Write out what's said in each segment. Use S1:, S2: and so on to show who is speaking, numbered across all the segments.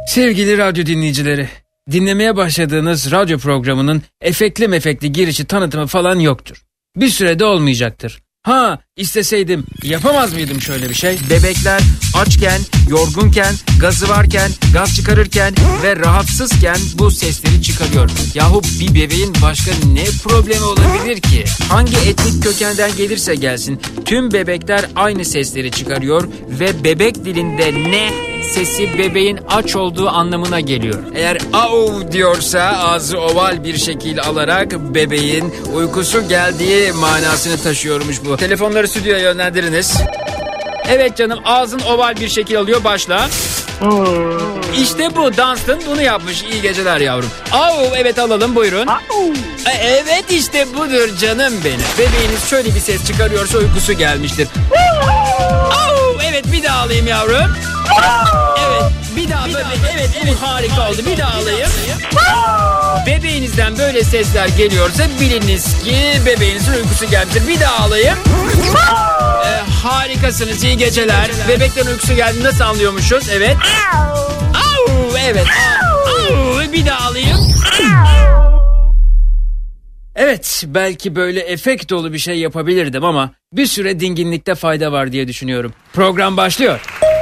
S1: Sevgili radyo dinleyicileri, dinlemeye başladığınız radyo programının efektli girişi tanıtımı falan yoktur. Bir sürede olmayacaktır. Ha, isteseydim yapamaz mıydım şöyle bir şey? Bebekler açken, yorgunken, gazı varken, gaz çıkarırken ve rahatsızken bu sesleri çıkarıyor. Yahu bir bebeğin başka ne problemi olabilir ki? Hangi etnik kökenden gelirse gelsin tüm bebekler aynı sesleri çıkarıyor ve bebek dilinde ne sesi bebeğin aç olduğu anlamına geliyor. Eğer au diyorsa ağzı oval bir şekil alarak bebeğin uykusu geldiği manasını taşıyormuş bu. Telefonları stüdyoya yönlendiriniz. Evet canım, ağzın oval bir şekil alıyor, başla. İşte bu, Dunstan bunu yapmış. İyi geceler yavrum. Au, evet alalım, buyurun. Evet işte budur canım benim. Bebeğiniz şöyle bir ses çıkarıyorsa uykusu gelmiştir. Au, evet bir daha alayım yavrum. Evet bir daha böyle, evet harika oldu, bir daha alayım. Bebeğinizden böyle sesler geliyorsa biliniz ki bebeğinizin uykusu gelmiştir. Bir daha alayım. Harikasınız, iyi geceler. Bebeklerin uykusu geldi, nasıl anlıyormuşuz? Evet. Au, evet. Au, bir daha alayım. Evet, belki böyle efekt dolu bir şey yapabilirdim ama bir süre dinginlikte fayda var diye düşünüyorum. Program başlıyor.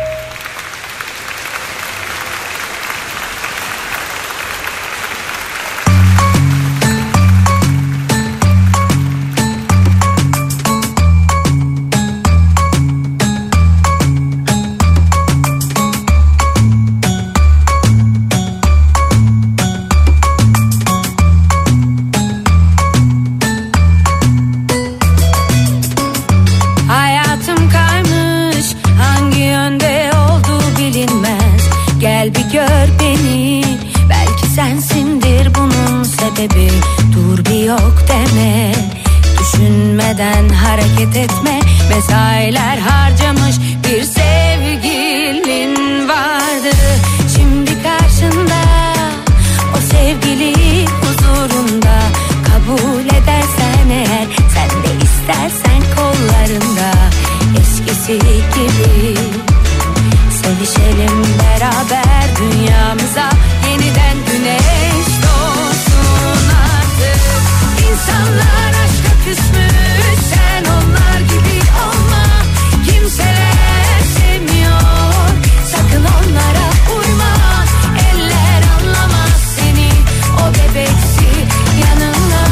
S2: Dur bir yok deme, düşünmeden hareket etme. Mesailer harcamış bir sevgilin vardı. Şimdi karşında o sevgili huzurunda. Kabul edersen eğer, sen de istersen kollarında. Eskisi gibi sevişelim beraber, dünyamıza yeniden güneş doğsun artık. İnsanlar aşka küsmüş, sen onlar gibi olma. Kimseler sevmiyor, sakın onlara uyma. Eller anlamaz seni, o bebeksi yanına.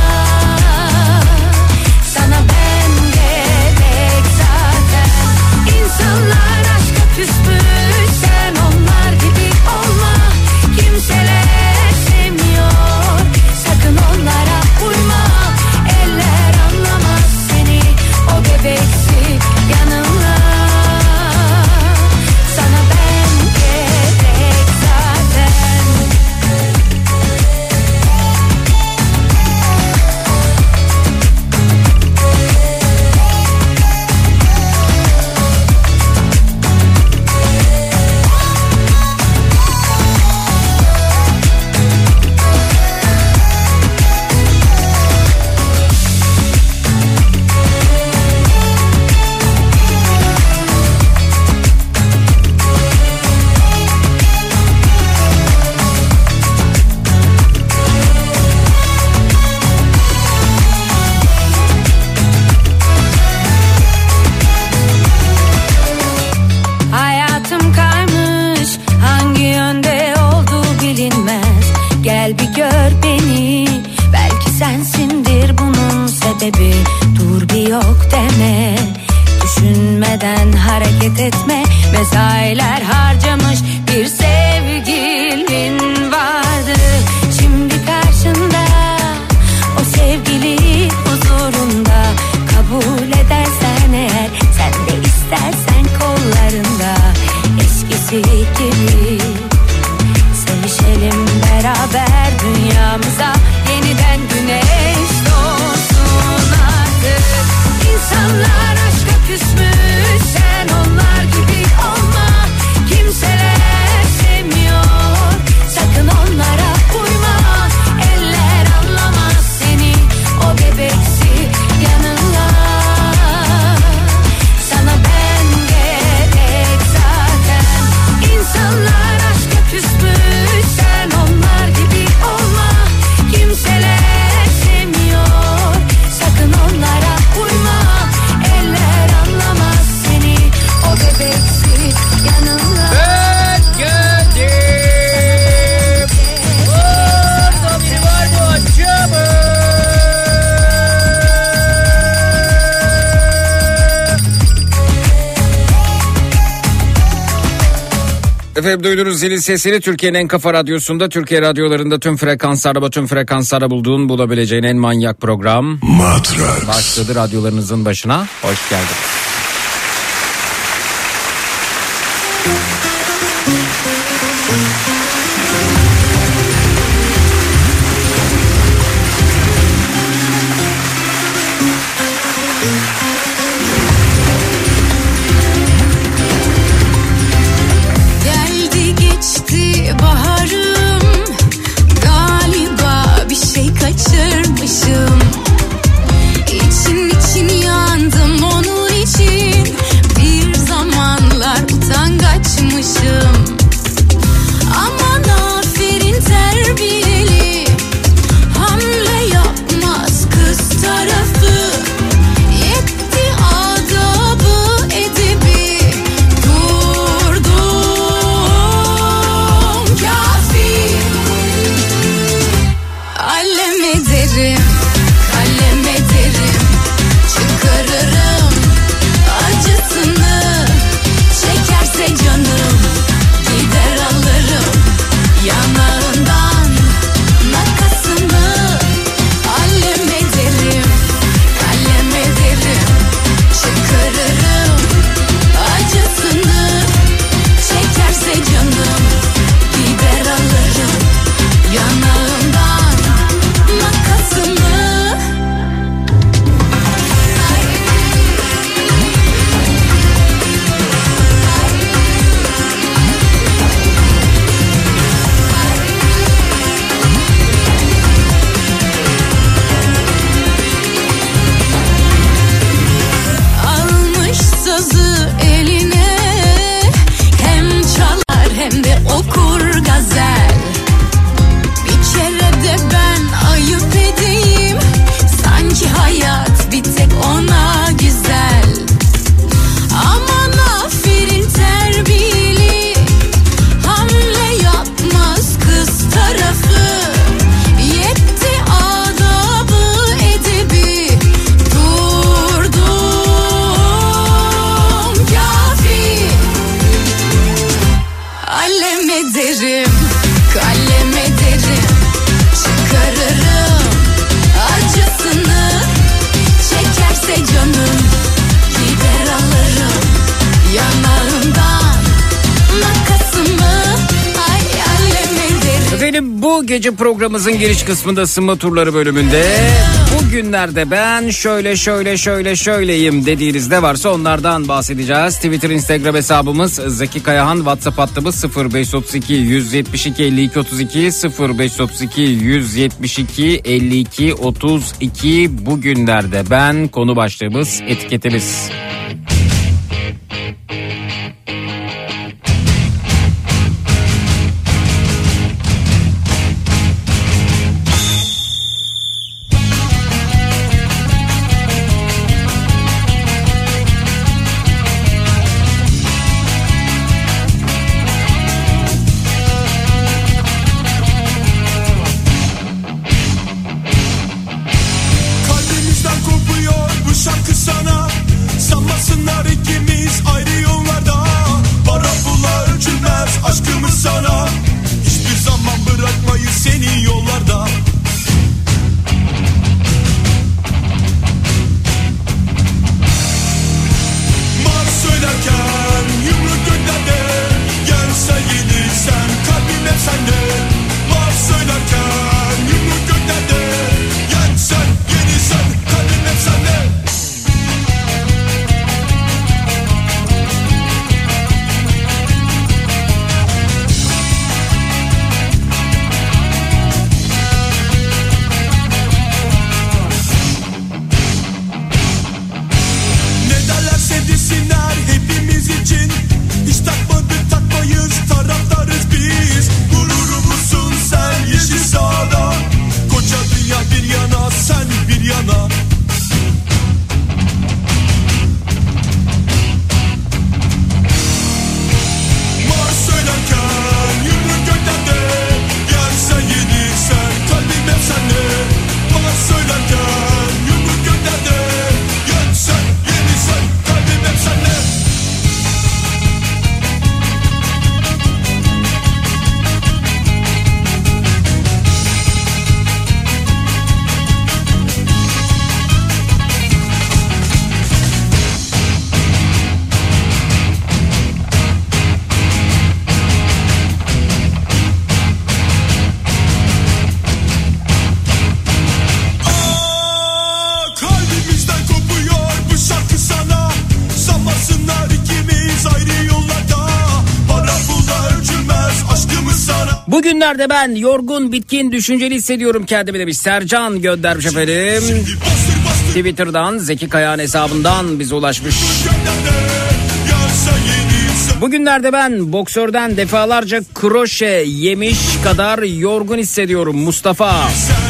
S2: Sana ben gerek zaten. İnsanlar aşka küsmüş, sen onlar gibi olma. Kimseler sevmiyor, sakın onlara uyma. Eller anlamaz seni, o bebeksi yanına. Sana ben gerek zaten. Hayatım kaymış, hangi yönde olduğu bilinmez. Gel bir gör beni, belki sensindir bunun sebebi. Dur bir yok deme, düşünmeden hareket etme. Mesailer harcamış bir sevgilin vardı. Şimdi karşında o sevgili huzurunda. Kabul edersen eğer, sen de istersen kollarında. Eskisi gibi sevişelim beraber, dünyamıza yeniden güneş doğsun artık. İnsanlar aşka küsmüş, sen onlar gibi olma. Kimse
S1: Efendim duydunuz zilin sesini. Türkiye'nin en kafa radyosunda, Türkiye radyolarında tüm frekanslarda bulduğun, bulabileceğin en manyak program
S3: Matrax
S1: başladı radyolarınızın başına. Hoş geldiniz.
S2: Kaçırmışım. İçim için yandım onun için. Bir zamanlar utangaçmışım. Aman aferin terbiyeli, hamle yapmaz kız tarafı. Yetti adabı edebi, durdum kafi. Allem ederim, kalem ederim, çıkarırım acısını. Çekerse canım, gider alırım yanağından makasını. Allem ederim, kalem ederim, çıkarırım acısını. Çekerse canım, gider alırım yanağından makasını. Almış sazı eline, hem çalar hem de okur gazel. Bir kere de ben ayıp edeyim, sanki hayat bir tek ona güzel. Aman aferin terbiyeli, hamle yapmaz kız tarafı. Yetti adabı edebi, durdum kafi. Allem ederim, kalem ederim, çıkarırım acısını. Çekerse canım, gider alırım yanağından makasımı. Ay allem ederim.
S1: Efendim bu gece programımızın giriş kısmında ısınma turları bölümünde bugünlerde ben şöyleyim dediğiniz ne varsa onlardan bahsedeceğiz. Twitter, Instagram hesabımız Zeki Kayahan, WhatsApp hattımız 0532 172 52 32 0532 172 52 32. Bugünlerde ben konu başlığımız, etiketimiz.
S4: Kalbimizden kopuyor bu şarkı sana. Sanmasın
S3: Bugünlerde ben yorgun, bitkin, düşünceli hissediyorum kendimi demiş. Sercan göndermiş efendim. Twitter'dan, Zeki Kayağan hesabından bize ulaşmış. Bugünlerde ben boksörden defalarca kroşe yemiş kadar yorgun hissediyorum. Mustafa.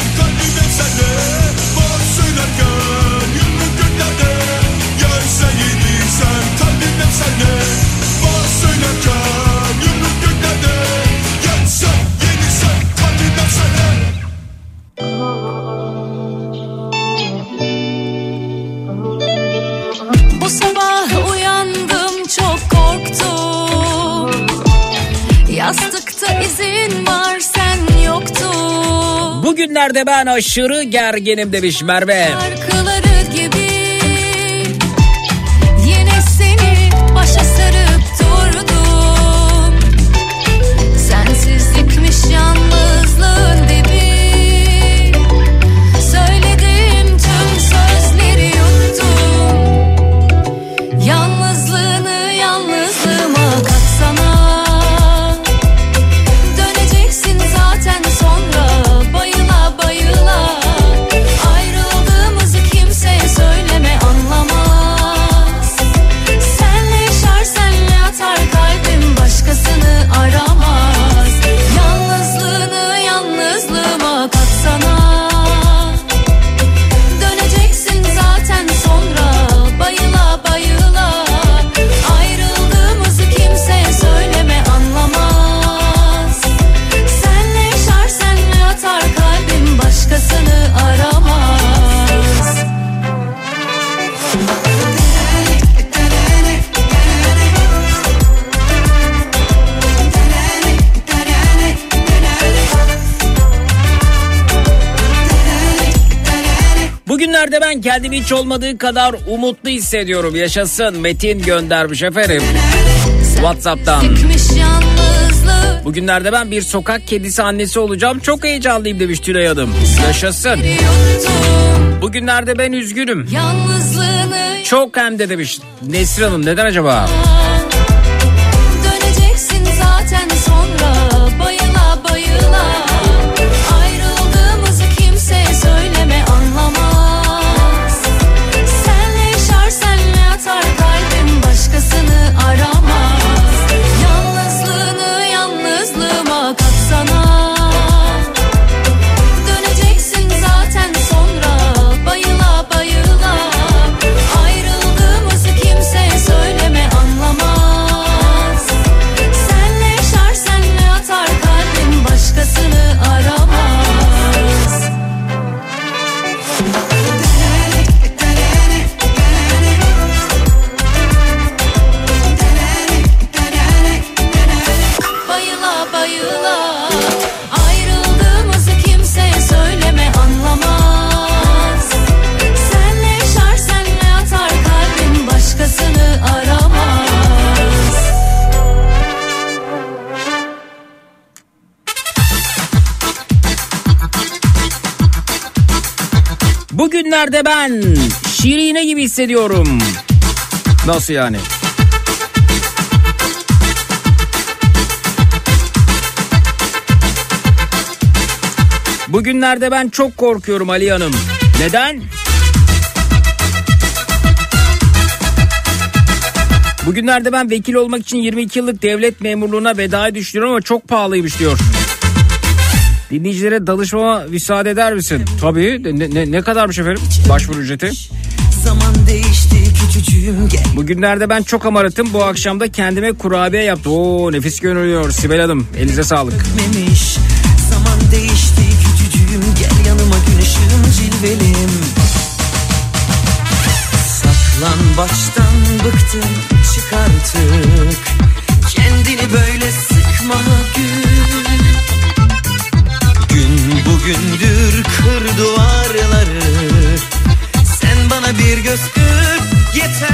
S2: Bu sabah uyandım çok korktum. Yastıkta izin var sen yoktun.
S3: Bugünlerde ben aşırı gerginim demiş Merve.
S2: Şarkıları gibi yine seni başa sarıp durdum. Sensizlikmiş yalnızlığın dibi. Söyledim tüm sözleri yuttum. Yalnızlığını yalnızlığıma katsana. Döneceksin zaten sonra bayıla bayıla. Ayrıldığımızı kimseye söyleme anlamaz. Senle yaşar senle yatar kalbim başkasını aramaz. Yalnızlığını yalnızlığıma katsana. Döneceksin zaten sonra bayıla bayıla. Ayrıldığımızı kimseye söyleme anlamaz. Senle yaşar senle yatar kalbim başkasını aramaz.
S3: Bugünlerde ben kendimi hiç olmadığı kadar umutlu hissediyorum. Yaşasın Metin göndermiş efendim. WhatsApp'tan.
S2: Sıkmış yalnızlık
S3: Bugünlerde ben bir sokak kedisi annesi olacağım. Çok heyecanlıyım demiş Tülay Hanım. Yaşasın.
S2: yuttum.
S3: Bugünlerde ben üzgünüm.
S2: Yalnızlığını
S3: Çok hem de demiş Nesrin Hanım. Neden acaba?
S2: döneceksin zaten sonra bayıla bayıla. Ayrıldığımızı kimseye söyleme anlamaz. Senle yaşar senle yatar kalbim başkasını aramaz. Yalnızlığını yalnızlığıma katsana. Döneceksin zaten sonra bayıla bayıla. Ayrıldığımızı kimseye söyleme anlamaz. Senle yaşar senle yatar kalbim başkasını aramaz. Bayıla bayıla. Ayrıldığımızı kimseye söyleme anlamaz. Senle yaşar senle yatar kalbim başkasını aramaz.
S3: Bugünlerde ben Şirine gibi hissediyorum. Nasıl yani? Bugünlerde ben çok korkuyorum Ali Hanım. Neden? Bugünlerde ben vekil olmak için 22 yıllık devlet memurluğuna vedaya düşünüyorum ama çok pahalıymış diyor. Dinleyicilere danışmama müsaade eder misin? Tabii. Ne kadarmış efendim başvuru ücreti?
S4: Zaman değişti küçücüğüm gel.
S3: Bugünlerde ben çok amaratım. Bu akşam da kendime kurabiye yaptım. Oo, nefis görünüyor Sibel Hanım. Elinize sağlık.
S4: Öpmemiş. Zaman değişti küçücüğüm gel yanıma gün ışığım cilvelim. Saklan baştan bıktım çık artık. Kendini böyle sıkma gün. Gün bugündür kır duvarları. Sen bana bir göz kır yeter.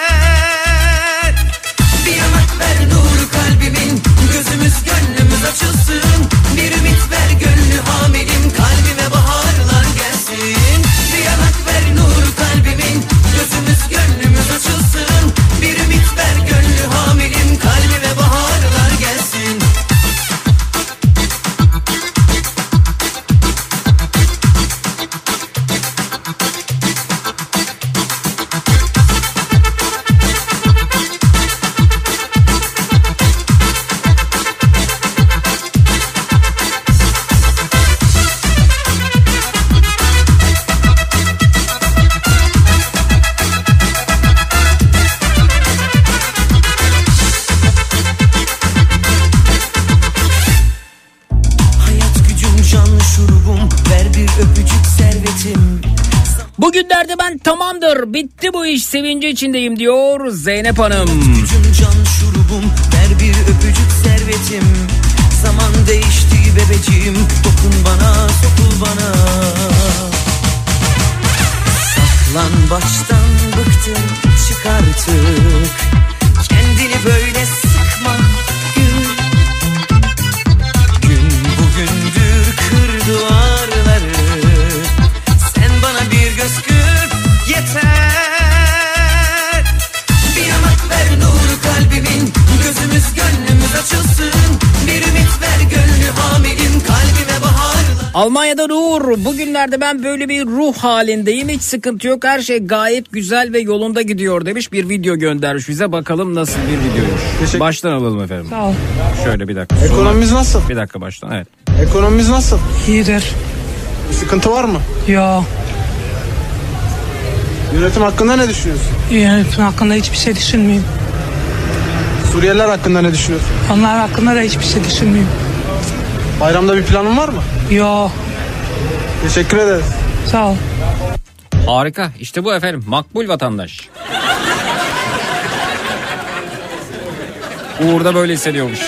S4: Bir yanak ver nuru kalbimin. Gözümüz gönlümüz açılsın. Bir ümit ver gönlü hamilim. Kalbime baharlar gelsin. Bir yanak ver nuru kalbimin. Gözümüz gönlümüz açılsın. Bir ümit ver gönlü hamilim. Kalbime baharlar gelsin. servetim.
S3: Bugünlerde ben tamamdır, bitti bu iş sevinci içindeyim diyor Zeynep Hanım.
S4: Gücüm can şurubum, ver bir öpücük servetim. Zaman değişti bebeciğim, dokun bana, sokul bana. Saklan baştan, bıktım, çık artık. Kendini böyle sıkma gül. Gün bugündür kır duvarları. Sen bana bir göz kır yeter. Bir yanak ver nuru kalbimin, gözümüz gönlümüz açılsın. Bir ümit ver gönlü hamilim, kalbime baharla.
S3: Almanya'da Nur, bugünlerde ben böyle bir ruh halindeyim, hiç sıkıntı yok, her şey gayet güzel ve yolunda gidiyor demiş, bir video göndermiş bize, bakalım nasıl bir videoymuş. Baştan alalım efendim.
S5: Sağ ol.
S3: Şöyle bir dakika.
S6: Ekonomimiz nasıl?
S3: Bir dakika baştan, evet.
S6: Ekonomimiz nasıl?
S5: İyidir.
S6: Bir sıkıntı var mı?
S5: Yo.
S6: Yönetim hakkında ne düşünüyorsun?
S5: Yönetim hakkında hiçbir şey düşünmeyeyim.
S6: Suriyeliler hakkında ne düşünüyorsun?
S5: Onlar hakkında da hiçbir şey düşünmeyeyim.
S6: Bayramda bir planın var mı?
S5: Yo.
S6: Teşekkür ederiz.
S5: Sağ ol.
S3: Harika, işte bu efendim, makbul vatandaş. Uğur da böyle hissediyormuş.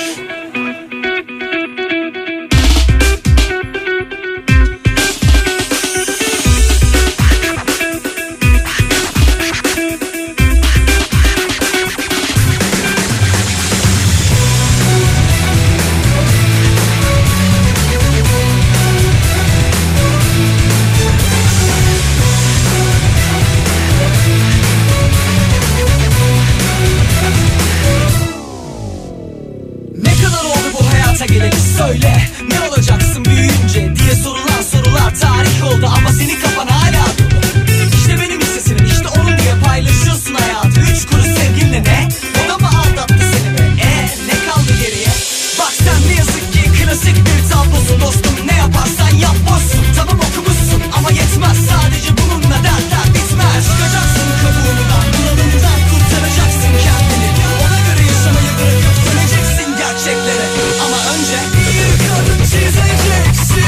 S4: Söyle ne olacaksın büyüyünce diye sorulan sorular tarih oldu ama senin kafan hala dolu. İşte benim hissesinim, işte onun diye paylaşıyorsun hayatı. 3 kuruş sevginle ne? O da mı aldattı seni be? Ne kaldı geriye? Bak sen ne yazık ki klasik bir tablosun dostum. Ne yaparsan yap boşsun. Tamam okumuşsun ama yetmez, sadece bununla dertler bitmez. Çıkacaksın kabuğundan, bunalımdan kurtaracaksın kendini. Ona göre yaşamayı bırakıp döneceksin gerçeklere. Ama önce bir kadın çizeceksin.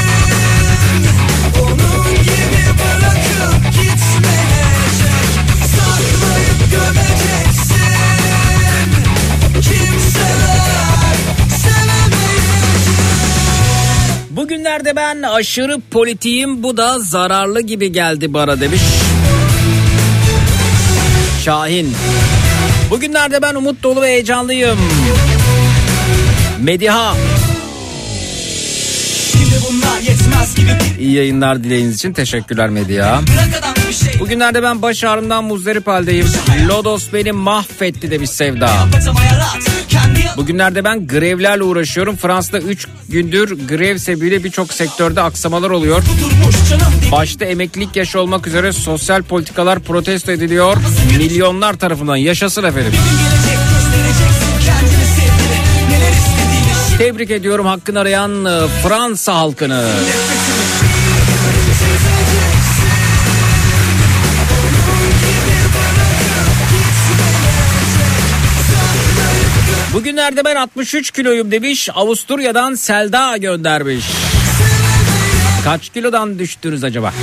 S4: Onun gibi bırakıp gitmeyecek. Saklayıp gömeceksin. Kimseler sevemeyecek.
S3: Bugünlerde ben aşırı politiğim, bu da zararlı gibi geldi bana demiş Şahin. Bugünlerde ben umut dolu ve heyecanlıyım. Mediha.
S4: Şimdi bunlar yetmez gibi bir
S3: İyi yayınlar dilediğiniz için teşekkürler Mediha.
S4: bırak adam bir şey.
S3: Bugünlerde ben baş ağrımdan muzdarip haldeyim. Lodos beni mahvetti demiş Sevda.
S4: Yapacağım ayarat. Kendi
S3: Bugünlerde ben grevlerle uğraşıyorum. Fransa'da 3 gündür grev sebebiyle birçok sektörde aksamalar oluyor.
S4: durmuş canım.
S3: Başta emeklilik yaşı olmak üzere sosyal politikalar protesto ediliyor. Milyonlar tarafından, yaşasın efendim.
S4: Gelecek göstereceksin kendini sevgili. Neler istediğini.
S3: Tebrik ediyorum hakkını arayan Fransa halkını. Bugünlerde ben 63 kiloyum demiş, Avusturya'dan Selda göndermiş. Kaç kilodan düştünüz acaba?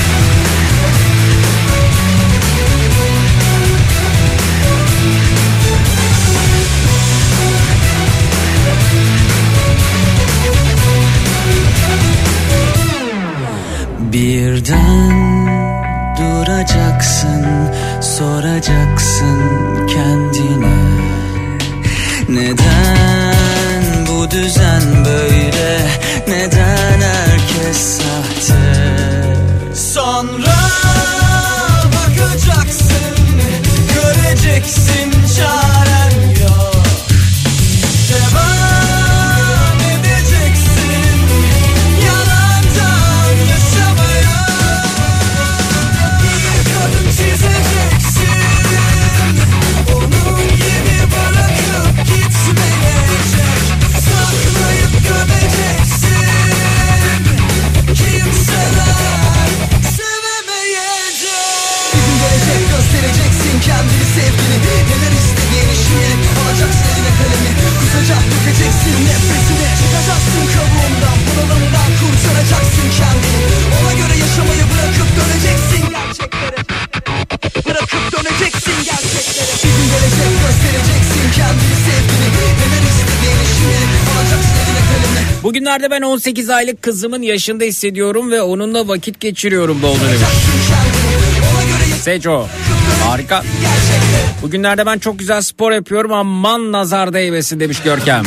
S4: Birden duracaksın, soracaksın kendine. Neden bu düzen böyle? Neden herkes sahte? Sonra bakacaksın, göreceksin çaren yok. Devam edeceksin yalandan yaşamaya. Bir kadın çizeceksin, onun gibi bırakıp gitmeyecek. Saklayıp gömeceksin.
S3: Bugünlerde ben 18 aylık kızımın yaşında hissediyorum ve onunla vakit geçiriyorum doldu demiş. Seco. Harika. Bugünlerde ben çok güzel spor yapıyorum, aman nazar değmesin demiş Görkem.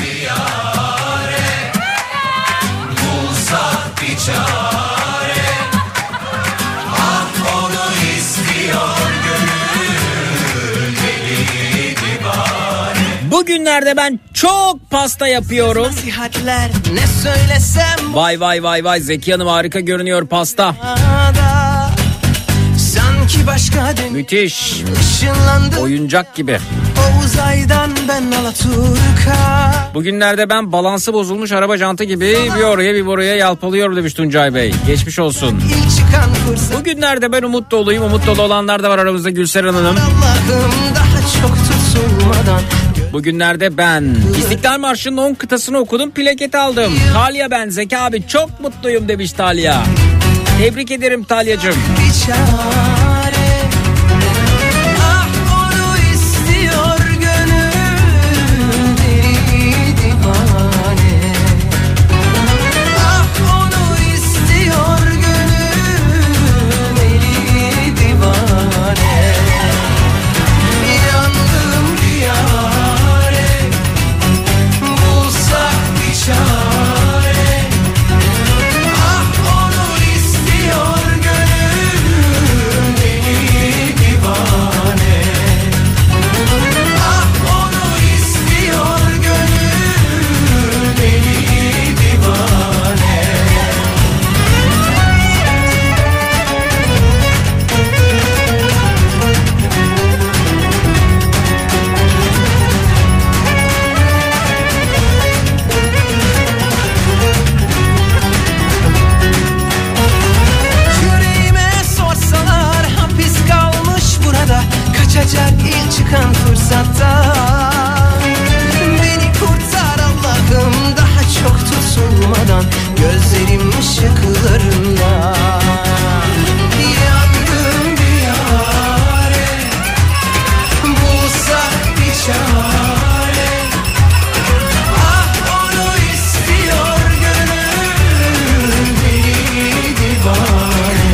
S3: Bugünlerde ben çok pasta yapıyorum.
S4: Nasihatler ne söylesem
S3: Vay vay vay vay, Zeki Hanım harika görünüyor pasta.
S4: da sanki başka
S3: Müthiş.
S4: ışınlandı
S3: Oyuncak gibi.
S4: o uzaydan ben Alaturka.
S3: Bugünlerde ben balansı bozulmuş araba jantı gibi bir oraya bir buraya yalpalıyorum demiş Tuncay Bey. Geçmiş olsun.
S4: İlk çıkan fırsat
S3: Bugünlerde ben umut doluyum. Umut dolu olanlar da var aramızda, Gülseren Hanım.
S4: Allah'ım daha çok tutulmadan.
S3: Bugünlerde ben İstiklal Marşı'nın 10 kıtasını okudum, plaket aldım. Talya ben, Zeki abi çok mutluyum demiş Talya. Tebrik ederim Talyacığım.
S4: Bir çare. Ah onu istiyor gönül deli divane. Ah onu istiyor gönül deli divane. Yandım bir yare, bulsak bir çare. Ah onu istiyor gönül deli divane. Ah onu istiyor gönül deli divane. Yüreğime sorsalar hapis kalmış burada, kaçacak ilk çıkan fırsatta. Beni kurtar Allah'ım daha çok tutulmadan, gözlerim ışıklarında. Yandım bir yare, bulsak bir çare. Ah onu istiyor gönül deli divane.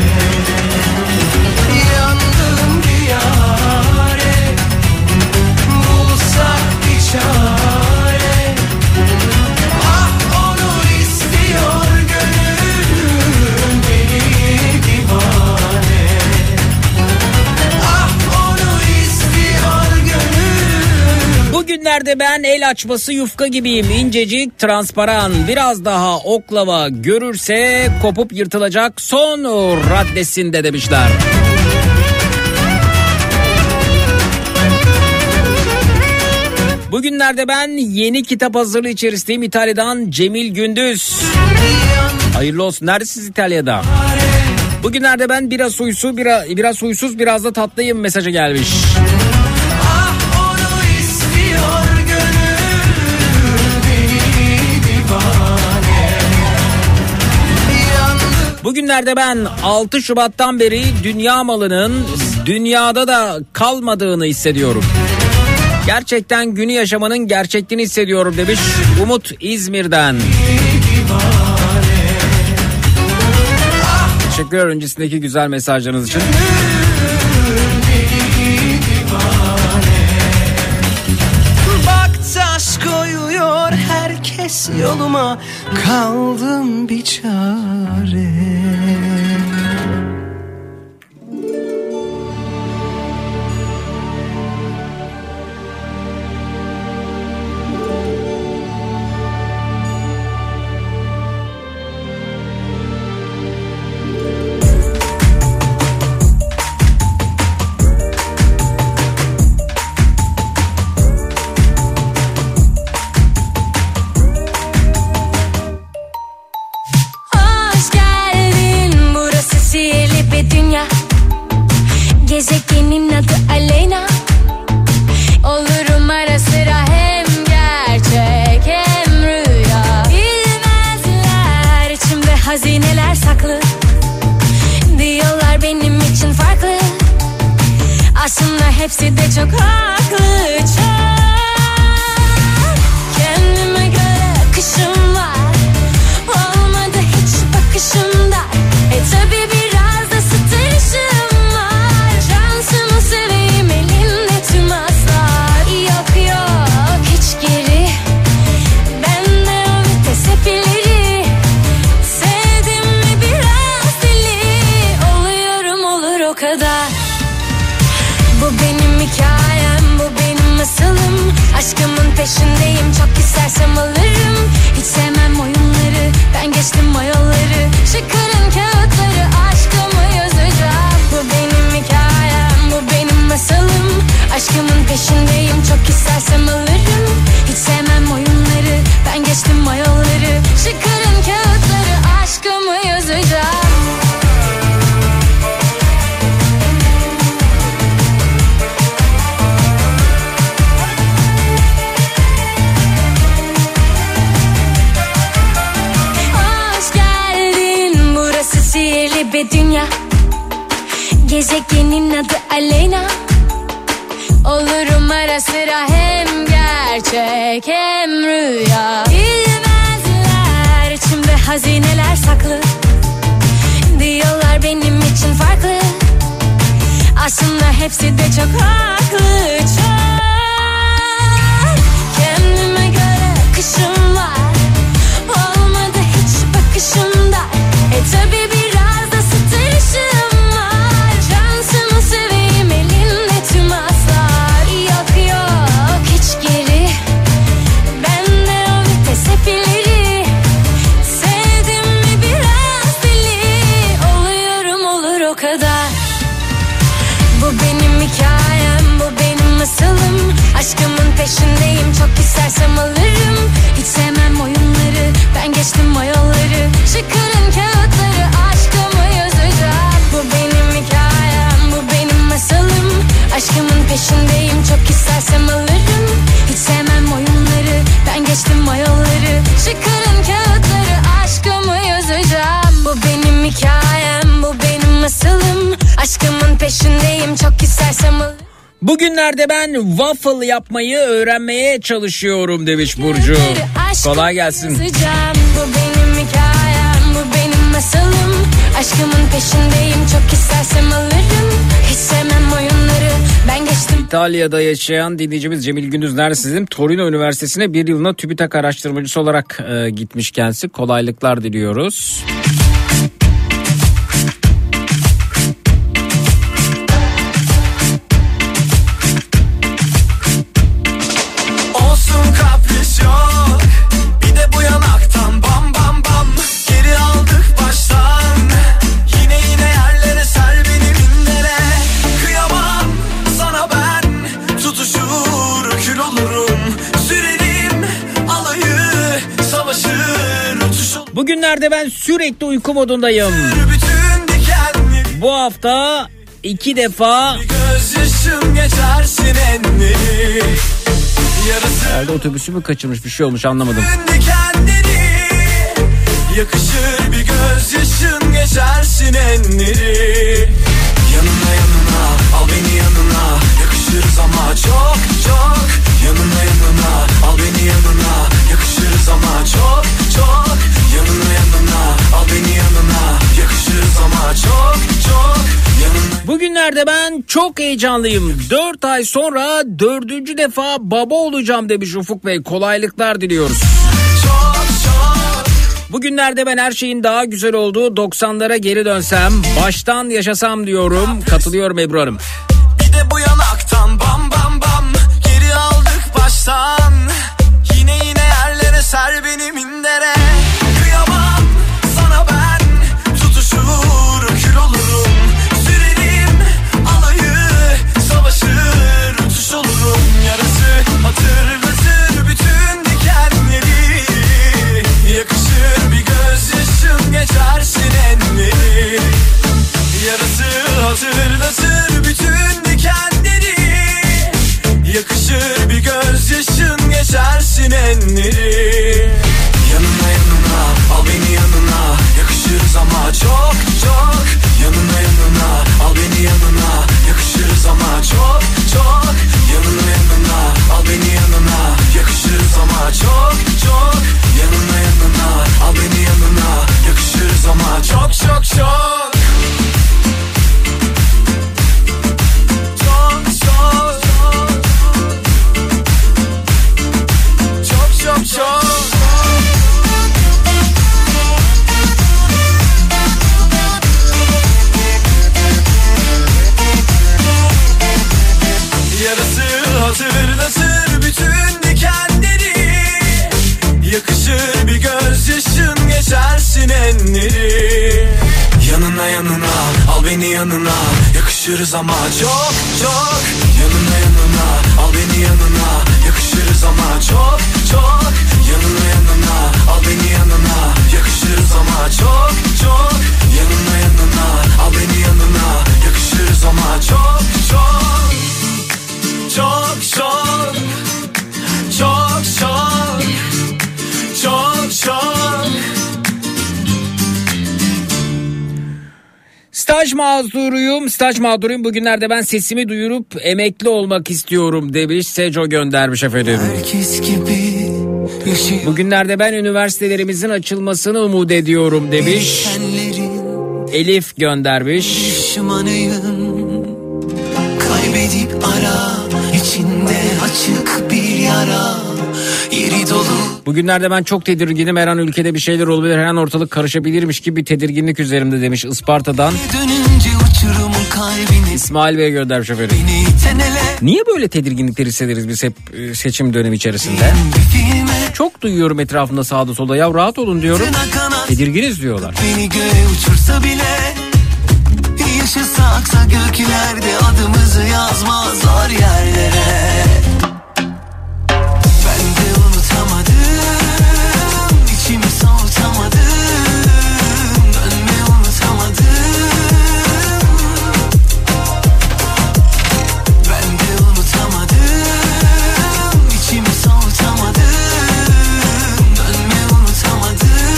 S4: Yandım bir yare, bulsak bir çare. Ah onu istiyor gönül deli divane. Ah onu istiyor gönül.
S3: Bugünlerde ben el açması yufka gibiyim. İncecik, transparan, biraz daha oklava görürse kopup yırtılacak son raddesinde demişler. Bugünlerde ben yeni kitap hazırlığı içerisindeyim. İtalya'dan Cemil Gündüz. Hayırlı olsun. Neredesiniz İtalya'da? Bugünlerde ben biraz huysuz biraz da tatlıyım mesajı gelmiş.
S4: Ah onu istiyor gönül deli divane. Yandım
S3: Bugünlerde ben 6 Şubat'tan beri dünya malının dünyada da kalmadığını hissediyorum. Gerçekten günü yaşamanın gerçekliğini hissediyorum demiş Umut İzmir'den. Teşekkürler öncesindeki güzel mesajlarınız için.
S4: bak taş koyuyor herkes yoluma, kaldım bir çare.
S2: Hoş geldin, burası sihirli bir dünya. Gezegenin adı Aleyna. Olurum ara sıra hem gerçek hem rüya. Bilmezler içimde hazineler saklı. Diyorlar benim için farklı. Aslında hepsi de çok haklı, çok. Kendime göre akışım var. peşindeyim, çok istersem alırım. Hiç sevmem oyunları, ben geçtim mayolları. Çıkarın kağıtları, aşkımı yazacağım. Bu benim hikayem, bu benim masalım. Aşkımın peşindeyim, çok istersem alırım. Hiç sevmem oyunları, ben geçtim mayolları. Çıkarın kağıtları, aşkımı yazacağım. Sihirli bir dünya, gezegenin adı Aleyna. Olurum ara sıra hem gerçek hem rüya. Bilmezler içimde hazineler saklı. Diyorlar benim için farklı. Aslında hepsi de çok haklı, çok. Kendime göre kışım var, olmadı hiç bakışımda. Tabi biraz da sıtırışım var. Şansımı seveyim, elinde tüm aslar. Yok yok hiç geri, bende o vites hep ileri. Sevdim mi biraz deli, oluyorum olur o kadar. Bu benim hikayem, bu benim masalım. Aşkımın peşindeyim, çok istersem alırım. Hiç sevmem oyunları, ben geçtim mayolları. Çıkarın kağıtları, aşkımı yazacağım. Bu benim hikayem, bu benim masalım. Aşkımın peşindeyim, çok istersem alırım. Hiç sevmem oyunları, ben geçtim mayolları. Çıkarın kağıtları, aşkımı yazacağım. Bu benim hikayem, bu benim masalım. Aşkımın peşindeyim, çok istersem alırım.
S3: Bugünlerde ben waffle yapmayı öğrenmeye çalışıyorum demiş Burcu. Kolay gelsin.
S2: Bu benim hikayem, bu benim masalım. Aşkımın peşindeyim, çok istersem alırım. Hiç sevmem oyunları, ben geçtim.
S3: İtalya'da yaşayan dinleyicimiz Cemil Gündüz neredesiniz? Torino Üniversitesi'ne bir yılına TÜBİTAK araştırmacısı olarak gitmiş kendisi. Kolaylıklar diliyoruz. Bugünlerde ben sürekli uyku modundayım. Bu hafta 2 defa herhalde otobüsümü kaçırmış, bir şey olmuş, anlamadım. Yakışır bir gözyaşın, geçersin enleri. Yanına yanına, al beni yanına. Yakışırız ama çok çok. Yanına yanına, al beni yanına. Yakışırız ama çok çok. Yanına yanına, al beni yanına. Yakışırız ama çok çok. Yanına... Bugünlerde ben çok heyecanlıyım. 4 ay sonra 4. defa baba olacağım demiş Ufuk Bey. Kolaylıklar diliyoruz. Çok çok. Bugünlerde ben her şeyin daha güzel olduğu 90'lara geri dönsem, baştan yaşasam diyorum. Katılıyorum Ebru Hanım. Bir de bu yanaktan bam bam bam, geri aldık baştan. Yine yerlere ser beni mindere. Kıyamam sana ben, tutuşur kül olurum. Sürerim alayı, savaşır uçuş olurum. Yarası hatırlatır bütün dikenleri. Yakışır bir gözyaşın, geçersin enleri. Yarası hatırlatır bütün
S4: beni yanına, yakışırız ama çok çok. Yanına yanına, al beni yanına, yakışırız ama çok çok. Yanına yanına, al beni yanına, yakışırız ama çok çok. Yanına yanına, al beni yanına, yakışırız ama çok çok. Çok çok. Çok çok. Çok çok.
S3: Staj mağduruyum. Bugünlerde ben sesimi duyurup emekli olmak istiyorum demiş. Seco göndermiş efendim.
S4: Herkes gibi yaşıyor.
S3: Bugünlerde ben üniversitelerimizin açılmasını umut ediyorum demiş. Elif göndermiş.
S4: Şımarayım, kaybedip ara, içinde açık bir yara, yeri dolu.
S3: Bugünlerde ben çok tedirginim. Her an ülkede bir şeyler olabilir. Her an ortalık karışabilirmiş gibi bir tedirginlik üzerimde demiş Isparta'dan.
S4: Dönünce uçurumun kalbini,
S3: İsmail Bey göndermiş efendim.
S4: beni tenele.
S3: Niye böyle tedirginlikler hissederiz biz hep seçim dönemi içerisinde? Çok duyuyorum etrafımda sağda solda. Ya rahat olun diyorum. Tedirginiz diyorlar.
S4: Beni göğe uçursa bile, yaşasaksa göklerde adımızı yazmaz zor yerlere. Ben de unutamadım, içimi soğutamadım, dönme unutamadım. Ben de unutamadım, içimi soğutamadım, dönme unutamadım.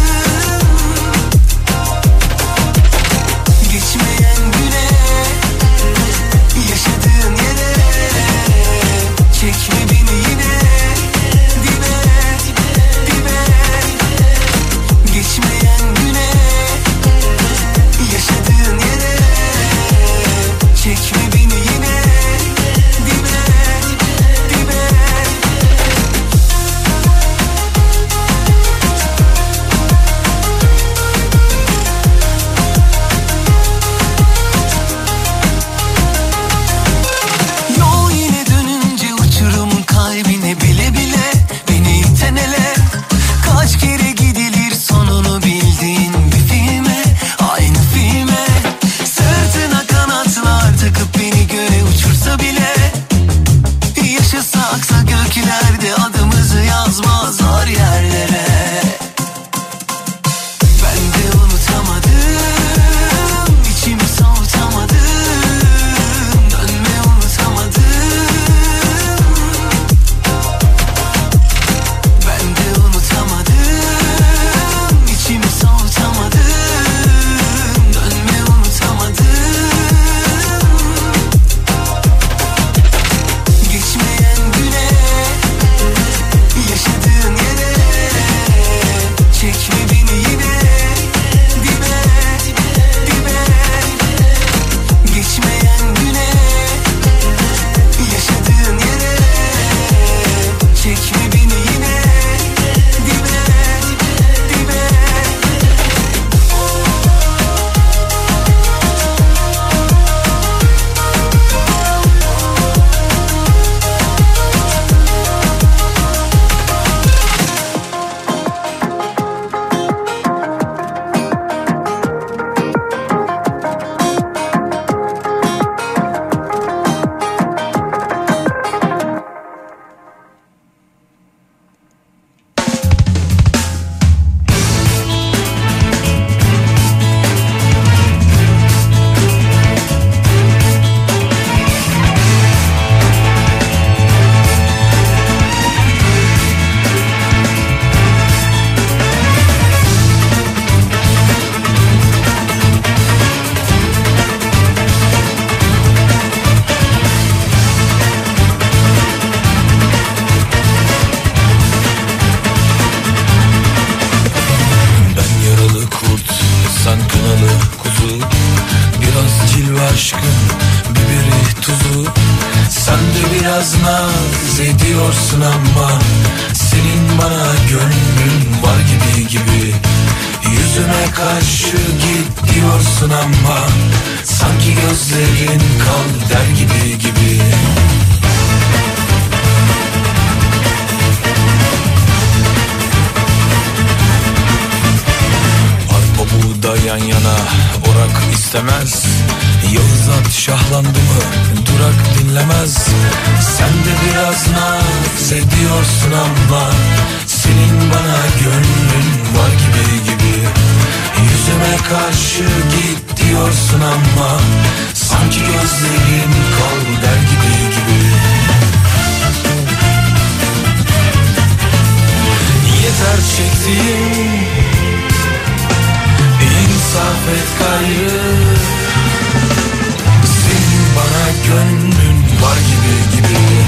S4: Geçmeyen güne, yaşadığın yere, çekme beni yine dibe, dibe. Geçmeyen güne, yaşadığın yere, çekme beni yine dibe, dibe. Yol yine dönünce uçurumun kalbine, bile bile beni itenele. Kaç kere gidilir sonunu bildiğin bir filme, aynı filme. Sırtına kanatlar takıp beni göğe uçursa bile, yaşasaksa göklerde adımızı yazmaz zor yerlere. Ben de unutamadım, içimi soğutamadım, dönme unutamadım. Ben de unutamadım, içimi soğutamadım, dönme unutamadım. Geçmeyen güne, yaşadığın yere, çekme beni yine dibe, dibe. Geçmeyen güne, yaşadığın yere, çekme beni yine dibe, dibe. Ben yaralı kurt, sen kınalı kuzu. Biraz cilve aşkın, biberi tuzu. Sen de biraz naz ediyorsun ama senin bana gönlün var gibi gibi. Yüzüme karşı git diyorsun ama sanki gözlerin kal der gibi gibi. Arpa buğday yan yana, orak
S7: istemez. Yağız at şahlandı mı durak dinlemez. Sen de biraz naz ediyorsun ama senin bana gönlün var gibi. Yüzüme karşı git diyorsun ama sanki gözlerin kal der gibi. Yeter çektiğim, insaf et gayrı. Senin bana gönlün var gibi.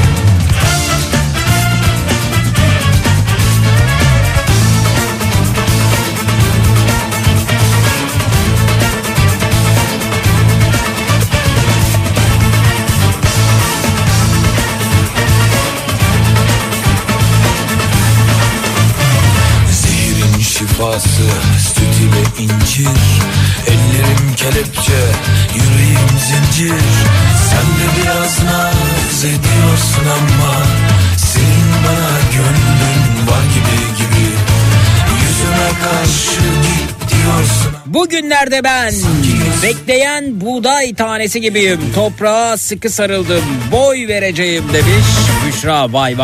S7: Şifası süt ile incir. Ellerim kelepçe, yüreğim zincir. Sen de biraz naz ediyorsun ama senin bana gönlün var gibi. Yüzüme karşı git diyorsun.
S3: Bugünlerde ben bekleyen buğday tanesi gibiyim. Toprağa sıkı sarıldım, boy vereceğim demiş Büşra. Vay.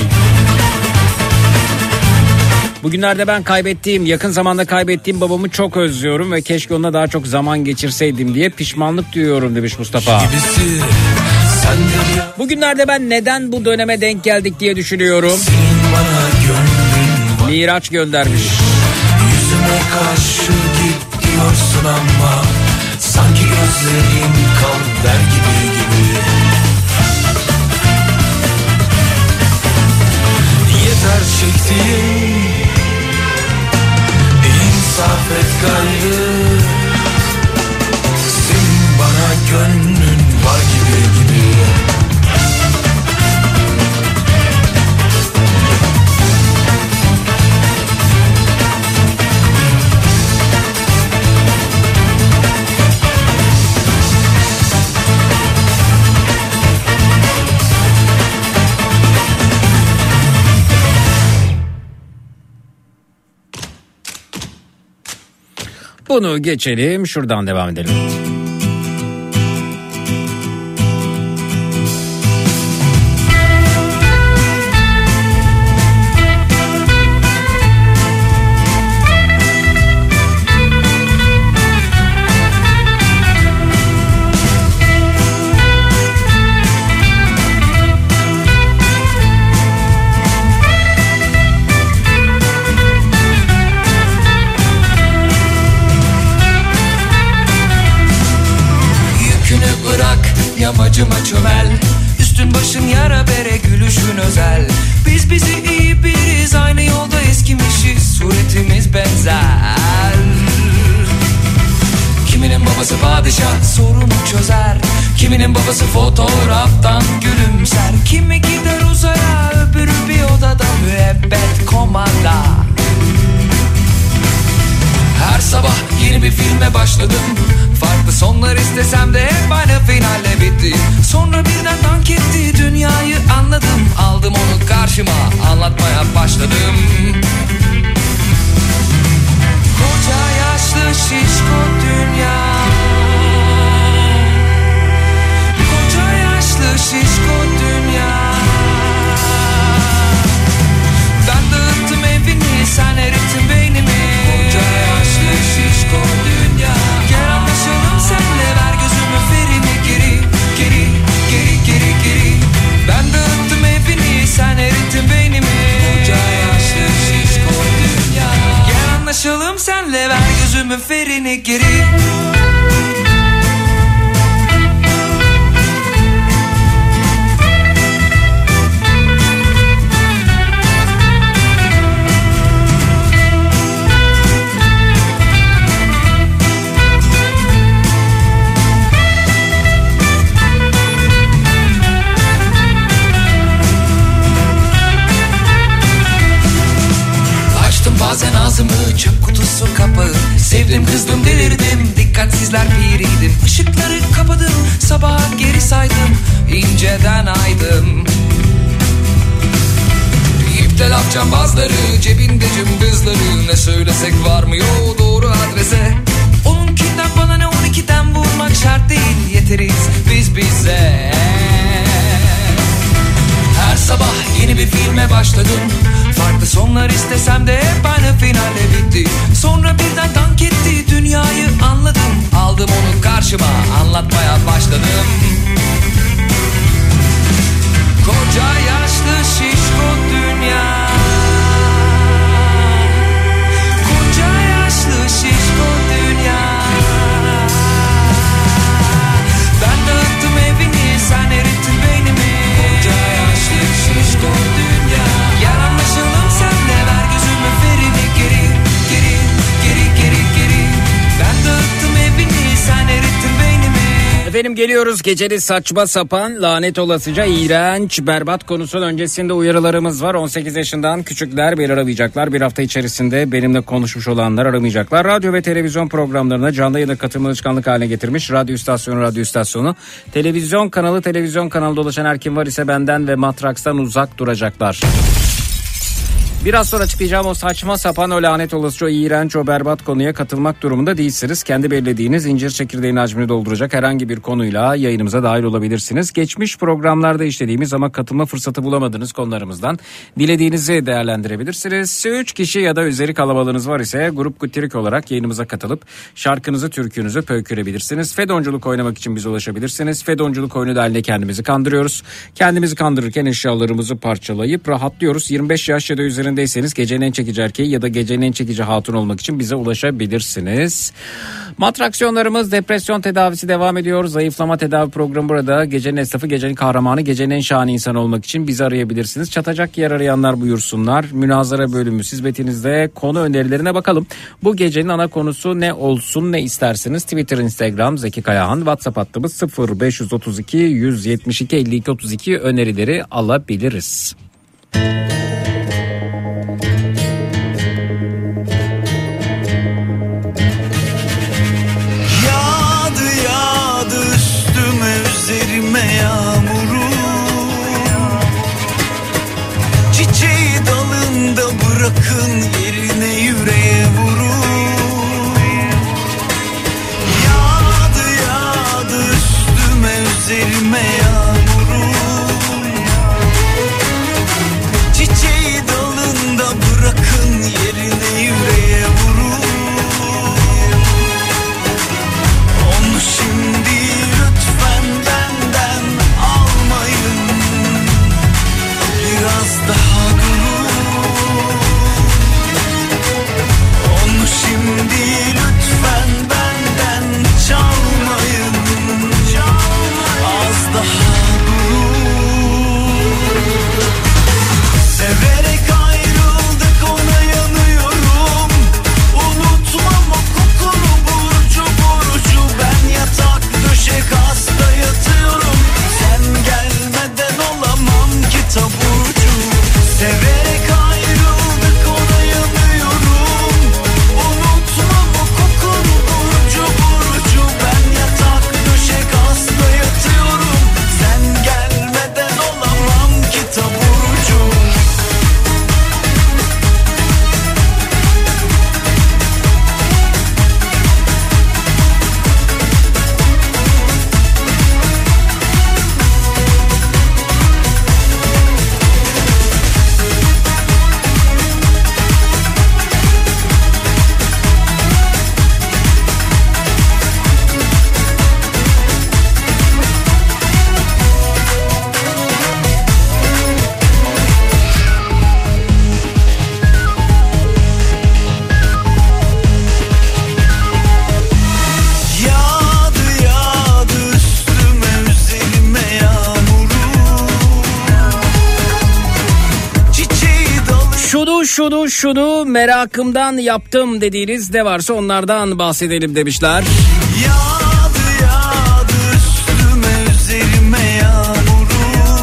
S3: Bugünlerde ben yakın zamanda kaybettiğim babamı çok özlüyorum ve keşke onunla daha çok zaman geçirseydim diye pişmanlık duyuyorum demiş Mustafa. Bugünlerde ben neden bu döneme denk geldik diye düşünüyorum. Miraç göndermiş.
S7: Yüzüme karşı git diyorsun ama sanki gözlerin kal der gibi. Yeter çektiğim, insaf et gayrı. Senin bana gönlün var gibi.
S3: Bunu geçelim, şuradan devam edelim.
S4: Yamacıma çömel, üstün başın yara bere, gülüşün özel. Biz iyi biriz, aynı yolda eskimişiz, suretimiz benzer. Kiminin babası padişah, sorunu çözer. Kiminin babası fotoğraftan gülümser. Kimi gider uzaya, öbürü bir odada müebbet komanda. Her sabah yeni bir filme başladım. Farklı sonlar istesem de hep aynı finalle bitti. Sonra birden dank etti, dünyayı anladım. Aldım onu karşıma, anlatmaya başladım. Koca yaşlı şişko dünya, koca yaşlı şişko dünya. Ben dağıttım evini, sen erittin beynimi. Koca yaşlı şişko dünya. Gel anlaşalım senle, ver gözümü ferini geri. Ben dağıttım evini, sen erittin beynimi. Koca yaşlı şişko dünya. Gel anlaşalım senle, ver gözümü ferini geri. Bazen ağzımı, çöp kutusu kapağı. Sevdim kızdım delirdim, dikkatsizler piriydim. Işıkları kapadım, sabaha geri saydım, inceden aydım. İpte laf cambazları, cebinde cımbızları. Ne söylesek varmıyor doğru adrese. Onunkinden bana ne, 12'den bu
S7: bir filme başladım. Farklı sonlar istesem de hep aynı finalle bitti. Sonra birden dank etti, dünyayı anladım. Aldım onu karşıma, anlatmaya başladım. Koca yaşlı şişko dünya, koca yaşlı şişko dünya. Ben dağıttım evini, sen erittin beynimi. Koca yaşlı şişko dünya. Gel anlaşalım senle, ver gözüme ferini geri, geri, geri, geri, geri. Ben dağıttım evini, sen erittin beynimi.
S3: Efendim geliyoruz gecenin saçma sapan, lanet olasıca, iğrenç, berbat konusunun öncesinde uyarılarımız var. 18 yaşından küçükler beni aramayacaklar. Bir hafta içerisinde benimle konuşmuş olanlar aramayacaklar. Radyo ve televizyon programlarına canlı yayına katılma alışkanlık haline getirmiş. Radyo istasyonu. Televizyon kanalı dolaşan her kim var ise benden ve Matraks'tan uzak duracaklar. Biraz sonra açıklayacağım o saçma sapan, o lanet olası, o iğrenç, o berbat konuya katılmak durumunda değilsiniz. Kendi belirlediğiniz incir çekirdeğinin hacmini dolduracak herhangi bir konuyla yayınımıza dahil olabilirsiniz. Geçmiş programlarda işlediğimiz ama katılma fırsatı bulamadığınız konularımızdan dilediğinizi değerlendirebilirsiniz. 3 kişi ya da üzeri kalabalığınız var ise grup Guttirik olarak yayınımıza katılıp şarkınızı, türkünüzü pöykürebilirsiniz. Fedonculuk oynamak için bize ulaşabilirsiniz. Fedonculuk oyunu dahilinde kendimizi kandırıyoruz. Kendimizi kandırırken eşyalarımızı parçalayıp rahatlıyoruz. 25 yaş ya da üzerinde gecenin en çekici erkeği ya da gecenin en çekici hatun olmak için bize ulaşabilirsiniz. Matraksiyonlarımız, depresyon tedavisi devam ediyor. Zayıflama tedavi programı burada. Gecenin esnafı, gecenin kahramanı, gecenin en şahane insan olmak için bizi arayabilirsiniz. Çatacak yer arayanlar buyursunlar. Münazara bölümü hizmetinizde, konu önerilerine bakalım. Bu gecenin ana konusu ne olsun, ne istersiniz? Twitter, Instagram Zeki Kayahan, WhatsApp hattımız 0532 172 52 32, önerileri alabiliriz.
S7: Üzerime yağmuru, çiçeği dalında bırakın, yerine yüreğe vurun. Yağdı üstüme üzerime yağmuru, çiçeği dalında bırakın, yerine yüreğe vurun. Onu şimdi biraz daha durun. Onu şimdi lütfen benden çalmayın. Az daha durun. Severek ayrıldık, ona yanıyorum. Unutmam o kokunu, burcu burcu. Ben yatak döşek hasta yatıyorum. Sen gelmeden olamam ki taburcu. Severek ayrıldık, ona yanıyorum. Unutmam o kokunu, burcu burcu. Ben yatak döşek hasta yatıyorum. Sen gelmeden olamam ki taburcu.
S3: Şunu merakımdan yaptım dediğiniz ne varsa onlardan bahsedelim demişler.
S7: Yağdı üstüme üzerime yağmuru,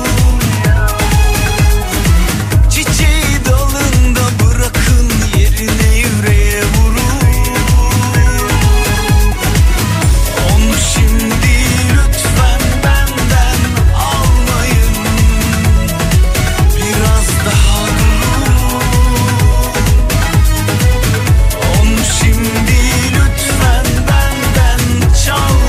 S7: çiçeği dalında bırakın, yerine yüreğe vurun. Onu şimdi lütfen benden almayın. Biraz daha durun. Onu şimdi lütfen benden çal.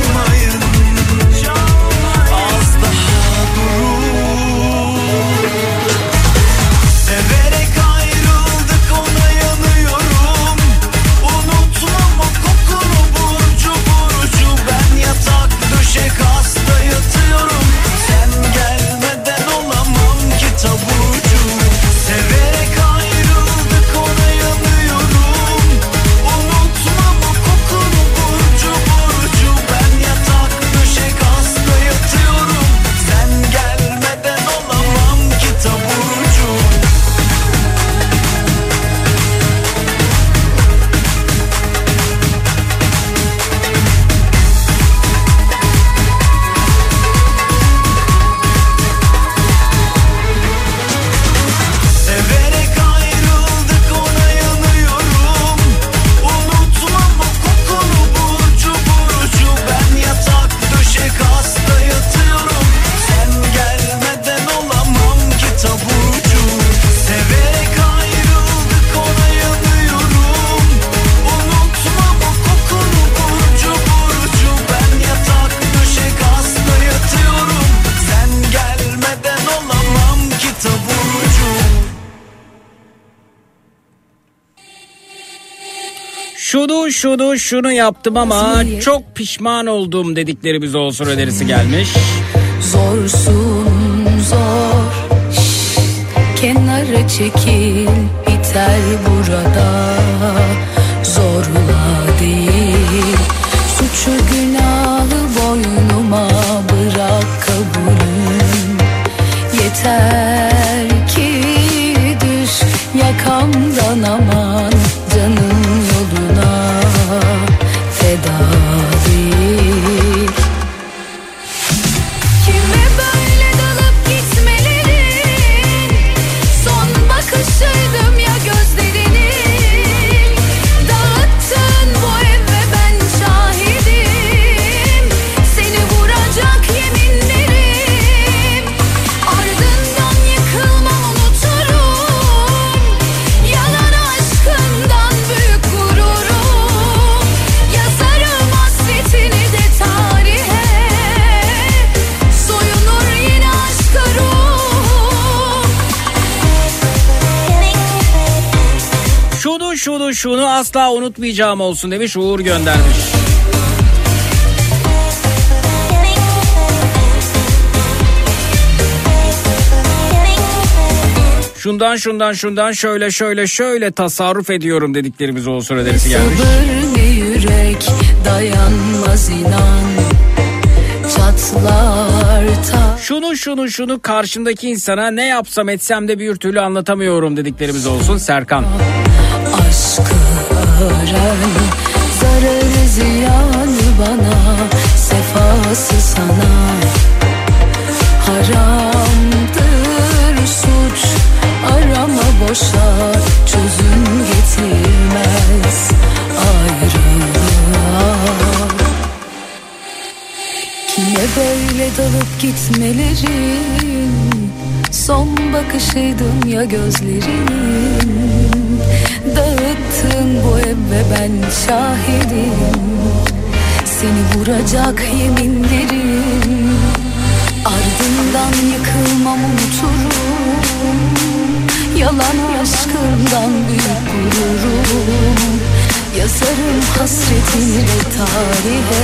S3: Şunu yaptım ama çok pişman oldum dediklerimiz olsun önerisi gelmiş.
S2: Zorsun zor, kenara çekil, biter burada. Zorla değil, suçu günahı boynuma bırak kabulüm. Yeter ki düş yakamdan, aman canım yoluna feda değil. Kime böyle dalıp gitmelerin, son bakışıydım ya gözlerinin. Dağıttın bu ev ve ben şahidim, seni vuracak yeminlerim. Ardından yıkılmam unuturum, yalan aşkından büyük gururum. Yazarım hasretini de tarihe, soyunur yine aşka ruhum.
S3: Şunu asla unutmayacağım olsun demiş, Uğur göndermiş. Şundan şöyle tasarruf ediyorum dediklerimiz olsun önerisi gelmiş.
S2: Sabır ne yürek dayanmaz inan, çatlar ta.
S3: Şunu karşımdaki insana ne yapsam etsem de bir türlü anlatamıyorum dediklerimiz olsun Serkan.
S2: Aşkı öğren, zararı ziyanı bana, sefası sana. Haramdır suç, arama boşa, çözüm getirmez ayrılığa. Kime böyle dalıp gitmelerin, son bakışıydım ya gözlerin. Dağıttın bu ev ve ben şahidim, seni vuracak yeminlerim. Ardından yıkılmam unuturum, yalan aşkından büyük gururum. Yazarım hasretini de tarihe,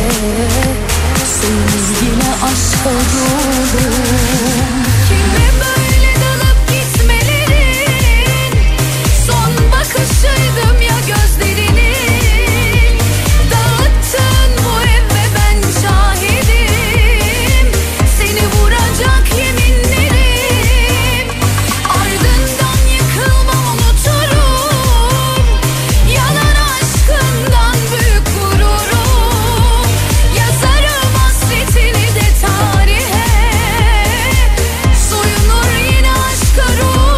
S2: soyunur yine aşka ruhum. Kime böyle dalıp gitmelerin, son bakışıydım ya gözlerinin. Dağıttın bu ev ve ben şahidim, seni vuracak yeminlerim. Ardından yıkılmam unuturum, yalan aşkından büyük gururum. Yazarım hasretini de tarihe, soyunur yine aşka ruhum.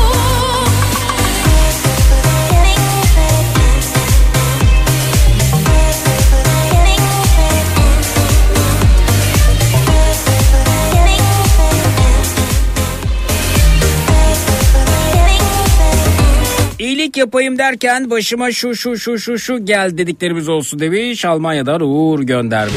S3: İyilik yapayım derken başıma şu gel dediklerimiz olsun demiş, Almanya'dan Uğur göndermiş.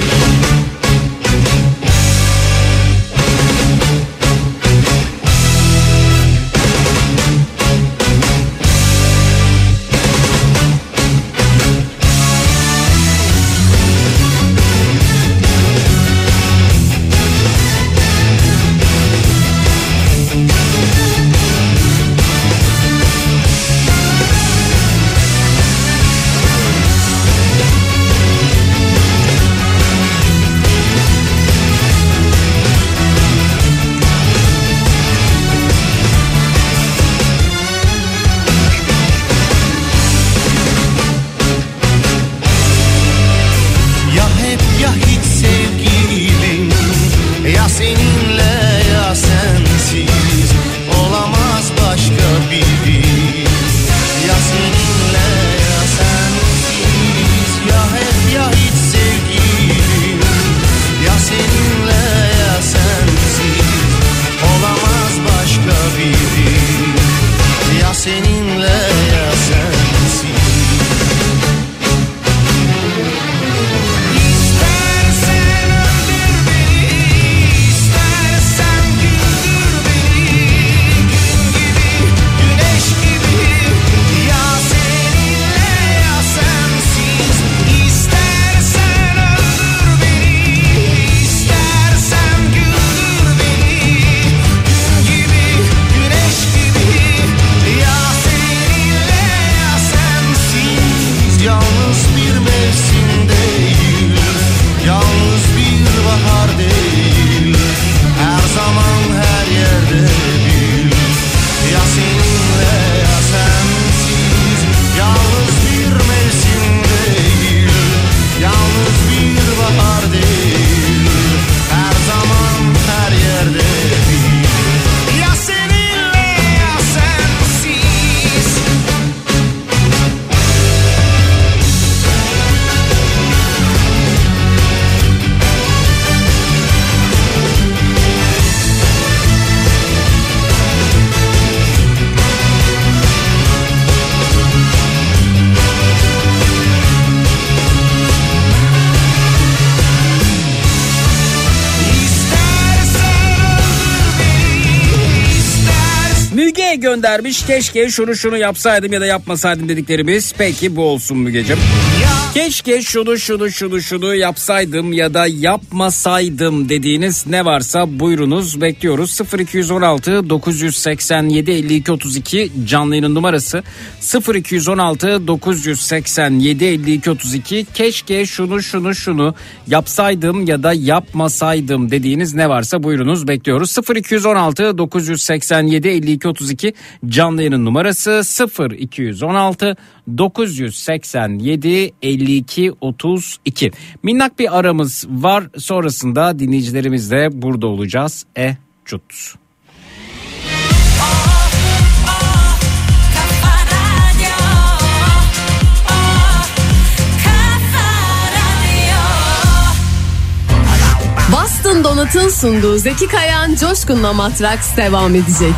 S3: göndermiş. Keşke şunu yapsaydım ya da yapmasaydım dediklerimiz. Peki bu olsun Mügeciğim. Keşke şunu yapsaydım ya da yapmasaydım dediğiniz ne varsa buyurunuz, bekliyoruz. 0216 987 52 32 canlı yayının numarası 0216 987 52 32. Keşke şunu yapsaydım ya da yapmasaydım dediğiniz ne varsa buyurunuz, bekliyoruz. 0216 987 52 32 canlı yayının numarası 0216 987 52 32. Minnak bir aramız var, sonrasında dinleyicilerimizle burada olacağız. Cut.
S8: Boston Donut'un sunduğu Zeki Kayan Coşkun'la Matraks devam edecek.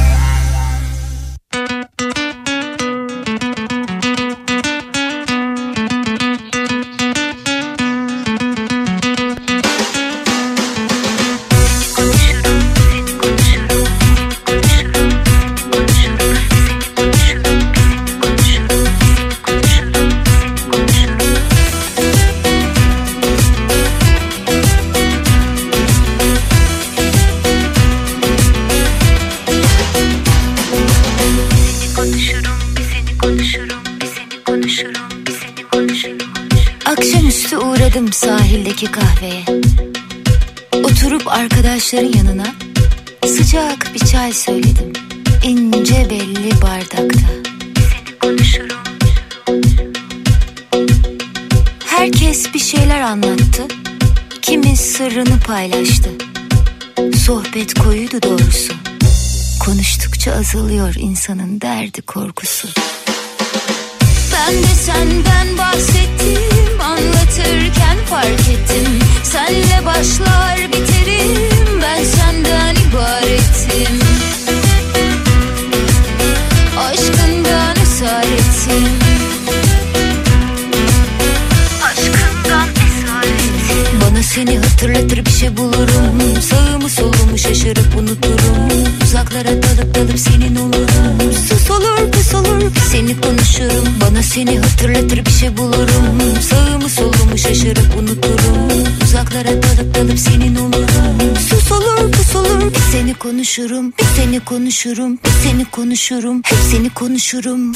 S9: Akşamüstü uğradım sahildeki kahveye. Oturup arkadaşların yanına sıcak bir çay söyledim. İnce belli bardakta. Seni konuşurum. Herkes bir şeyler anlattı. Kimi sırrını paylaştı. Sohbet koyuydu doğrusu. Konuştukça azalıyor insanın derdi korkusu. Ben de senden bahsettim, anlatırken fark ettim. Senle başlar biterim, ben senden ibaretim. Aşkından esaretim. Aşkından esaretim. Bana seni hatırlatır bir şey bulurum. Sağımı solumu şaşırıp unuturum. Uzaklara dalıp senin olurum. Sus olur pus olur seni konuşurum. Bana seni hatırlatır bir şey bulurum. Sağımı solumu şaşırıp unuturum. Uzaklara dalıp senin olurum. Sus olur pus olur seni konuşurum. Bir seni konuşurum, bir seni konuşurum. Hep seni konuşurum.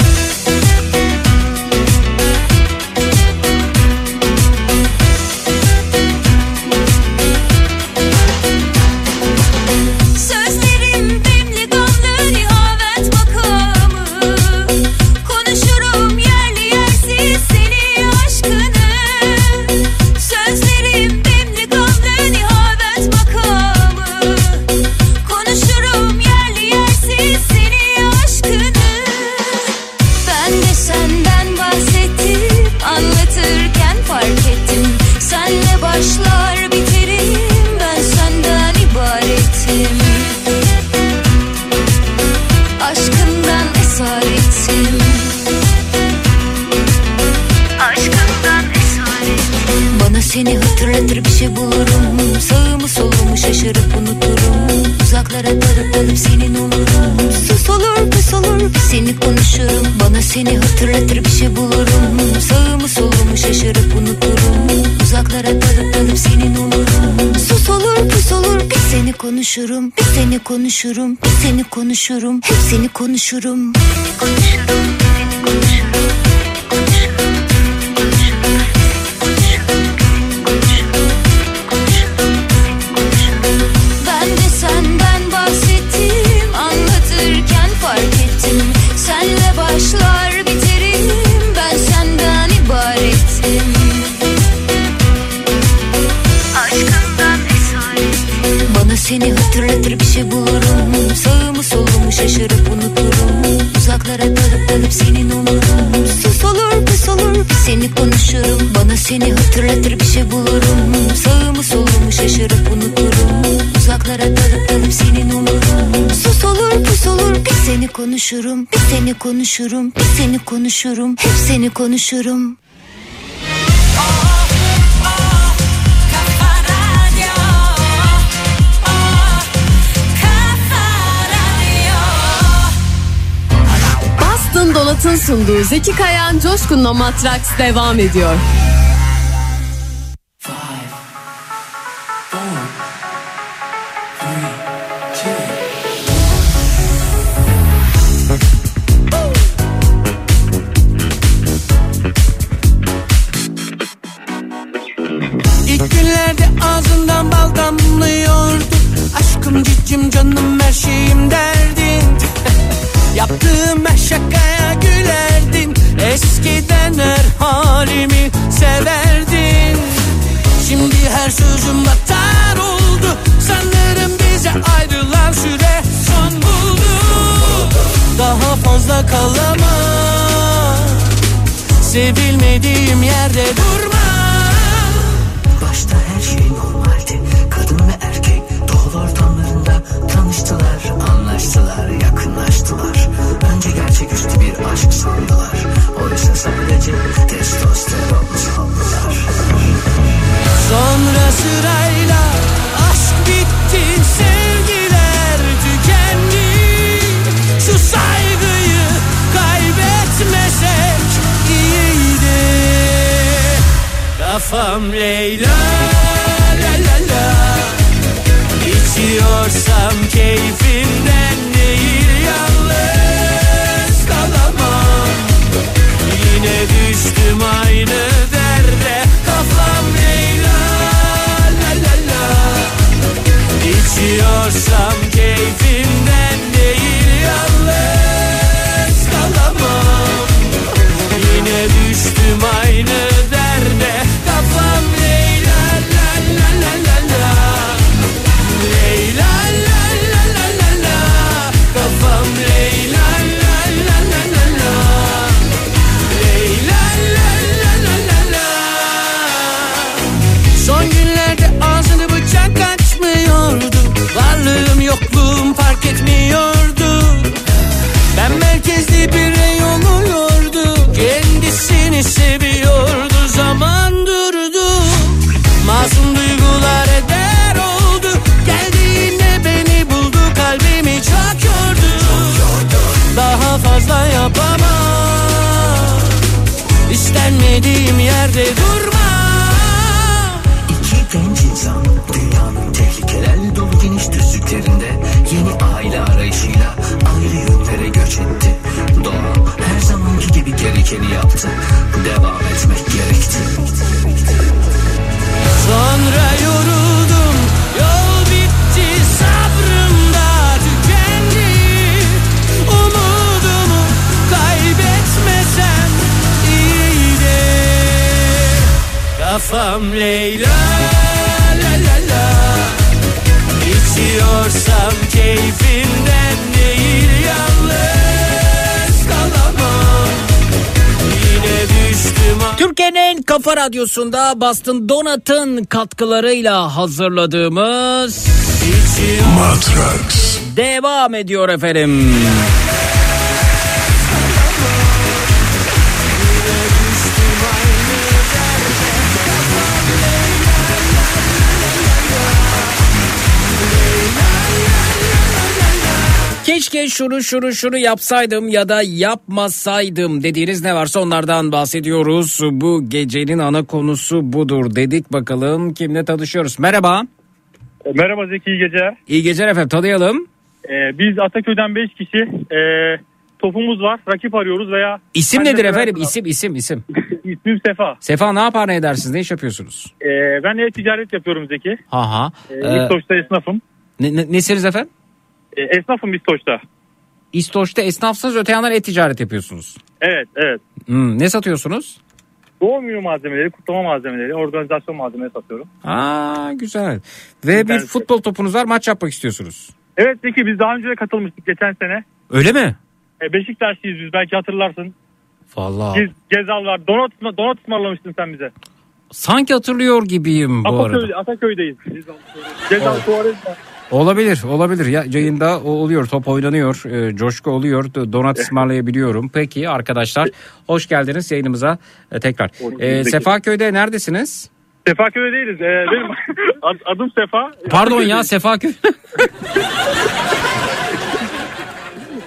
S9: Seni hatırlatır bir şey bulurum. Sağımı solumu şaşırıp unuturum. Uzaklara dalıp senin olurum. Sus olur pus olur seni konuşurum. Bana seni hatırlatır bir şey bulurum. Sağımı solumu şaşırıp unuturum. Uzaklara dalıp senin olurum. Sus olur pus olur seni konuşurum. Bir seni konuşurum, bir seni konuşurum. Hep seni konuşurum. Seni konuşurum, seni konuşurum. Senle başlar biterim, ben senden ibaretim. Aşkından esaretim. Bana seni hatırlatır bir şey bulurum. Sağımı solumu şaşırıp unuturum. Uzaklara dalıp senin olurum. Sus olur pus olur seni konuşurum. Bana seni hatırlatır bir şey bulurum. Sağımı solumu şaşırıp unuturum. Uzaklara dalıp senin olurum. Sus olur pus olur seni konuşurum. Bir seni konuşurum, bir seni konuşurum. Hep seni konuşurum.
S8: Polat'ın sunduğu Zeki Kayan Coşkun'la Matraks devam ediyor.
S4: İlk günlerde ağzından bal damlıyordu. Aşkım cicim canım her şeyim derdin. Yaptığım her şakaya gülerdin. Eskiden her halimi severdin. Şimdi her sözüm batar oldu. Sanırım bize ayrılan süre son buldu. Daha fazla kalamam. Sevilmediğim yerde durma.
S10: Başta her şey normaldi. Kadın ve erkek doğal ortamlarında tanıştılar, anlaştılar, yakınlaştılar. Önce gerçeküstü bir aşk sandılar. Oysa sadece testosteron sandılar.
S4: Sonra sırayla aşk bitti, sevgiler tükendi. Şu saygıyı kaybetmesek iyiydi. Kafam Leyla la la la. İçiyorsam keyfimden değil, yalnız kalamam. Yine düştüm aynı derde. Kafam Leyla la la la. İçiyorsam keyfimden değil, yalnız kalamam. Yine düştüm aynı derde. Kafam Leyla la la la la la. Leyla la la la la la. Kafam Leyla la la la la la. Leyla la la la la la. Son günlerde ağzını bıçak açmıyordu. Varlığım yokluğum fark etmiyordu. Ben merkezli birey oluyordu. Kendisini seviyordu. Zaman durdu. Masum duygular eder oldu. Geldiğinde beni buldu. Kalbimi çok yordu. Daha fazla yapamam. İstenmediğim yerde durma.
S10: İki genç insan dünyanın tehlikelerle dolu geniş düzlüklerinde yeni aile arayışıyla ayrı yönlere göç etti. Doğa her zamanki gibi gerekeni yaptı. Devam etmek gerekti.
S4: Sonra yoruldum, yol bitti, sabrım da tükendi. Umudumu kaybetmesem iyiydi. Kafam Leyla la la la. İçiyorsam keyfimden değil, yalnız kalamam. Yine düştüm.
S3: Türkiye'nin Kafa Radyosu'nda Boston Donut'ın katkılarıyla hazırladığımız
S11: Matraks
S3: devam ediyor efendim. Keşke şunu yapsaydım ya da yapmasaydım dediğiniz ne varsa onlardan bahsediyoruz. Bu gecenin ana konusu budur dedik. Bakalım kimle tanışıyoruz. Merhaba.
S12: Merhaba Zeki, iyi geceler.
S3: İyi geceler efendim, tanıyalım.
S12: Biz Ataköy'den 5 kişi topumuz var, rakip arıyoruz veya...
S3: İsim nedir efendim? İsim.
S12: İsmim Sefa.
S3: Sefa, ne yapar ne edersiniz? Ne iş yapıyorsunuz?
S12: Ben e-ticaret yapıyorum Zeki.
S3: Aha.
S12: İstoç'ta esnafım.
S3: Nesiniz efendim?
S12: Esnafım İstoç'ta.
S3: İstoç'ta esnafsınız, öte yandan e-ticaret yapıyorsunuz.
S12: Evet.
S3: Ne satıyorsunuz?
S12: Doğum günü malzemeleri, kutlama malzemeleri, organizasyon malzemeleri satıyorum.
S3: Güzel. Ve bir futbol topunuz var, maç yapmak istiyorsunuz.
S12: Evet Zeki, biz daha önce de katılmıştık geçen sene.
S3: Öyle mi?
S12: Beşiktaşlıyız biz, belki hatırlarsın.
S3: Vallahi.
S12: Gezal var. Donat ısmarlamıştın sen bize.
S3: Sanki hatırlıyor gibiyim bu arada.
S12: Ataköy'deyiz. Gezal tuvalet var.
S3: Olabilir. Yayında oluyor, top oynanıyor, coşku oluyor, donat ısmarlayabiliyorum. Peki arkadaşlar, hoş geldiniz yayınımıza tekrar. Sefaköy'de neredesiniz?
S12: Sefaköy'de değiliz. Benim adım Sefa.
S3: Pardon ya, Sefaköy.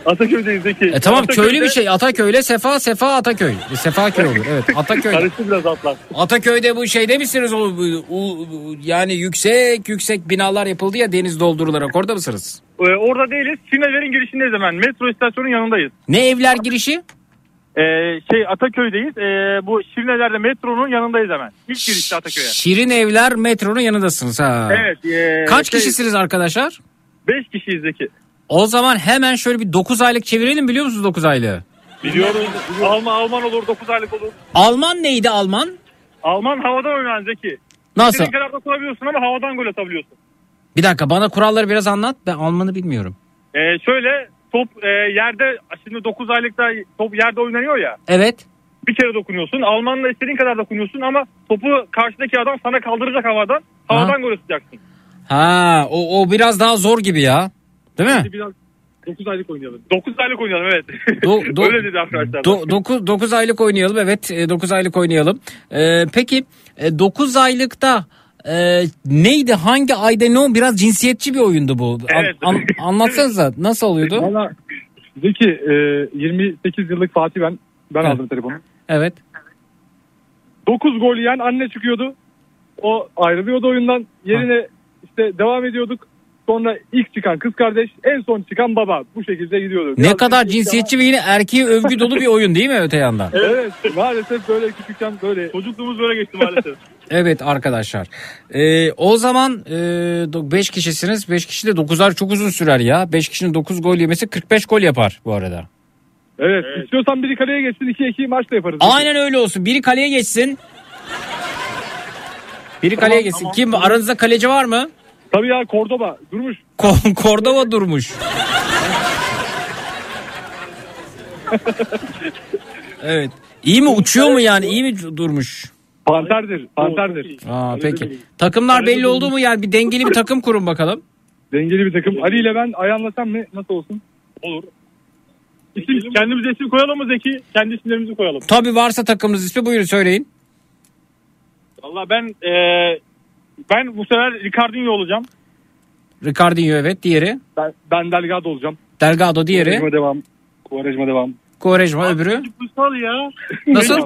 S12: Ataköy'deyiz Zeki.
S3: Tamam
S12: Ataköy'de-
S3: köylü bir şey. Ataköy'le Sefa Ataköy. Sefaköy olur. Evet Ataköy.
S12: Karıştı biraz atlar.
S3: Ataköy'de bu şeyde misiniz? Yani yüksek binalar yapıldı ya deniz doldurularak orada mısınız?
S12: Orada değiliz. Çinevlerin girişindeyiz hemen. Metro istasyonunun yanındayız.
S3: Ne evler girişi?
S12: Ataköy'deyiz. Bu Şirineler'de metronun yanındayız hemen. İlk girişte Ataköy'e.
S3: Şirin Evler metronun yanındasınız ha.
S12: Evet.
S3: Kaç kişisiniz arkadaşlar?
S12: 5 kişiyiz Zeki.
S3: O zaman hemen şöyle bir 9 aylık çevirelim, biliyor musunuz 9 aylığı?
S12: Biliyoruz. Alman olur, 9 aylık olur.
S3: Alman neydi Alman?
S12: Alman havadan oynayan Zeki.
S3: Nasıl?
S12: İstediğin kadar dokunabiliyorsun ama havadan gol atabiliyorsun.
S3: Bir dakika bana kuralları biraz anlat. Ben Alman'ı bilmiyorum.
S12: Şöyle top yerde, şimdi 9 aylıkta top yerde oynanıyor ya.
S3: Evet.
S12: Bir kere dokunuyorsun. Almanla istediğin kadar dokunuyorsun ama topu karşıdaki adam sana kaldıracak havadan. Havadan gol atacaksın.
S3: Ha o biraz daha zor gibi ya. Değil mi?
S12: Biraz 9 aylık oynayalım. 9 aylık oynayalım evet. Öyle dedi arkadaşlar.
S3: 9 aylık oynayalım, evet 9 aylık oynayalım. Peki 9 aylıkta neydi, hangi ayda, ne o, biraz cinsiyetçi bir oyundu bu.
S12: Evet.
S3: Anlatsanıza nasıl oluyordu?
S11: Valla Zeki 28 yıllık Fatih ben aldım telefonu.
S3: Evet.
S11: 9 gol yiyen anne çıkıyordu. O ayrılıyordu oyundan. Yerine işte devam ediyorduk. Sonra ilk çıkan kız kardeş, en son çıkan baba. Bu şekilde gidiyordu.
S3: Ne kadar cinsiyetçi ve yine erkeğe övgü dolu bir oyun değil mi öte yandan?
S11: Evet maalesef böyle küçükken böyle.
S12: Çocukluğumuz böyle geçti maalesef.
S3: Evet arkadaşlar. O zaman 5 kişisiniz. 5 kişi de 9'ar çok uzun sürer ya. 5 kişinin 9 gol yemesi 45 gol yapar bu arada.
S11: Evet. İstiyorsan biri kaleye geçsin, 2-2 maç da yaparız.
S3: Aynen öyle olsun. Biri kaleye geçsin. Biri kaleye geçsin.
S12: Tamam.
S3: Kim? Aranızda kaleci var mı?
S11: Tabii ya, Cordoba durmuş.
S3: Cordova durmuş. Evet. İyi mi, uçuyor mu yani? İyi mi durmuş?
S11: Panterdir.
S3: Aa, peki. Takımlar belli oldu mu? Yani bir dengeli bir takım kurun bakalım.
S11: Dengeli bir takım. Ali ile ben ayarlasam mı? Nasıl olsun?
S12: Olur. Kendimize isim koyalım mı Zeki? Kendi isimlerimizi koyalım.
S3: Tabii varsa takımınız ismi, buyurun söyleyin.
S12: Valla ben bu sefer Ricardinho olacağım.
S3: Ricardinho, evet. Diğeri?
S11: Ben Delgado olacağım.
S3: Delgado, diğeri?
S11: Quaresma devam.
S3: Quaresma, öbürü?
S12: Uysal ya.
S3: Nasıl?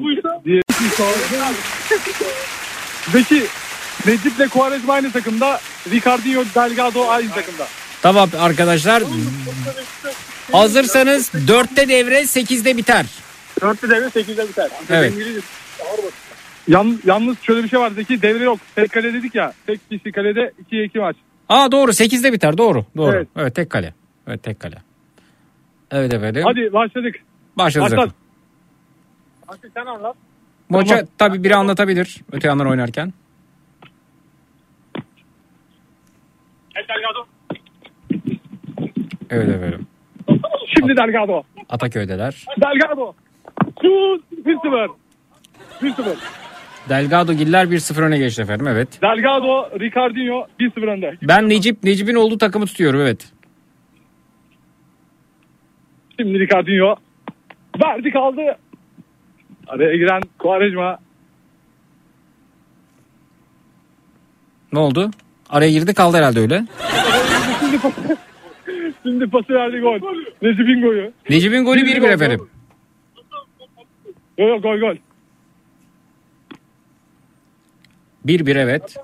S11: Zeki, Necip'le Quaresma aynı takımda. Ricardinho, Delgado aynı takımda.
S3: Tamam arkadaşlar. Hazırsanız 4'te devre 8'de biter.
S12: 4'te devre 8'de biter.
S3: Evet.
S11: Yalnız şöyle bir şey var Zeki, devre yok. Tek kale dedik ya. Tek kişi kalede 2-2 maç.
S3: Aa doğru, 8'de biter, doğru.
S11: Evet.
S3: Evet, tek kale. Evet, tek kale. Evet efendim.
S11: Hadi başladık.
S3: Başladık.
S12: Asıl sen anlat.
S3: Moça tabii biri anlatabilir öte yandan oynarken.
S12: El Delgado.
S3: Evet efendim.
S11: Şimdi Delgado.
S3: Ataköy'deler.
S11: Delgado. Şut. 1-0.
S3: Delgado Giller 1-0 öne geçti efendim, evet.
S11: Delgado, Ricardinho 1-0 önde.
S3: Ben Necip'in olduğu takımı tutuyorum, evet.
S11: Şimdi Ricardinho. Verdi kaldı. Araya giren Quaresma.
S3: Ne oldu? Araya girdi kaldı herhalde öyle.
S11: Şimdi pası verdi, gol. Necip'in golü.
S3: Necip'in golü 1-1 efendim.
S11: Yok gol.
S3: 1-1 evet.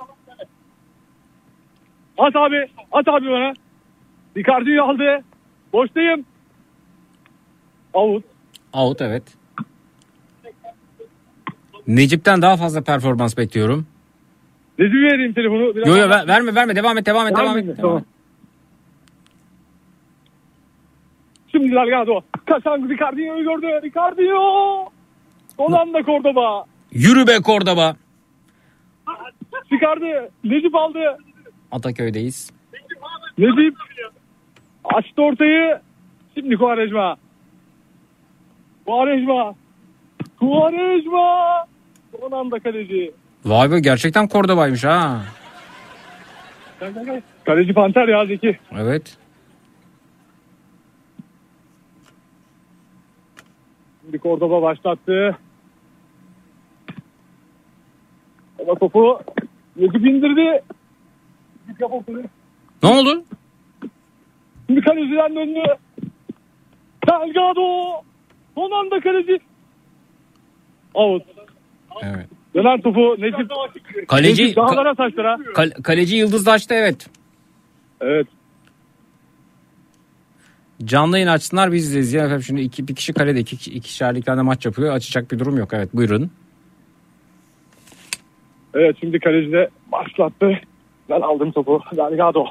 S11: At abi bana. Ricardinho aldı. Boştayım.
S3: Out evet. Necip'ten daha fazla performans bekliyorum.
S11: Necip'e vereyim telefonu.
S3: Yo verme, devam et.
S11: Tamam. Şimdi Delgado. Kaçan Ricardinho'yu gördü. Ricardinho. Son anda Cordoba.
S3: Yürü be Cordoba.
S11: Çıkardı. Necip aldı.
S3: Ataköy'deyiz.
S11: Necip açtı ortayı. Şimdi Quaresma. Son anda kaleci.
S3: Vay be, gerçekten Cordoba'ymış ha.
S11: Kaleci Panter ya Zeki.
S3: Evet.
S11: Şimdi Cordoba başlattı. Ama topu Necip indirdi.
S3: Ne oldu?
S11: Şimdi kaleciden döndü. Delgado. Son anda kaleci. Out.
S3: Evet.
S11: Dönen topu Necip.
S3: Kaleci
S11: Dağlara taşlara.
S3: kaleci yıldızlaştı evet.
S11: Evet.
S3: Canlı yayın açsınlar biz izleyeceğiz. Ya efendim şimdi bir kişi kalede ikişerliklerle maç yapıyor. Açacak bir durum yok. Evet buyurun.
S11: Evet şimdi kaleci de başlattı. Ben aldım topu. Delgado.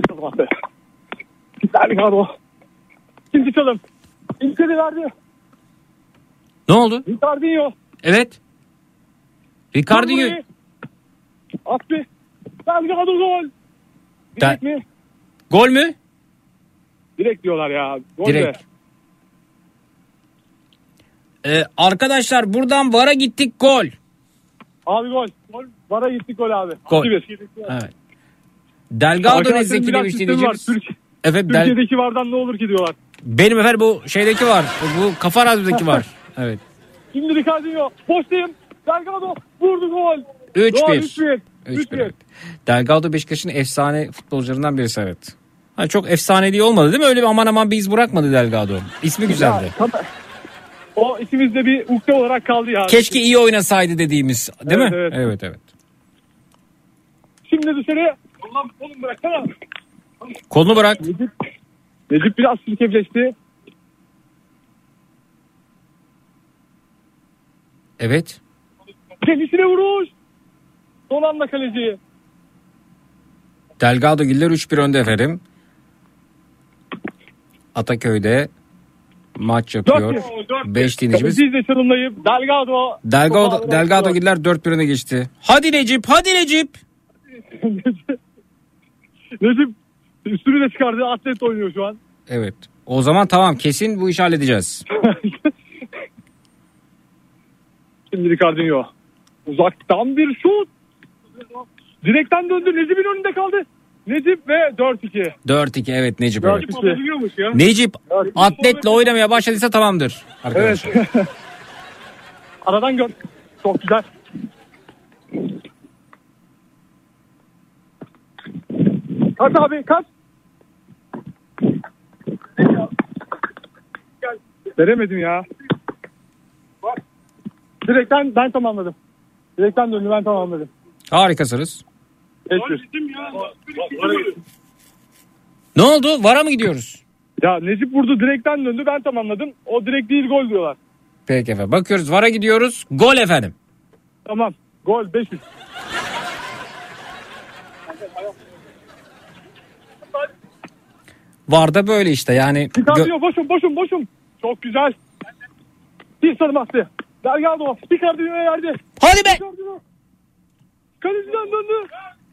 S11: Delgado. İkinci çalım. İlkeli verdi.
S3: Ne oldu?
S11: Ricardinho.
S3: Evet. Ricardinho.
S11: Attı. Delgado gol. Direkt mi?
S3: Gol mü?
S11: Direkt diyorlar ya. Gol
S3: Direkt. Arkadaşlar buradan VAR'a gittik gol.
S11: Abi gol. VAR'a gittik gol abi.
S3: Gol. Evet. Delgado ne zeki demiş dinleyicimiz. Evet,
S11: Türkiye'deki VAR'dan ne olur ki diyorlar.
S3: Benim efendim bu şeydeki var. Bu Kafa Radyo'daki var. Evet.
S11: Şimdi Ricardinho. Boştayım. Delgado vurdu gol.
S3: 3-1. 3-1. Delgado Beşiktaş'ın efsane futbolcularından birisi evet. Hani çok efsaneliği olmadı değil mi? Öyle bir aman aman bir iz bırakmadı Delgado. İsmi güzeldi.
S11: Ya, o isimizde bir ukde olarak kaldı ya.
S3: Keşke iyi oynasaydı dediğimiz değil mi?
S11: Evet.
S3: Evet.
S11: Şimdi dışarı. Allah'ım kolum bıraksana.
S3: Kolunu bırak.
S11: Necip biraz sirkepleşti.
S3: Evet.
S11: Kendisine vuruş. Son anda kaleci.
S3: Delgado Giller 3-1 önde efendim. Ataköy'de maç yapıyor. 5 dinleyicimiz.
S11: Biz de çalımlayıp
S3: Delgado Giller 4-1 öne geçti. Hadi Necip.
S11: Necip üstünü de çıkardı. Atlet oynuyor şu an.
S3: Evet. O zaman tamam kesin bu işi halledeceğiz.
S11: Şimdi Ricardinho. Uzaktan bir şut. Direkten döndü. Necip'in önünde kaldı. Necip ve 4-2.
S3: 4-2 evet Necip. Evet.
S11: Ya.
S3: Necip atletle oynamaya başladıysa tamamdır arkadaşlar.
S11: Evet. Aradan gör. Çok güzel. Kaç abi kaç. Veremedim ya. Direkten ben tamamladım. Direkten döndü ben tamamladım.
S3: Harikasınız.
S11: Geçtir.
S3: Ne oldu? VAR'a mı gidiyoruz?
S11: Ya Necip vurdu direkten döndü ben tamamladım. O direkt değil gol diyorlar.
S3: Peki efendim. Bakıyoruz VAR'a gidiyoruz. Gol efendim.
S11: Tamam. Gol 500.
S3: VAR'da böyle işte yani.
S11: Ricardinho boşum. Çok güzel. Bir sarım attı. Delgado Ricardinho'ya verdi.
S3: Hadi be.
S11: Kaleciden döndü.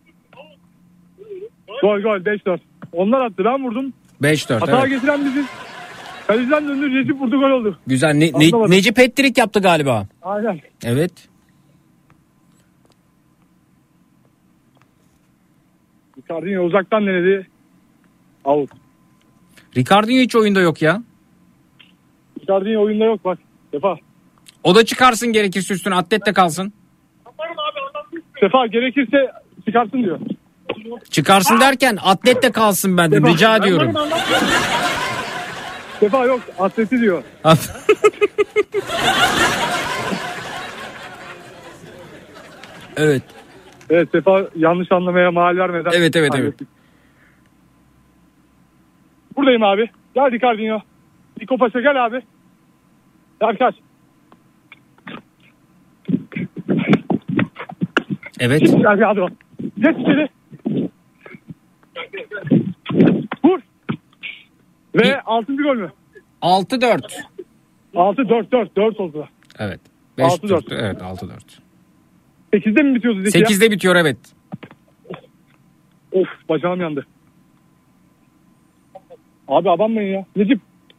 S11: Gol 5-4. Onlar attı ben vurdum.
S3: 5-4
S11: Hata
S3: evet.
S11: getiren biziz. Kaleciden döndü Necip vurdu gol oldu.
S3: Güzel. Necip hat-trick yaptı galiba.
S11: Aynen.
S3: Evet.
S11: Ricardinho uzaktan denedi. Out.
S3: Ricardinho hiç oyunda yok ya.
S11: Ricardinho oyunda yok bak. Sefa.
S3: O da çıkarsın gerekirse üstüne atlet de kalsın.
S11: Sefa gerekirse çıkarsın diyor.
S3: Çıkarsın derken atlet de kalsın benden
S11: Sefa,
S3: rica ediyorum.
S11: Sefa yok atleti diyor.
S3: Evet.
S11: Evet Sefa yanlış anlamaya mahal vermeden.
S3: Evet.
S11: Buradayım abi. Gel Ricardinho. Niko Paşa gel abi. Gel kaç.
S3: Evet.
S11: Gel Kadro. Geç içeri. Vur. Ve 6. gol mü?
S3: 6-4.
S11: 6-4 oldu.
S3: Evet.
S11: 6-4.
S3: Evet 6-4.
S11: 8'de mi bitiyordu Zeki?
S3: 8'de bitiyor evet.
S11: Of bacağım yandı. Abi abanmayın ya. Necip.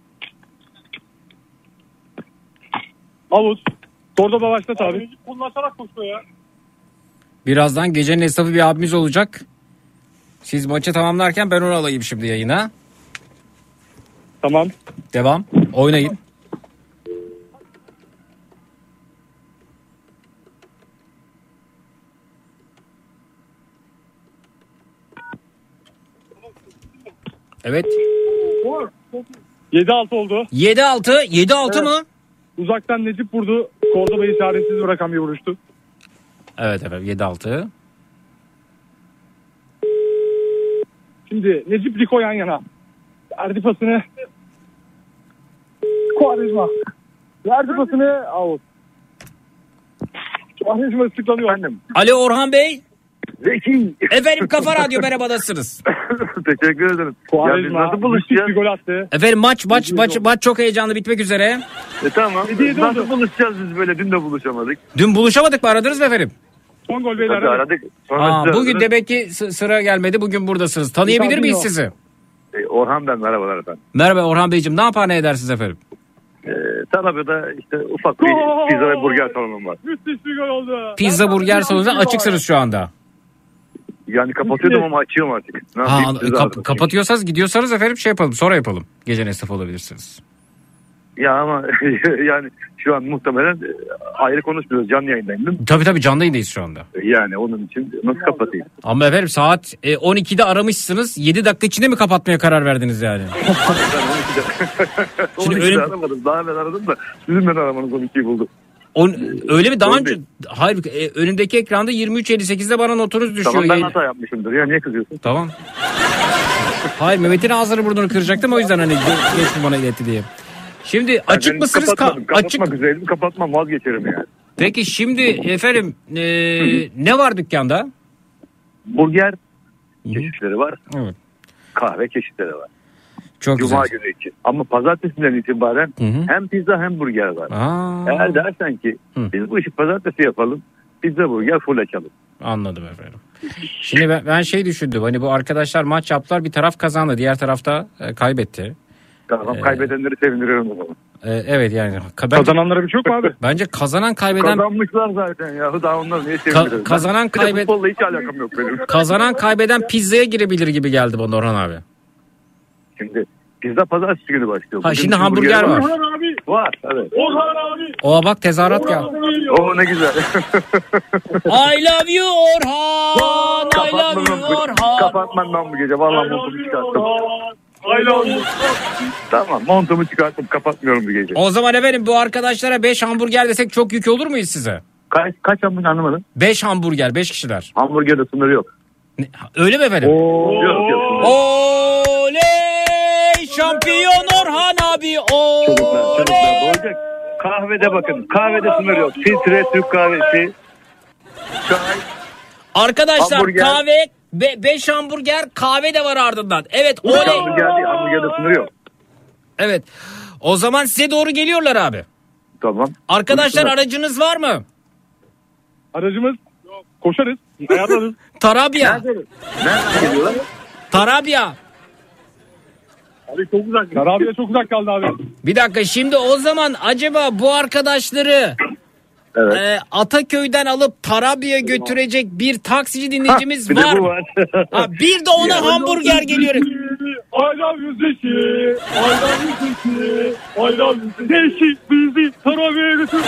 S11: Avuz. Cordoba başlat abi. Necip kullanarak koşuyor ya.
S3: Birazdan gecenin hesabı bir abimiz olacak. Siz maçı tamamlarken ben onu alayım şimdi yayına.
S11: Tamam.
S3: Devam. Oynayın. Evet.
S11: 7-6 oldu.
S3: 7-6. 7-6
S11: Evet.
S3: mı?
S11: Uzaktan Necip vurdu. Cordoba'yı çaresiz bırakan bir vuruştu.
S3: Evet efendim 7-6.
S11: Şimdi Necip Rico yan yana. Verdi pasını. Quaresma. Verdi pasını. Out. Quaresma ıslıklanıyor. Annem.
S3: Alo Orhan Bey.
S13: Zeki.
S3: Efendim Kafa Radyo merhabadasınız.
S13: Teşekkür ederim. Ya biz nasıl buluşacağız?
S11: Bir gol attı.
S3: Efendim maç çok heyecanlı bitmek üzere.
S13: Tamam. Nasıl buluşacağız biz böyle? Dün de buluşamadık.
S3: Dün buluşamadık mı, aradınız mı efendim?
S11: Son gol beyler.
S13: Aradık. Sonra
S3: Bugün demek ki sıra gelmedi, bugün buradasınız. Tanıyabilir miyiz sizi?
S13: Orhan ben, merhabalar efendim.
S3: Merhaba Orhan Beyciğim, ne yapar ne edersiniz efendim?
S13: Tarabya'da işte ufak bir pizza ve burger salonum var.
S11: Müthiş bir gol oldu.
S3: Pizza burger salonunda açıksınız şu anda.
S13: Yani kapatıyordum ama açıyorum artık.
S3: Kapatıyorsanız gidiyorsanız efendim şey yapalım, sonra yapalım. Gece esnaf olabilirsiniz.
S13: Ya ama yani şu an muhtemelen ayrı konuşmuyoruz, canlı yayındayım.
S3: Tabii canlı yayındayız şu anda.
S13: Yani onun için nasıl kapatayım?
S3: Ama efendim saat 12'de aramışsınız, 7 dakika içinde mi kapatmaya karar verdiniz yani?
S13: Şimdi aramadım, daha evvel aradım da sizin beni aramanız 12'yi buldu.
S3: Öyle mi? Daha önce hayır, önümdeki ekranda 23.58'de bana notunuz düşüyor.
S13: Tamam, ben hata yapmışımdır ya, niye kızıyorsun?
S3: Tamam. Hayır, Mehmet'in ağzını burnunu kıracaktım, o yüzden hani geçti bana iletti diye. Şimdi açık
S13: ben
S3: mısınız?
S13: Kapatmak üzereydim, kapatmam, vazgeçerim yani.
S3: Peki şimdi efendim ne var dükkanda?
S13: Burger çeşitleri var.
S3: Evet.
S13: Kahve çeşitleri var.
S3: Çok
S13: Cuma
S3: güzel.
S13: günü için. Ama pazartesinden itibaren hem pizza hem burger var. Eğer dersen ki biz bu işi pazartesi yapalım, pizza burger full açalım.
S3: Anladım efendim. Şimdi ben şey düşündüm, hani bu arkadaşlar maç yaptılar, bir taraf kazandı, diğer tarafta kaybetti.
S13: Tamam, kaybedenleri sevindiriyorum o zaman.
S3: Evet yani.
S11: Kazananlara bir şey yok mu abi?
S3: Bence kaybeden...
S13: Kazanmışlar zaten ya. Daha onlar niye sevindiriyoruz?
S3: Kazanan
S13: futbolla hiç alakam yok benim.
S3: Kaybeden pizzaya girebilir gibi geldi bana Orhan abi.
S13: Şimdi pizza pazartesi günü başlıyor.
S3: Ha, şimdi hamburger var.
S11: Orhan abi.
S13: Var, evet.
S11: Orhan abi.
S3: Bak tezahürat geldi.
S13: Ne güzel.
S3: I love you Orhan. I love you Orhan.
S13: Kapatmam ben bu gece. Vallahi montumu çıkarttım. Tamam, montumu çıkarttım. Kapatmıyorum bu gece.
S3: O zaman efendim bu arkadaşlara 5 hamburger desek çok yük olur muyuz size?
S13: Kaç hamburger anlamadım?
S3: 5 hamburger, 5 kişiler.
S13: Hamburgerde sınırı yok.
S3: Öyle mi efendim?
S13: Yok.
S3: Oley! Şampiyon Orhan abi.
S13: Çocuklar olacak. Kahvede bakın. Kahvede sınır yok. Filtre, Türk kahvesi, çay.
S3: Arkadaşlar
S13: hamburger.
S3: Kahve 5 hamburger, kahve de var ardından. Evet, oley.
S13: Hamburgerde sınır yok.
S3: Evet. O zaman size doğru geliyorlar abi.
S13: Tamam.
S3: Arkadaşlar aracınız var mı?
S11: Aracımız yok. Koşarız. Ayarlarız.
S3: Tarabya.
S13: Nereden geliyorlar?
S3: Tarabya.
S11: Abi çok uzak. Tarabya çok uzak kaldı abi.
S3: Bir dakika, şimdi o zaman acaba bu arkadaşları Ataköy'den alıp Tarabya'ya götürecek bir taksici dinleyicimiz
S13: bir
S3: var
S13: de bu
S3: mı?
S13: var.
S3: Bir de ona hamburger geliyor.
S11: I love you Zeki. I love you Zeki. I love you Zeki. Bizi Tarabya'ya götür.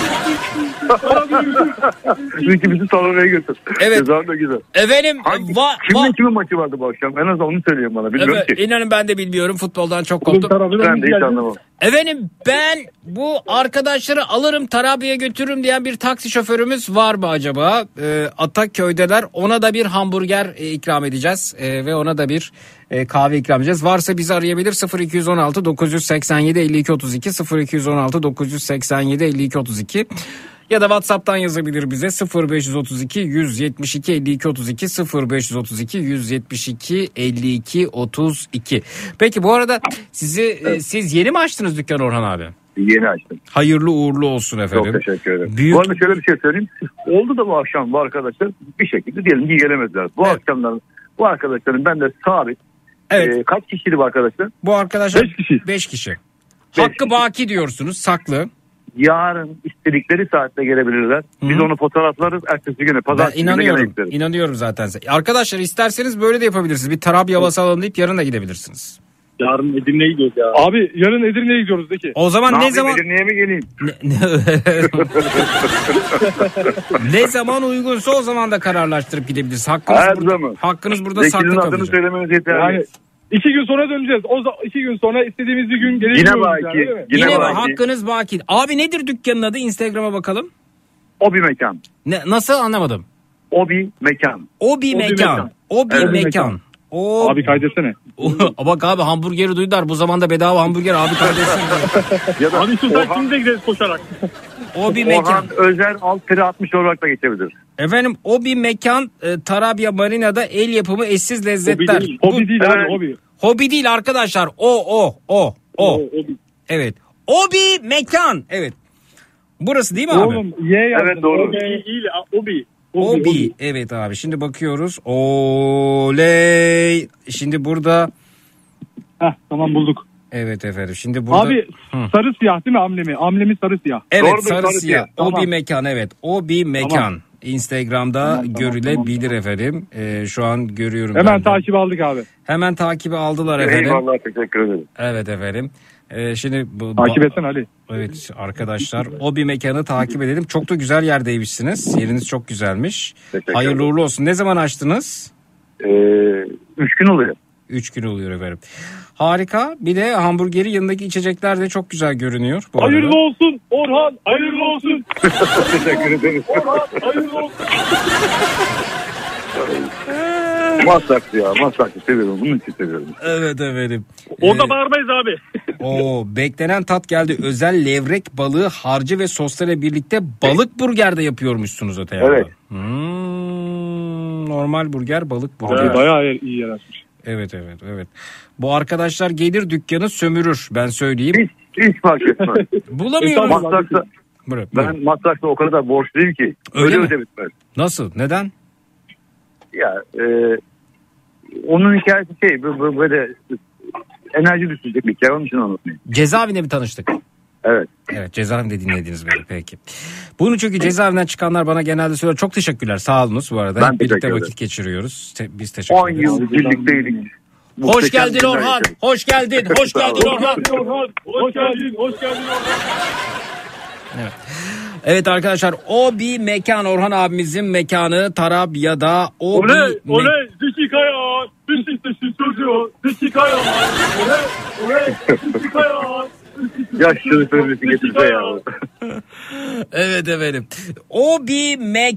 S13: Zeki bizi Tarabya'ya götür.
S3: Evet.
S13: Tezahürat güzel.
S3: Efendim.
S13: Kimin maçı vardı bu akşam? En azından onu söyleyin bana. Bilmiyorum ki.
S3: İnanın ben de bilmiyorum. Futboldan çok koptum.
S13: Ben de hiç anlamam.
S3: Efendim ben bu arkadaşları alırım Tarabya'ya götürürüm diyen bir taksi şoförümüz var mı acaba? Ataköy'deler. Ona da bir hamburger ikram edeceğiz. Ve ona da bir kahve ikram edeceğiz. Varsa bizi arayabilir 0216 987 52 32 0216 987 52 32 ya da WhatsApp'tan yazabilir bize 0532 172 52 32 0532 172 52 32. Peki bu arada siz yeni mi açtınız dükkanı Orhan abi?
S13: Yeni açtım.
S3: Hayırlı uğurlu olsun efendim.
S13: Çok teşekkür ederim. Bu arada şöyle bir şey söyleyeyim. Oldu da bu akşam bu arkadaşlar bir şekilde diyelim ki gelemediler. Bu arkadaşların bende sabit.
S3: Evet.
S13: Kaç kişiydi bu arkadaşlar?
S3: Bu arkadaşlar 5 kişi. Hakkı baki diyorsunuz, saklı.
S13: Yarın istedikleri saatte gelebilirler. Biz onu fotoğraflarız ertesi güne. Pazartesi günü
S3: İnanıyorum zaten. Arkadaşlar isterseniz böyle de yapabilirsiniz. Bir Tarabya havası alalım deyip yarın da gidebilirsiniz.
S11: Yarın Edirne'ye gidiyoruz ya. Abi yarın Edirne'ye gidiyoruz Zeki.
S3: O zaman ne zaman?
S13: Edirne'ye mi geleyim?
S3: Ne zaman uygunsa o zaman da kararlaştırıp gidebiliriz. Hakkınız burada saklı kalacak.
S13: Adını söylemeniz yeterli.
S11: Yani 2 gün sonra döneceğiz. 2 gün sonra istediğimiz bir gün
S13: Yine
S11: gelebiliyoruz.
S13: baki.
S11: Yani,
S3: Yine hakkınız baki. Abi nedir dükkanın adı? Instagram'a bakalım.
S13: Obi Mekan.
S3: Nasıl anlamadım?
S13: Obi Mekan.
S3: Obi Mekan. Obi Mekan.
S11: Abi kaydetsene.
S3: Bak abi hamburgeri duydular. Bu zamanda bedava hamburger abi kaydetsene.
S13: Ya da
S11: Abi istiyorsan de gideriz koşarak.
S3: Obi Mekan.
S13: Orhan Özer alt tire 60 olarak da geçebilir.
S3: Efendim Obi Mekan Tarabya Marina'da el yapımı eşsiz lezzetler.
S11: Hobi değil abi hobi.
S3: Hobi değil arkadaşlar. O. Evet. Obi Mekan. Evet. Burası değil mi abi?
S11: Oğlum
S13: Evet doğru.
S11: Obi.
S3: Evet abi şimdi bakıyoruz. Oley. Şimdi burada.
S11: Tamam bulduk.
S3: Evet efendim şimdi burada.
S11: Abi sarı siyah değil mi amblemi? Amblemi sarı siyah.
S3: Evet
S13: Doğrudur,
S3: sarı siyah.
S11: Tamam.
S3: Obi Mekan evet. Obi Mekan.
S11: Tamam.
S3: Instagram'da görülebilir efendim. Şu an görüyorum.
S11: Hemen takip aldık abi.
S3: Hemen takibi aldılar efendim.
S13: Eyvallah teşekkür ederim.
S3: Evet efendim. Şimdi
S11: Takip etsen Ali.
S3: Evet arkadaşlar Obi Mekan'ı takip edelim. Çok da güzel yerdeymişsiniz. Yeriniz çok güzelmiş. Hayırlı uğurlu olsun. Ne zaman açtınız?
S13: 3 gün oluyor.
S3: 3 gün oluyor efendim. Harika. Bir de hamburgeri yanındaki içecekler de çok güzel görünüyor. Bu
S11: Hayırlı
S3: arada.
S11: olsun Orhan. Hayırlı olsun.
S13: Teşekkür ederim.
S11: Orhan hayırlı olsun.
S13: Maslakçı ya. Maslakçı seviyorum. Bunun için seviyorum.
S3: Evet efendim.
S11: Orada bağırmayız abi.
S3: Beklenen tat geldi. Özel levrek balığı harcı ve soslarla birlikte balık burger de yapıyormuşsunuz öte yandan.
S13: Evet.
S3: Normal burger, balık burger.
S11: Bayağı iyi yer açmış.
S3: Evet. Bu arkadaşlar gelir dükkanı sömürür ben söyleyeyim.
S13: Hiç fark etmez.
S3: Bulamıyorum.
S13: Maslak'ta ben Maslak'ta o kadar borçluyum ki.
S3: Öyle mi?
S13: Öde bitmez.
S3: Nasıl? Neden?
S13: Ya onun hikayesi böyle enerji düşecek bir hikaye, onun için anlatmayayım.
S3: Cezaevinde mi tanıştık?
S13: Evet.
S3: Evet cezaevinde dinlediniz beni peki. Bunu çünkü cezaevinden çıkanlar bana genelde söylüyor. Çok teşekkürler sağ olunuz bu arada.
S13: Ben
S3: Hep birlikte
S13: teşekkür
S3: vakit
S13: ederim.
S3: geçiriyoruz. Biz teşekkür
S13: 10
S3: ederiz.
S13: yıl birlikteydik.
S3: Hoş geldin Orhan. Hoş geldin. Hoş geldin Orhan.
S11: Hoş geldin Orhan.
S3: Evet. Evet arkadaşlar Obi Mekan Orhan abimizin mekanı Tarabya'da.
S11: Oley Zeki Kaya. Beşiktaş'ın çocuğu Zeki Kaya. Oley Zeki Kaya.
S13: Yaşlı servisi getirse ya.
S3: Evet efendim. Obi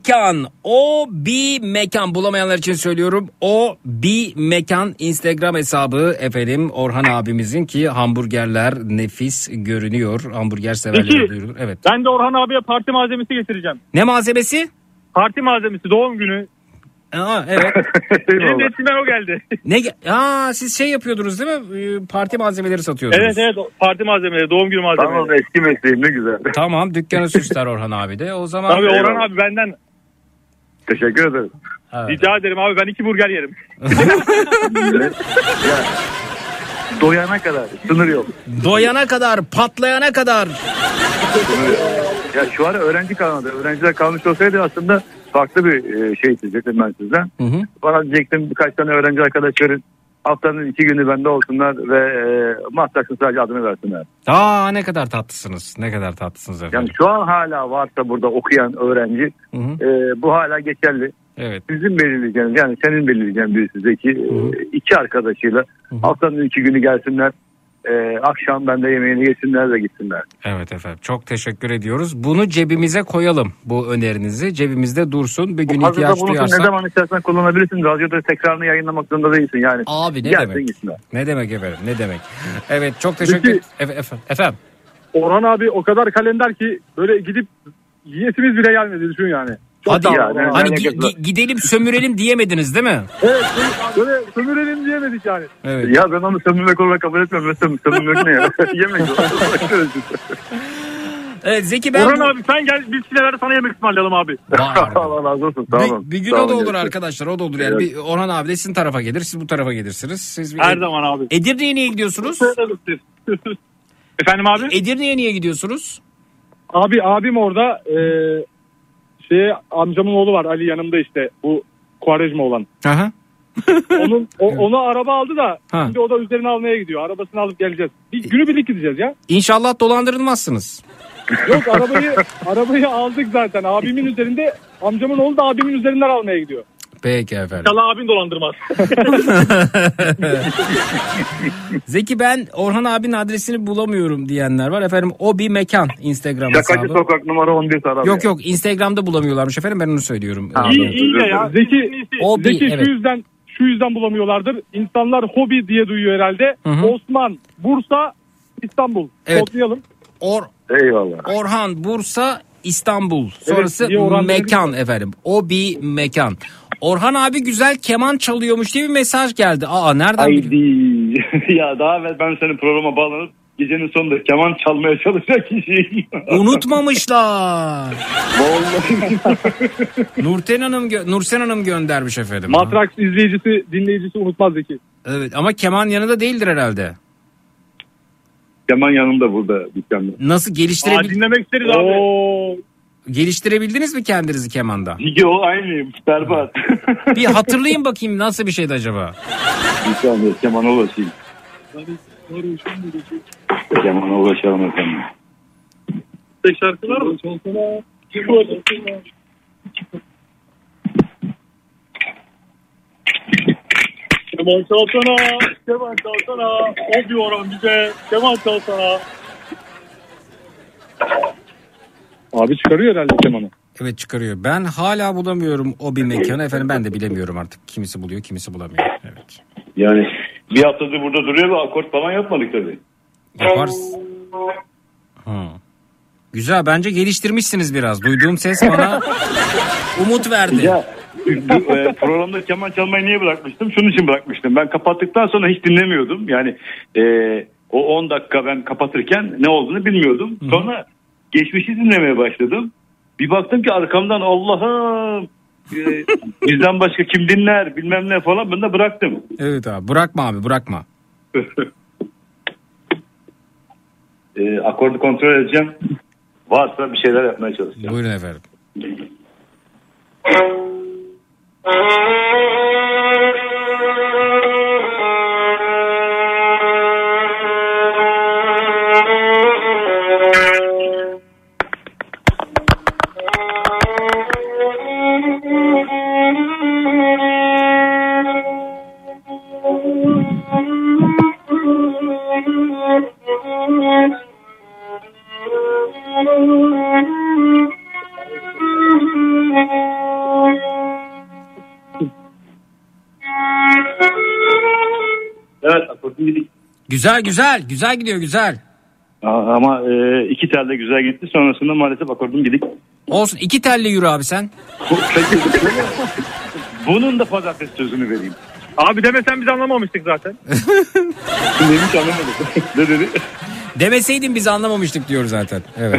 S3: Mekan bulamayanlar için söylüyorum. Obi Mekan Instagram hesabı efendim Orhan abimizin ki hamburgerler nefis görünüyor. Hamburger severleri duyurulur. Evet.
S11: Ben de Orhan abiye parti malzemesi getireceğim.
S3: Ne malzemesi?
S11: Parti malzemesi doğum günü.
S3: Evet.
S11: Benim de içimden o geldi.
S3: Siz şey yapıyordunuz değil mi? Parti malzemeleri satıyordunuz.
S11: Evet parti malzemeleri, doğum günü malzemeleri.
S13: Tamam eski mesleğim ne güzel.
S3: Tamam dükkanı süsler Orhan abi de. O zaman.
S11: Tabii Orhan abi benden.
S13: Teşekkür ederim.
S3: Evet.
S11: Rica ederim abi, ben 2 burger yerim.
S13: Doyana kadar sınır yok.
S3: Doyana kadar, patlayana kadar.
S13: Ya şu ara öğrenci kalmadı. Öğrenciler kalmış olsaydı aslında farklı bir şey isteyecektim ben sizden. Bana diyecektim birkaç tane öğrenci arkadaşların haftanın 2 günü bende olsunlar ve Maslak'ın sadece adını versinler.
S3: Ne kadar tatlısınız. Ne kadar tatlısınız efendim.
S13: Yani şu an hala varsa burada okuyan öğrenci bu hala geçerli.
S3: Evet.
S13: Sizin belirleyeceğiniz yani senin belirleyeceğin birisizdeki 2 arkadaşıyla haftanın 2 günü gelsinler. Akşam bende yemeğini yesinler de gitsinler.
S3: Evet efendim çok teşekkür ediyoruz. Bunu cebimize koyalım bu önerinizi. Cebimizde dursun. Bir gün ihtiyaç duyarsak.
S13: Ne zaman istersen kullanabilirsin. Radyoda tekrarını yayınlamak zorunda değilsin yani.
S3: Abi ne demek?
S13: Gitsinler.
S3: Ne demek efendim ne demek? Evet çok teşekkür efendim.
S11: Orhan abi o kadar kalender ki böyle gidip yiyesimiz bile gelmedi, düşün yani.
S3: Hadi
S13: ya.
S3: Hani gidelim sömürelim diyemediniz değil mi?
S11: Evet böyle sömürelim diyemedik yani.
S3: Evet.
S13: Ya ben onu sömürmek olarak kabul etmiyorum. Sömürmek ne ya? Yemek.
S3: Evet Zeki ben...
S11: Orhan abi sen gel, biz filelerde sana yemek ısmarlayalım abi.
S13: Allah razı olsun. Tamam.
S3: Bir gün o da olur arkadaşlar, o da olur yani. Bir Orhan abi de sizin tarafa gelir, siz bu tarafa gelirsiniz. Siz
S11: her zaman abi.
S3: Edirne'ye niye gidiyorsunuz?
S11: Efendim abi?
S3: Edirne'ye niye gidiyorsunuz?
S11: Abim orada amcamın oğlu var Ali, yanımda işte bu Kuarejma olan.
S3: Aha.
S11: Onu araba aldı da
S3: Ha.
S11: şimdi o da üzerine almaya gidiyor. Arabasını alıp geleceğiz. Günü birlik gideceğiz ya.
S3: İnşallah dolandırılmazsınız.
S11: Yok arabayı aldık zaten. Abimin üzerinde, amcamın oğlu da abimin üzerinden almaya gidiyor.
S3: Peki efendim.
S12: İnşallah abin dolandırmaz.
S3: Zeki, ben Orhan abinin adresini bulamıyorum diyenler var. Efendim o bir mekan Instagram
S13: Şakacı
S3: hesabı.
S13: sokak numara 11 tarafı.
S3: Yok Instagram'da bulamıyorlarmış efendim, ben onu söylüyorum.
S12: İyi ya.
S3: Zeki, evet.
S12: Şu yüzden bulamıyorlardır. İnsanlar hobi diye duyuyor herhalde. Osman, Bursa, İstanbul.
S3: Evet.
S12: Kodlayalım.
S13: Eyvallah.
S3: Orhan, Bursa, İstanbul. Sonrası
S12: niye Orhan
S3: mekan efendim. O bir mekan. Orhan abi güzel keman çalıyormuş diye bir mesaj geldi. Nereden biliyorsun?
S13: Haydi. Ya daha evvel ben senin programa bağlanıp gecenin sonunda keman çalmaya çalışacak kişiyim.
S3: Unutmamışlar.
S13: Vallahi.
S3: Nursen Hanım göndermiş efendim.
S12: Matrax dinleyicisi unutmaz Zeki.
S3: Evet, ama keman yanında değildir herhalde.
S13: Keman yanımda burada dükkanda.
S3: Nasıl
S12: dinlemek isteriz abi.
S3: Geliştirebildiniz mi kendinizi kemanda?
S13: Yo, aynı berbat.
S3: Bir hatırlayın bakayım, nasıl bir şeydi acaba?
S13: Bir saniye kemana ulaşayım. Kemana ulaşalım efendim.
S12: Tek şarkılar mı? Keman çalsana, keman çalsana, o bir oran bize, keman çalsana. Abi çıkarıyor herhalde kemanı.
S3: Evet, çıkarıyor. Ben hala bulamıyorum o bir mekanı efendim, ben de bilemiyorum artık. Kimisi buluyor, kimisi bulamıyor. Evet.
S13: Yani bir haftadır burada duruyor ve akort falan yapmadık tabii.
S3: Yaparız. Güzel, bence geliştirmişsiniz biraz. Duyduğum ses bana umut verdi.
S13: Ya programda keman çalmayı niye bırakmıştım? Şunun için bırakmıştım. Ben kapattıktan sonra hiç dinlemiyordum. Yani o 10 dakika ben kapatırken ne olduğunu bilmiyordum. Sonra geçmişi dinlemeye başladım. Bir baktım ki arkamdan Allah'ım bizden başka kim dinler bilmem ne falan, ben de bıraktım.
S3: Evet abi, bırakma abi, bırakma.
S13: Akordu kontrol edeceğim. Varsa bir şeyler yapmaya çalışacağım.
S3: Buyurun efendim.
S13: Evet, akordun gidik.
S3: Güzel gidiyor, güzel.
S13: Ama iki tel de güzel gitti. Sonrasında maalesef akordum gidik.
S3: Olsun, 2 telli yürü abi sen.
S13: Bunun da pazartesi sözünü vereyim.
S12: Abi demesen biz anlamamıştık zaten.
S13: Neymiş anlamadık. Ne dedi?
S3: Demeseydin biz anlamamıştık diyor zaten. Evet.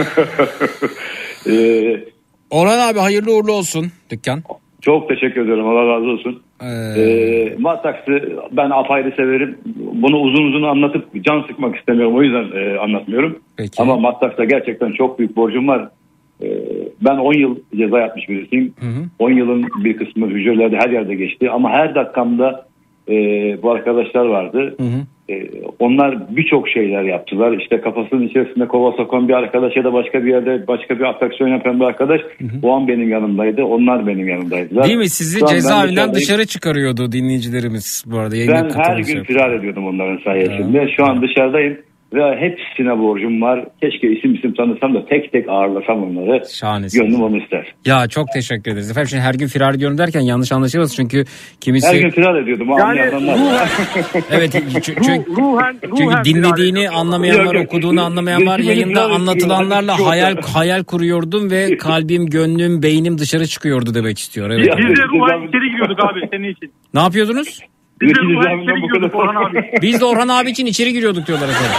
S3: Orhan abi, hayırlı uğurlu olsun dükkan.
S13: Çok teşekkür ederim. Allah razı olsun. Matrax'ı ben apayrı severim. Bunu uzun anlatıp can sıkmak istemiyorum. O yüzden anlatmıyorum.
S3: Peki.
S13: Ama Matrax'ta gerçekten çok büyük borcum var. Ben 10 yıl ceza yatmış birisiyim. 10 yılın bir kısmı hücrelerde her yerde geçti. Ama her dakikamda bu arkadaşlar vardı. Onlar birçok şeyler yaptılar. İşte kafasının içerisinde kova sokan bir arkadaş ya da başka bir yerde başka bir atraksiyon yapan bir arkadaş o an benim yanımdaydı. Onlar benim yanımdaydılar.
S3: Değil mi? Sizi cezaevinden dışarı çıkarıyordu dinleyicilerimiz bu arada.
S13: Ben her gün firar ediyordum onların sayesinde. Şu an dışarıdayım ve hepsine borcum var. Keşke isim tanısam da tek tek ağırlasam onları.
S3: Şahanesiniz.
S13: Gönlüm onu ister.
S3: Ya çok teşekkür ederiz. Efendim şimdi her gün firar ediyorum derken yanlış anlaşılmaz, çünkü kimisi...
S13: Her gün firar ediyordum.
S12: Yani
S3: evet, çünkü dinlediğini anlamayan var, okuduğunu anlamayan var. Yayında anlatılanlarla hayal kuruyordum ve kalbim, gönlüm, beynim dışarı çıkıyordu demek istiyor. Evet.
S12: Biz de ruhen içeri giriyorduk abi senin için.
S3: Ne yapıyordunuz?
S12: Biz de ruhen içeri giriyorduk Orhan abi.
S3: Biz de Orhan abi için içeri giriyorduk diyorlar efendim.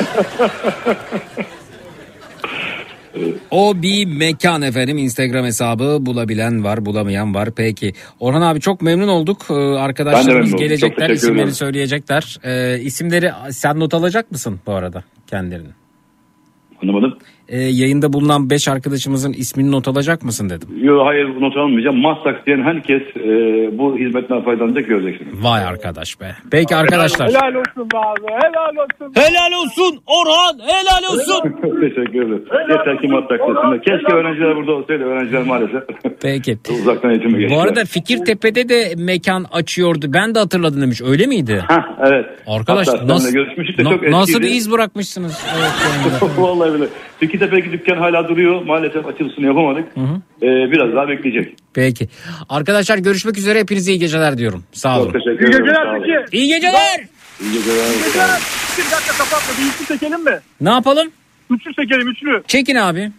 S3: O bir mekan efendim, Instagram hesabı, bulabilen var, bulamayan var. Peki Orhan abi, çok memnun olduk. Arkadaşlarımız gelecekler, isimleri söyleyecekler. İsimleri sen not alacak mısın bu arada kendilerinin?
S13: Anlamadım.
S3: yayında bulunan 5 arkadaşımızın ismini not alacak mısın dedim.
S13: Yok, hayır, not almayacağım. Maslak diyen herkes bu hizmetten faydalanacak, göreceksiniz.
S3: Vay arkadaş be. Peki arkadaşlar.
S11: Helal olsun be abi. Helal olsun.
S3: Helal olsun Orhan. Helal olsun.
S13: Teşekkür ederim. Yeter ki Maslak sesinde. Keşke öğrenciler burada olsaydı. Öğrenciler maalesef.
S3: Peki.
S13: Uzaktan eğitime geçtiler.
S3: Bu arada Fikirtepe'de de mekan açıyordu. Ben de hatırladım demiş. Öyle miydi?
S13: Evet.
S3: Arkadaş nasıl bir iz bırakmışsınız? Evet,
S13: vallahi bile. Fikirtepe'deki dükkan hala duruyor. Maalesef açılışını yapamadık. Biraz daha bekleyecek.
S3: Peki. Arkadaşlar görüşmek üzere. Hepinize iyi geceler diyorum. Sağ olun.
S13: Çok teşekkür ederim.
S11: İyi geceler peki.
S3: İyi geceler.
S13: İyi geceler.
S11: İyi geceler. Bir dakika kapatma. Bir üçlü çekelim mi?
S3: Ne yapalım?
S11: Üçlü çekelim, üçlü.
S3: Çekin abi.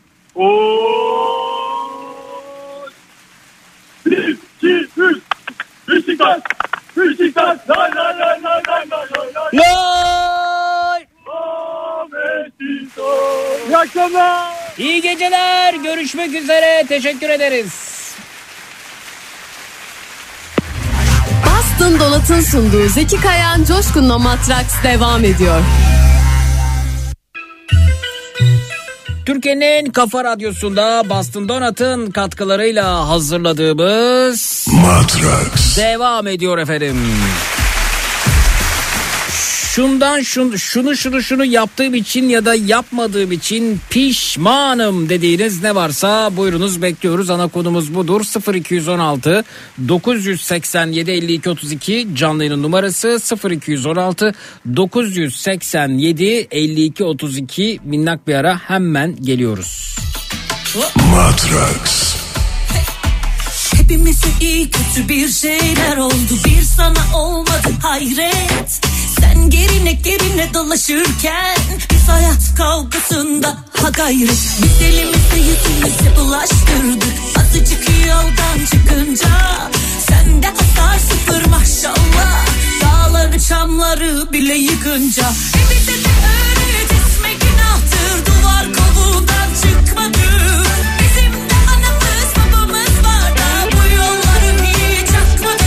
S11: Bir, iki, üç. Beşiktaş. Beşiktaş. Lay lay lay lay lay lay lay.
S3: Lay.
S11: İyi akşamlar.
S3: İyi geceler. Görüşmek üzere. Teşekkür ederiz.
S8: Boston Donat'ın sunduğu Zeki Kayan Coşkun'la Matraks devam ediyor.
S3: Türkiye'nin en kafa radyosunda Boston Donat'ın katkılarıyla hazırladığımız Matraks devam ediyor efendim. Şunu yaptığım için ya da yapmadığım için pişmanım dediğiniz ne varsa buyurunuz, bekliyoruz. Ana konumuz budur. 0216 987 52 32 canlı yayının numarası 0216 987 52 32. Minnak bir ara, hemen geliyoruz.
S4: Matraks. Hepimize iyi kötü bir şeyler oldu, bir sana olmadı hayret. Sen gerine dolaşırken biz hayat kavgasında ha gayret. Biz elimizi yüzümüze bulaştırdık azıcık yoldan çıkınca. Sende hasar sıfır maşallah, dağları çamları bile yıkınca. Bize de öğretme günahtır, duvar kovuğundan çıkmadı. Bizim de anamız babamız var da bu yolları hiç akmadık.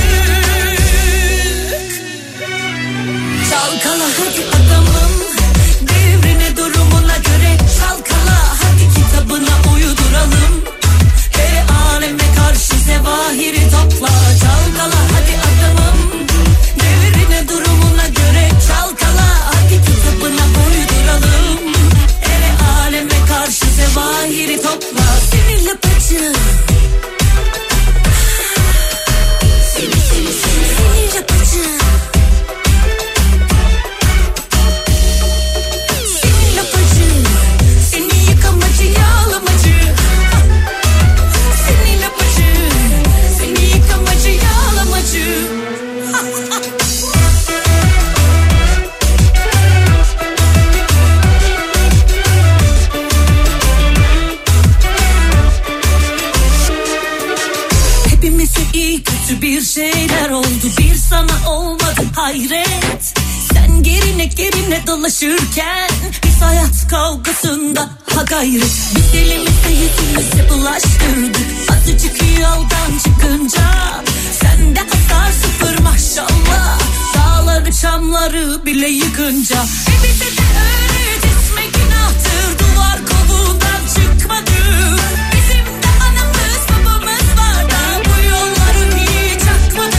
S4: Çalkala hadi adamım, devrine durumuna göre çalkala. Hadi kitabına uyduralım, aleme karşı zevahiri topla. Çalkala hadi adamım, devrine durumuna göre çalkala. Hadi kitabına uyduralım, aleme karşı zevahiri topla. Seni lapacı, seni lapacı. Hepimize iyi kötü bir şeyler oldu, bir sana olmadı hayret. Sen gerine dolaşırken biz hayat kavgasında ha gayret. Biz elimize yüzümüze bulaştırdık azıcık yoldan çıkınca. Sende hasar sıfır maşallah, dağları çamları bile yıkınca. Bize de öğretme günahtır, duvar kovuğundan çıkmadı. Bizim de anamız babamız var da bu yolları hiç akmadık.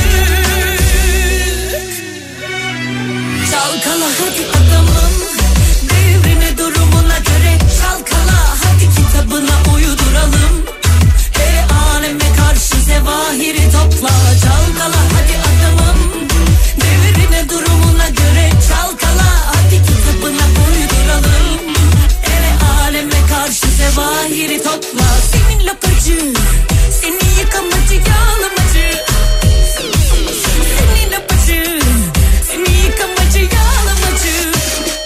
S4: Çalkala hadi adamım, devrine durumuna göre çalkala. Hadi kitabına uyduralım, aleme karşı zevahiri topla. Çalkala hadi adamım, devrine durumuna göre çalkala. Hadi kitabına uyduralım, aleme karşı zevahiri topla. Senin lapacı, seni yıkamacı yağlamacı. Senin lapacı, seni yıkamacı yağlamacı.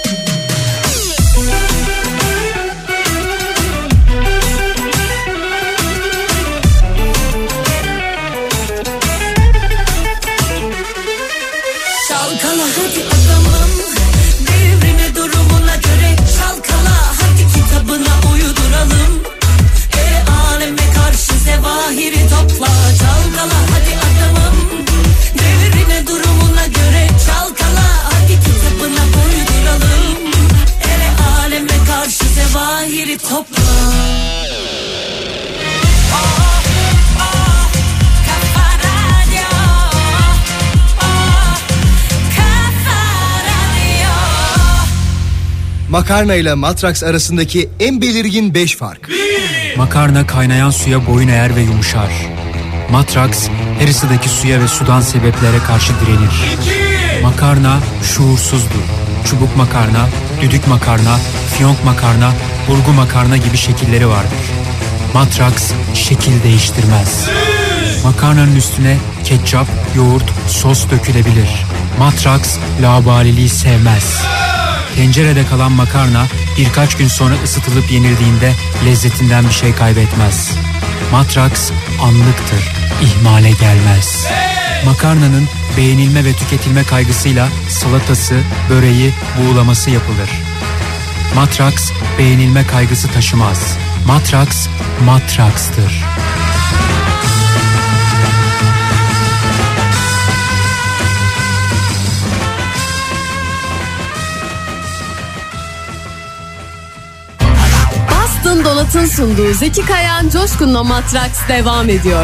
S4: Çalkala hadi adamım, devrine durumuna göre çalkala. Hadi kitabına uyduralım, aleme karşı zevahiri topla. Çalkala hadi adamım, devrine durumuna göre çalkala. Hadi kitabına uyduralım, aleme karşı zevahiri topla.
S14: makarna ile matraks arasındaki en belirgin 5 fark.
S15: Makarna kaynayan suya boyun eğer ve yumuşar. Matraks her ısıdaki suya ve sudan sebeplere karşı direnir. Makarna şuursuzdur. Çubuk makarna, düdük makarna, fiyonk makarna, burgu makarna gibi şekilleri vardır. Matraks şekil değiştirmez. Makarnanın üstüne ketçap, yoğurt, sos dökülebilir. Matraks labaliliği sevmez. Tencerede kalan makarna birkaç gün sonra ısıtılıp yenildiğinde lezzetinden bir şey kaybetmez. Matraks anlıktır, ihmale gelmez. Makarnanın beğenilme ve tüketilme kaygısıyla salatası, böreği, buğulaması yapılır. Matraks beğenilme kaygısı taşımaz. Matraks, matrakstır.
S8: Bastın Dolat'ın sunduğu Zeki Kayan Coşkun'la Matraks devam ediyor.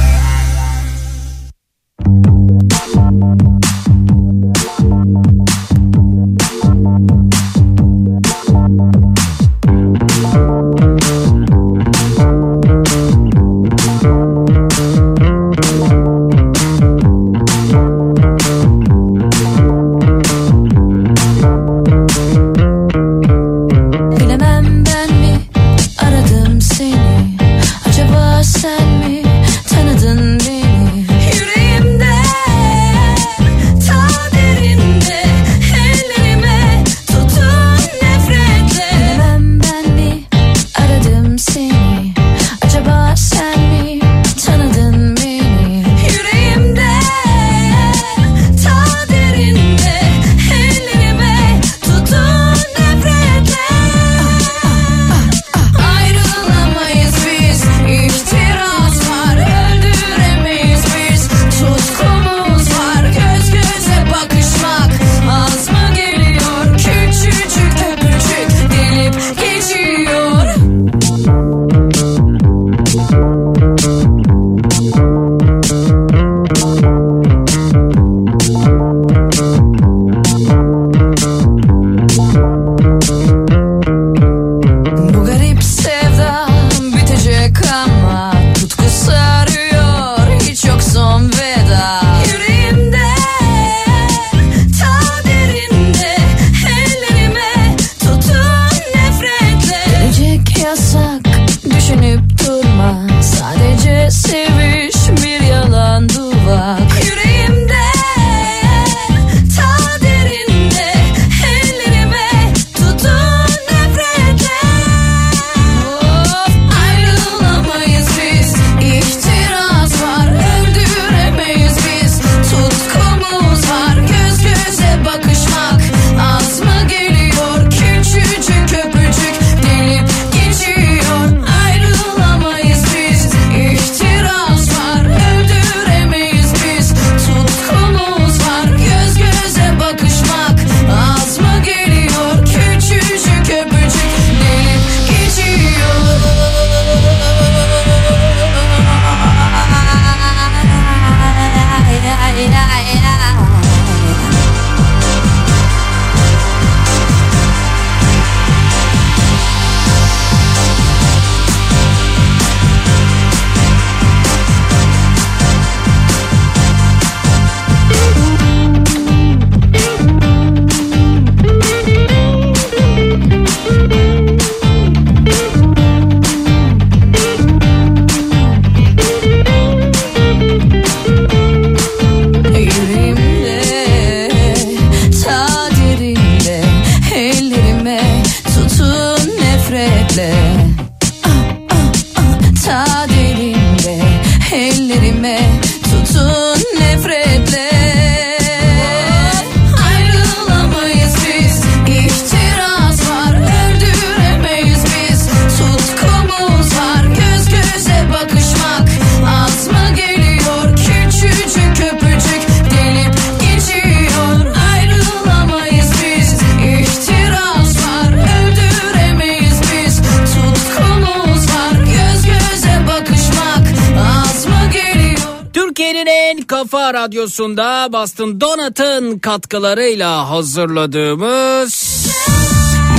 S3: Kafa Radyosu'nda Boston Donut'ın katkılarıyla hazırladığımız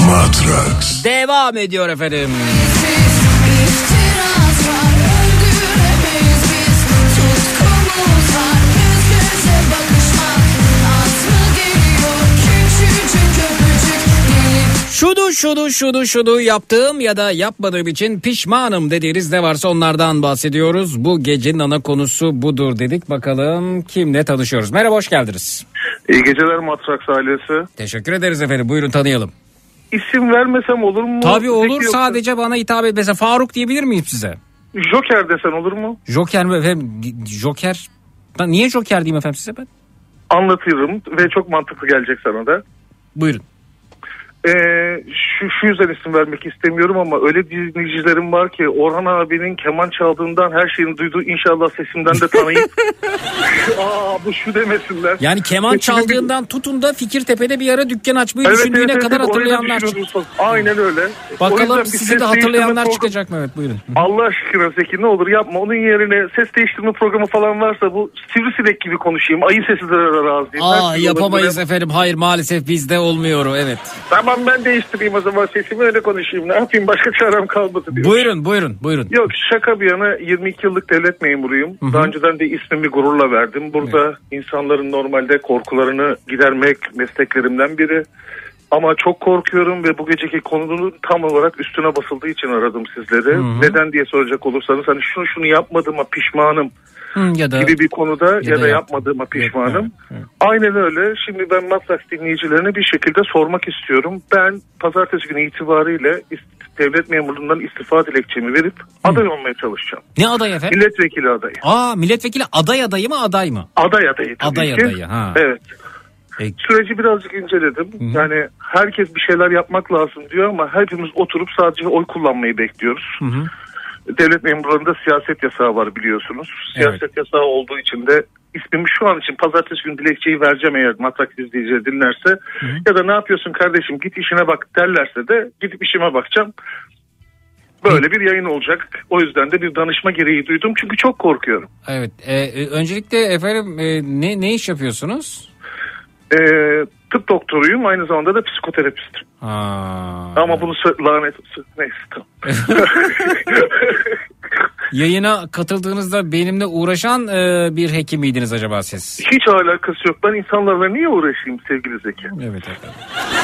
S16: Matrax
S3: devam ediyor efendim. Şudu yaptığım ya da yapmadığım için pişmanım dediğiniz ne varsa onlardan bahsediyoruz. Bu gecenin ana konusu budur dedik. Bakalım kimle tanışıyoruz. Merhaba, hoş geldiniz.
S17: İyi geceler Matrax ailesi.
S3: Teşekkür ederiz efendim. Buyurun, tanıyalım.
S17: İsim vermesem olur mu?
S3: Tabii olur.
S17: Peki,
S3: sadece bana hitap et. Mesela Faruk diyebilir miyim size?
S17: Joker desen olur mu?
S3: Joker mi efendim? Joker? Niye Joker diyeyim efendim size ben?
S17: Anlatıyorum ve çok mantıklı gelecek sana da.
S3: Buyurun.
S17: Şu yüzden isim vermek istemiyorum ama öyle dinleyicilerim var ki Orhan abinin keman çaldığından her şeyini duydu. İnşallah sesimden de tanıyıp bu şu demesinler.
S3: Yani keman çaldığından tutun da Fikirtepe'de bir ara dükkan açmayı düşündüğüne kadar hatırlayanlar çıktı.
S17: Aynen öyle.
S3: Bakalım sizi de hatırlayanlar çıkacak mı? Evet, buyurun.
S17: Allah aşkına Zeki, ne olur yapma. Onun yerine ses değiştirme programı falan varsa bu sivrisinek gibi konuşayım. Ayı sesi de razıyım.
S3: Yapamayız efendim. Hayır, maalesef bizde olmuyor, evet.
S17: Tamam, ben değiştireyim o zaman sesimi, öyle konuşayım. Ne yapayım, başka çarem kalmadı diyor.
S3: Buyurun.
S17: Yok, şaka bir yana 22 yıllık devlet memuruyum.
S3: Hı-hı.
S17: Daha önceden de ismimi gururla verdim. Burada insanların normalde korkularını gidermek mesleklerimden biri. Ama çok korkuyorum ve bu geceki konunun tam olarak üstüne basıldığı için aradım sizleri. Hı-hı. Neden diye soracak olursanız hani şunu yapmadığıma pişmanım.
S3: Ya da,
S17: gibi bir konuda ya da yapmadığıma pişmanım. Aynen öyle. Şimdi ben Matrax dinleyicilerine bir şekilde sormak istiyorum. Ben pazartesi günü itibariyle devlet memurluğundan istifa dilekçemi verip aday olmaya çalışacağım.
S3: Ne adayı efendim?
S17: Milletvekili adayı.
S3: Milletvekili adayı mı aday mı?
S17: Aday tabii ki.
S3: Ha.
S17: Evet. Süreci birazcık inceledim. Hı-hı. Yani herkes bir şeyler yapmak lazım diyor ama hepimiz oturup sadece oy kullanmayı bekliyoruz. Hı-hı. Devlet memurlarında siyaset yasağı var biliyorsunuz. Siyaset yasağı olduğu için de ismimi şu an için pazartesi günü dilekçeyi vereceğim eğer Matrax izleyicileri dinlerse. Hı-hı. Ya da ne yapıyorsun kardeşim, git işine bak derlerse de gidip işime bakacağım. Böyle bir yayın olacak. O yüzden de bir danışma gereği duydum çünkü çok korkuyorum.
S3: Evet. Öncelikle efendim ne iş yapıyorsunuz?
S17: Tıp doktoruyum, aynı zamanda da psikoterapistim. Ama bunu lanet neyse tamam.
S3: Yayına katıldığınızda benimle uğraşan bir hekim miydiniz acaba siz?
S17: Hiç alakası yok. Ben insanlarla niye uğraşayım sevgili Zeki?
S3: Evet efendim.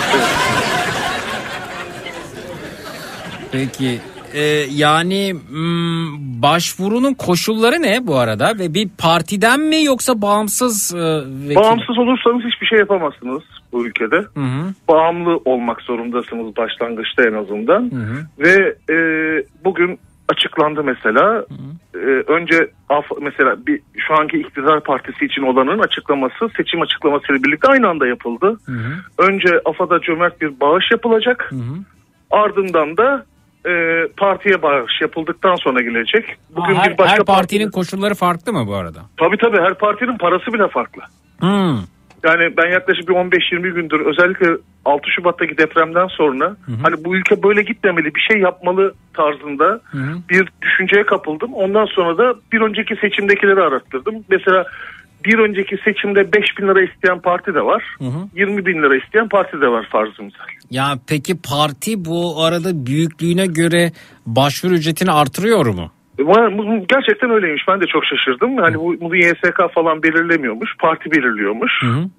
S3: Peki yani başvurunun koşulları ne bu arada ve bir partiden mi yoksa bağımsız vekil?
S17: Bağımsız olursanız hiçbir şey yapamazsınız bu ülkede. Hı-hı. Bağımlı olmak zorundasınız başlangıçta en azından. Hı-hı. Ve bugün açıklandı mesela. Önce mesela şu anki iktidar partisi için olanın açıklaması seçim açıklamasıyla birlikte aynı anda yapıldı. Hı-hı. Önce AFAD'a cömert bir bağış yapılacak. Hı-hı. Ardından da partiye bağış yapıldıktan sonra gelecek. Bugün
S3: her partinin koşulları farklı mı bu arada?
S17: Tabii her partinin parası bile farklı. Yani ben yaklaşık bir 15-20 gündür özellikle 6 Şubat'taki depremden sonra hani bu ülke böyle gitmemeli, bir şey yapmalı tarzında bir düşünceye kapıldım. Ondan sonra da bir önceki seçimdekileri arattırdım. Mesela bir önceki seçimde 5.000 lira isteyen parti de var. 20.000 lira isteyen parti de var farzı misal.
S3: Ya peki parti bu arada büyüklüğüne göre başvuru ücretini artırıyor mu?
S17: Gerçekten öyleymiş. Ben de çok şaşırdım. Hani bunu YSK falan belirlemiyormuş. Parti belirliyormuş.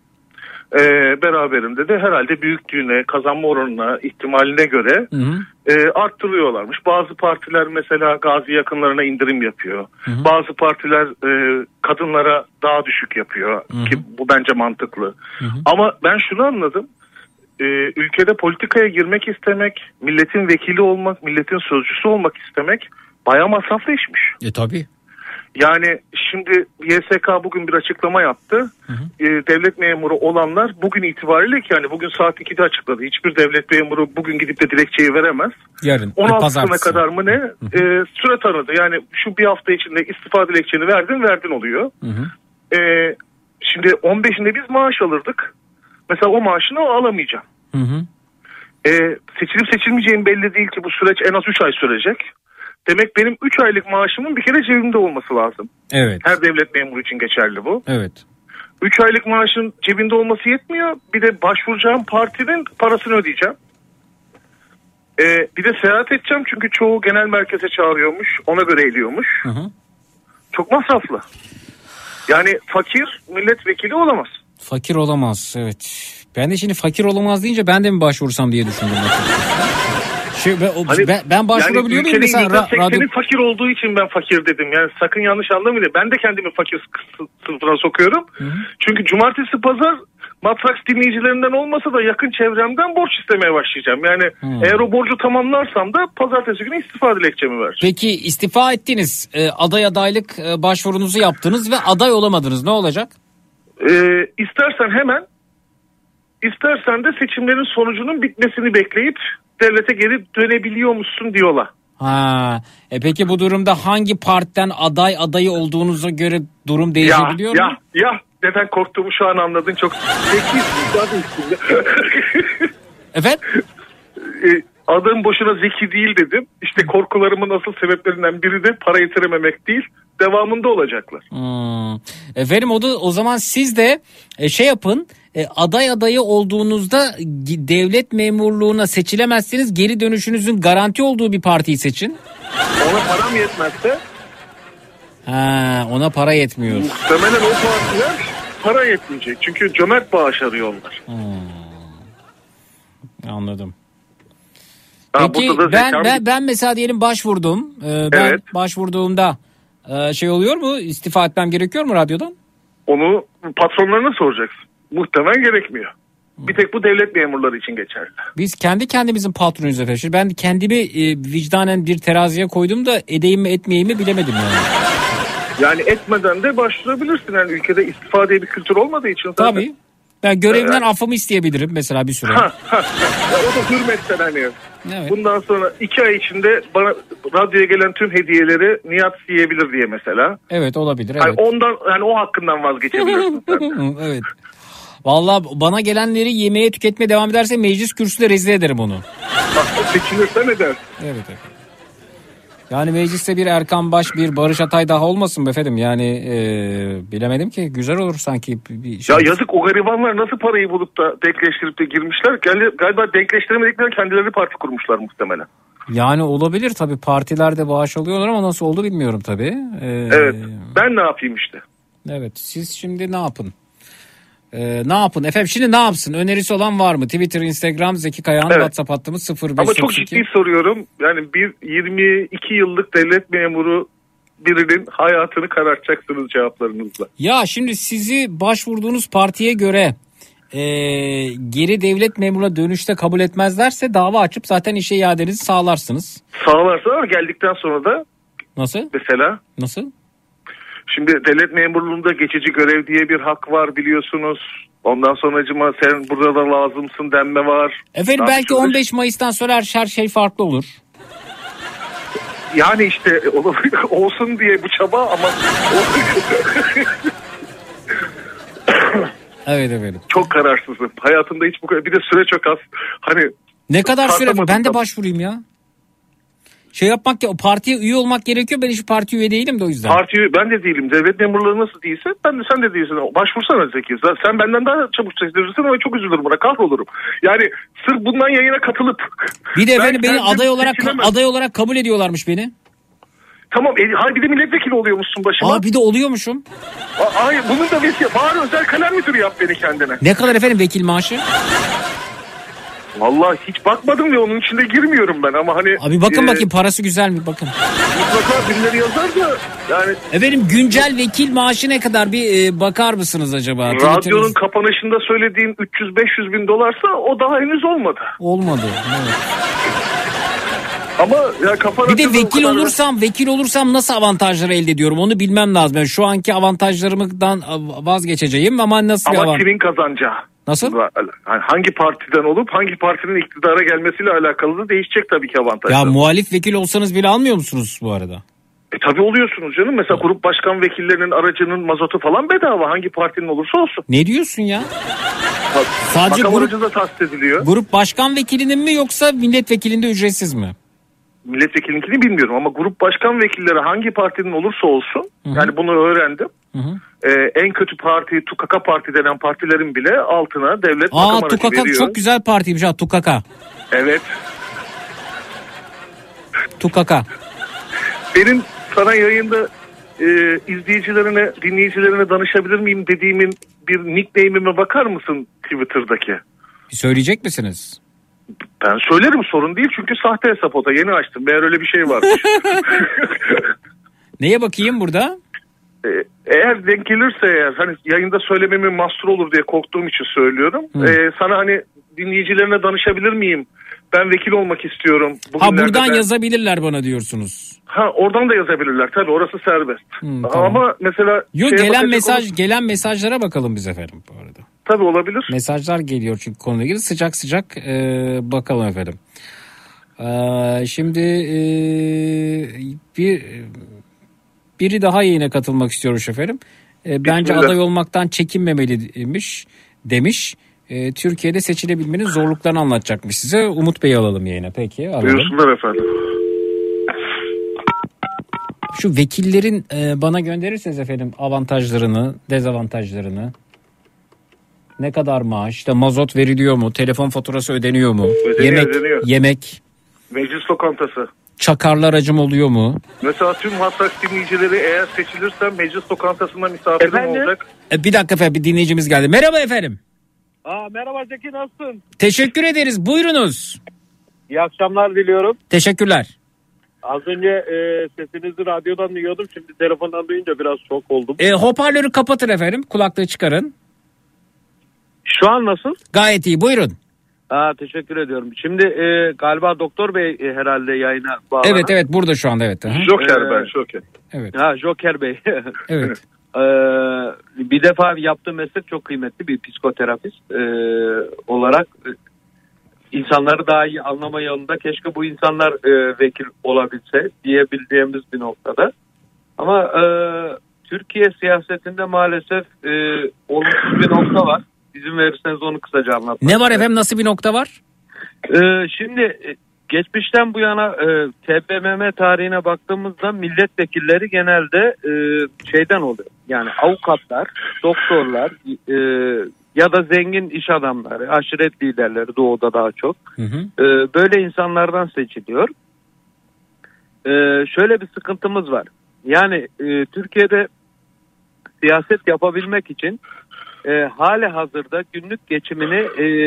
S17: Beraberinde de herhalde büyüklüğüne, kazanma oranına, ihtimaline göre arttırıyorlarmış. Bazı partiler mesela gazi yakınlarına indirim yapıyor. Bazı partiler kadınlara daha düşük yapıyor. Ki bu bence mantıklı. Ama ben şunu anladım. Ülkede politikaya girmek istemek, milletin vekili olmak, milletin sözcüsü olmak istemek bayağı masraflı işmiş.
S3: Tabii.
S17: Yani şimdi YSK bugün bir açıklama yaptı. Devlet memuru olanlar bugün itibariyle ki yani bugün saat 2'de açıkladı. Hiçbir devlet memuru bugün gidip de dilekçeyi veremez.
S3: Yarın
S17: 16'sına kadar mı ne süre tanıdı. Yani şu bir hafta içinde istifa dilekçeni verdin oluyor. Şimdi 15'inde biz maaş alırdık. Mesela o maaşını alamayacağım. Seçilip seçilmeyeceğim belli değil ki bu süreç en az 3 ay sürecek. Demek benim 3 aylık maaşımın bir kere cebimde olması lazım.
S3: Evet.
S17: Her devlet memuru için geçerli bu.
S3: Evet.
S17: 3 aylık maaşın cebinde olması yetmiyor. Bir de başvuracağım partinin parasını ödeyeceğim. Bir de seyahat edeceğim çünkü çoğu genel merkeze çağırıyormuş. Ona göre eliyormuş. Çok masraflı. Yani fakir milletvekili olamaz.
S3: Fakir olamaz, evet. Ben de şimdi fakir olamaz deyince ben de mi başvursam diye düşündüm. Ben başvurabiliyor muyum? Mesela
S17: %80'i fakir olduğu için ben fakir dedim. Yani sakın yanlış anlamayın. Ben de kendimi fakir sınıfına sokuyorum. Çünkü cumartesi pazar Matraks dinleyicilerinden olmasa da yakın çevremden borç istemeye başlayacağım. Yani eğer o borcu tamamlarsam da pazartesi günü istifa dilekçemi vereceğim.
S3: Peki istifa ettiniz. Adaylık başvurunuzu yaptınız ve aday olamadınız. Ne olacak?
S17: İstersen hemen, istersen de seçimlerin sonucunun bitmesini bekleyip devlete geri dönebiliyor musun diyorlar.
S3: Peki bu durumda hangi partiden adayı olduğunuza göre durum değişebiliyor mu?
S17: Neden korktuğumu şu an anladın. Çok zekisin.
S3: Efendim?
S17: Adım boşuna zeki değil dedim. İşte korkularımın asıl sebeplerinden biri de para yetirememek değil. Devamında olacaklar.
S3: Efendim o zaman siz de yapın. Adayı olduğunuzda devlet memurluğuna seçilemezseniz geri dönüşünüzün garanti olduğu bir partiyi seçin.
S17: Ona param yetmezse?
S3: Ona para yetmiyor.
S17: Muhtemelen o partiler para yetmeyecek. Çünkü cömert bağış arıyorlar.
S3: Anladım. Peki ben mesela diyelim başvurdum. Ben başvurduğumda oluyor mu? İstifa etmem gerekiyor mu radyodan?
S17: Onu patronlarına soracaksın. Muhtemelen gerekmiyor. Bir tek bu devlet memurları için geçerli.
S3: Biz kendi kendimizin patronuyuz efendim. Ben kendimi vicdanen bir teraziye koydum da edeyim mi etmeyeyim mi bilemedim yani.
S17: Yani etmeden de başvurabilirsin. Yani ülkede istifa diye bir kültür olmadığı için zaten.
S3: Tabii. Ben görevimden affımı isteyebilirim mesela bir süre.
S17: O da hürmetten hani.
S3: Evet.
S17: Bundan sonra 2 ay içinde bana radyoya gelen tüm hediyeleri Nihat yiyebilir diye mesela.
S3: Evet olabilir. Evet.
S17: Yani ondan o hakkından vazgeçebilirsin.
S3: Evet. Vallahi bana gelenleri yemeye tüketmeye devam ederse meclis kürsüde rezil ederim onu.
S17: Seçilirse ne dersin?
S3: Evet. Yani mecliste bir Erkan Baş, bir Barış Atay daha olmasın be efendim. Yani bilemedim ki, güzel olur sanki. Bir şey.
S17: Ya yazık, o garibanlar nasıl parayı bulup da denkleştirip de girmişler. Galiba denkleştiremedikleri kendileri parti kurmuşlar muhtemelen.
S3: Yani olabilir tabii, partilerde bağış alıyorlar ama nasıl oldu bilmiyorum tabii.
S17: Evet, ben ne yapayım işte.
S3: Evet, siz şimdi ne yapın? Ne yapın efendim, şimdi ne yapsın, önerisi olan var mı? Twitter, Instagram, Zeki Kayağan, WhatsApp hattımız 0532.
S17: Ama çok ciddi soruyorum, yani bir 22 yıllık devlet memuru birinin hayatını karartacaksınız cevaplarınızla.
S3: Ya şimdi sizi başvurduğunuz partiye göre geri devlet memuruna dönüşte kabul etmezlerse dava açıp zaten işe iadenizi sağlarsınız.
S17: Sağlarsa ama geldikten sonra da
S3: nasıl?
S17: Mesela?
S3: Nasıl?
S17: Şimdi devlet memurluğunda geçici görev diye bir hak var biliyorsunuz. Ondan sonracıma sen burada da lazımsın denme var.
S3: Efendim belki 15 Mayıs'tan sonra her şey farklı olur.
S17: Yani işte olsun diye bu çaba ama...
S3: Evet efendim.
S17: Çok kararsızım. Hayatımda hiç bu kadar... Bir de süre çok az. Hani...
S3: Ne kadar süre? Ben de başvurayım ya. Yapmak ya, o partiye üye olmak gerekiyor. Ben hiç parti üye değilim de o yüzden.
S17: Parti üye ben de değilim. Devlet memurları nasıl değilse sen de değilsin. Başvursana Zeki. Sen benden daha çabuk seçilirsin ama çok üzülürüm buna. Kahrolurum. Yani sırf bundan yayına katılıp...
S3: Bir de efendim beni aday olarak kabul ediyorlarmış beni.
S17: Tamam. Bir de milletvekili oluyormuşsun başıma.
S3: Bir de oluyormuşum.
S17: Hayır, bunun da vesile. Bari özel kalem müdürü yap beni kendine.
S3: Ne kadar efendim vekil maaşı?
S17: Vallahi hiç bakmadım ve onun içinde girmiyorum ben ama hani...
S3: Abi bakın bakayım, parası güzel mi, bakın.
S17: Mutlaka birileri yazar da yani...
S3: Efendim güncel vekil maaşı ne kadar, bir bakar mısınız acaba?
S17: Radyonun kapanışında söylediğin 300-500 bin dolarsa o daha henüz olmadı.
S3: Olmadı. Evet.
S17: Ama ya
S3: bir de vekil olursam nasıl avantajları elde ediyorum onu bilmem lazım. Yani şu anki avantajlarımdan vazgeçeceğim ama nasıl
S17: ama kimin kazanacağı?
S3: Nasıl?
S17: Hangi partiden olup hangi partinin iktidara gelmesiyle alakalı da değişecek tabii ki avantajlar.
S3: Ya muhalif vekil olsanız bile almıyor musunuz bu arada?
S17: Tabii oluyorsunuz canım. Mesela grup başkan vekillerinin aracının mazotu falan bedava, hangi partinin olursa olsun.
S3: Ne diyorsun ya?
S17: Sadece aracı da tahsis ediliyor.
S3: Grup başkan vekilinin mi yoksa milletvekilinde ücretsiz mi?
S17: Milletvekilinkini bilmiyorum ama grup başkan vekilleri hangi partinin olursa olsun, Hı-hı. yani bunu öğrendim. En kötü parti Tukaka Parti denen partilerin bile altına devlet makam aracı
S3: Tukaka
S17: veriyor.
S3: Çok güzel partiymiş ha, Tukaka.
S17: Evet.
S3: Tukaka.
S17: Benim sana yayında izleyicilerine, dinleyicilerine danışabilir miyim dediğimin bir nickname'ime bakar mısın Twitter'daki?
S3: Söyleyecek misiniz?
S17: Ben söylerim, sorun değil çünkü sahte hesap o da, yeni açtım. Meğer öyle bir şey varmış.
S3: Neye bakayım burada?
S17: Eğer denk gelirse, eğer hani yayında söylememin mahsur olur diye korktuğum için söylüyorum. Sana hani dinleyicilerine danışabilir miyim? Ben vekil olmak istiyorum.
S3: Buradan yazabilirler bana diyorsunuz.
S17: Oradan da yazabilirler tabii, orası serbest.
S3: Tamam.
S17: Ama mesela
S3: gelen mesajlara bakalım biz efendim bu arada.
S17: Tabii olabilir.
S3: Mesajlar geliyor çünkü konuyla ilgili sıcak bakalım efendim. Şimdi biri daha yayına katılmak istiyormuş efendim. Bence aday olmaktan çekinmemeliymiş demiş. Türkiye'de seçilebilmenin zorluklarını anlatacakmış size. Umut Bey'i alalım yayına. Peki alalım.
S17: Buyursunlar efendim.
S3: Şu vekillerin bana gönderirseniz efendim avantajlarını, dezavantajlarını. Ne kadar maaş, işte mazot veriliyor mu, telefon faturası ödeniyor mu,
S17: ödeniyor.
S3: Yemek,
S17: meclis lokantası,
S3: çakarlı aracım oluyor mu?
S17: Mesela tüm Matrax dinleyicileri, eğer seçilirsem meclis lokantasında misafirim olacak.
S3: Bir dakika efendim, bir dinleyicimiz geldi. Merhaba efendim.
S16: Merhaba Zeki, nasılsın?
S3: Teşekkür ederiz, buyurunuz.
S16: İyi akşamlar diliyorum.
S3: Teşekkürler.
S16: Az önce sesinizi radyodan duyuyordum, şimdi telefondan duyunca biraz şok oldum.
S3: Hoparlörü kapatın efendim, kulaklığı çıkarın.
S16: Şu an nasıl?
S3: Gayet iyi, buyurun.
S16: Teşekkür ediyorum. Şimdi galiba Doktor Bey herhalde yayına bağlanan.
S3: Evet burada şu anda, evet.
S17: Joker.
S3: Evet.
S16: Joker Bey.
S3: Evet.
S16: Bir defa yaptığım meslek çok kıymetli, bir psikoterapist olarak insanları daha iyi anlama yolunda keşke bu insanlar vekil olabilse diyebildiğimiz bir noktada. Ama Türkiye siyasetinde maalesef olumsuz bir nokta var. İzin verirseniz onu kısaca anlatmak.
S3: Ne var efendim, nasıl bir nokta var?
S16: Şimdi geçmişten bu yana TBMM tarihine baktığımızda milletvekilleri genelde şeyden oluyor. Yani avukatlar, doktorlar ya da zengin iş adamları, aşiret liderleri, doğuda daha çok. Böyle insanlardan seçiliyor. Şöyle bir sıkıntımız var. Yani Türkiye'de siyaset yapabilmek için hali hazırda günlük geçimini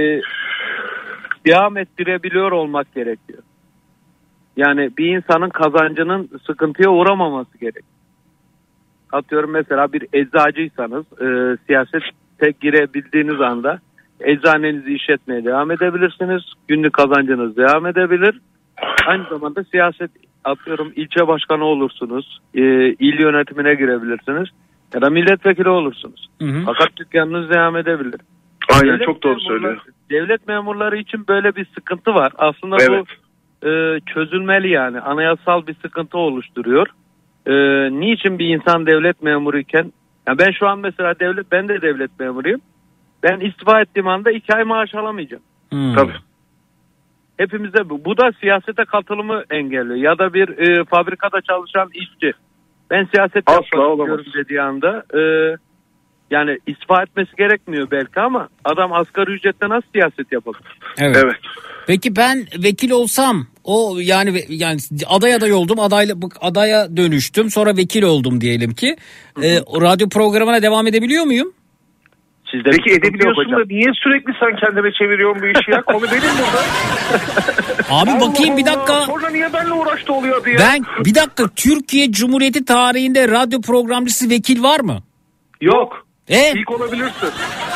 S16: devam ettirebiliyor olmak gerekiyor. Yani bir insanın kazancının sıkıntıya uğramaması gerek. Atıyorum mesela bir eczacıysanız siyasete girebildiğiniz anda eczanenizi işletmeye devam edebilirsiniz. Günlük kazancınız devam edebilir. Aynı zamanda siyaset, atıyorum ilçe başkanı olursunuz. İl yönetimine girebilirsiniz. Ya da milletvekili olursunuz. Fakat dükkanınız devam edebilir.
S17: Aynen, çok doğru söylüyor.
S16: Devlet memurları için böyle bir sıkıntı var. Aslında bu çözülmeli yani. Anayasal bir sıkıntı oluşturuyor. Niçin bir insan devlet memuruyken, yani ben şu an mesela ben de devlet memuruyum. Ben istifa ettiğim anda 2 ay maaş alamayacağım.
S17: Tabii.
S16: Hepimizde bu da siyasete katılımı engelliyor. Ya da bir fabrikada çalışan işçi, ben siyaset yapmak istiyorum dediği anda yani istifa etmesi gerekmiyor belki ama adam asgari ücretle nasıl siyaset yapabilir?
S3: Evet. Peki ben vekil olsam, o yani aday oldum, adaya dönüştüm, sonra vekil oldum diyelim ki. Radyo programına devam edebiliyor muyum?
S17: Peki edebiliyorsun da niye sürekli sen kendine çeviriyorsun bu işi ya? Konu benim burada.
S3: Abi bakayım bir dakika.
S17: Sonra niye benimle uğraştı oluyor diye.
S3: Bir dakika, Türkiye Cumhuriyeti tarihinde radyo programcısı vekil var mı?
S17: Yok. İlk olabilirsin.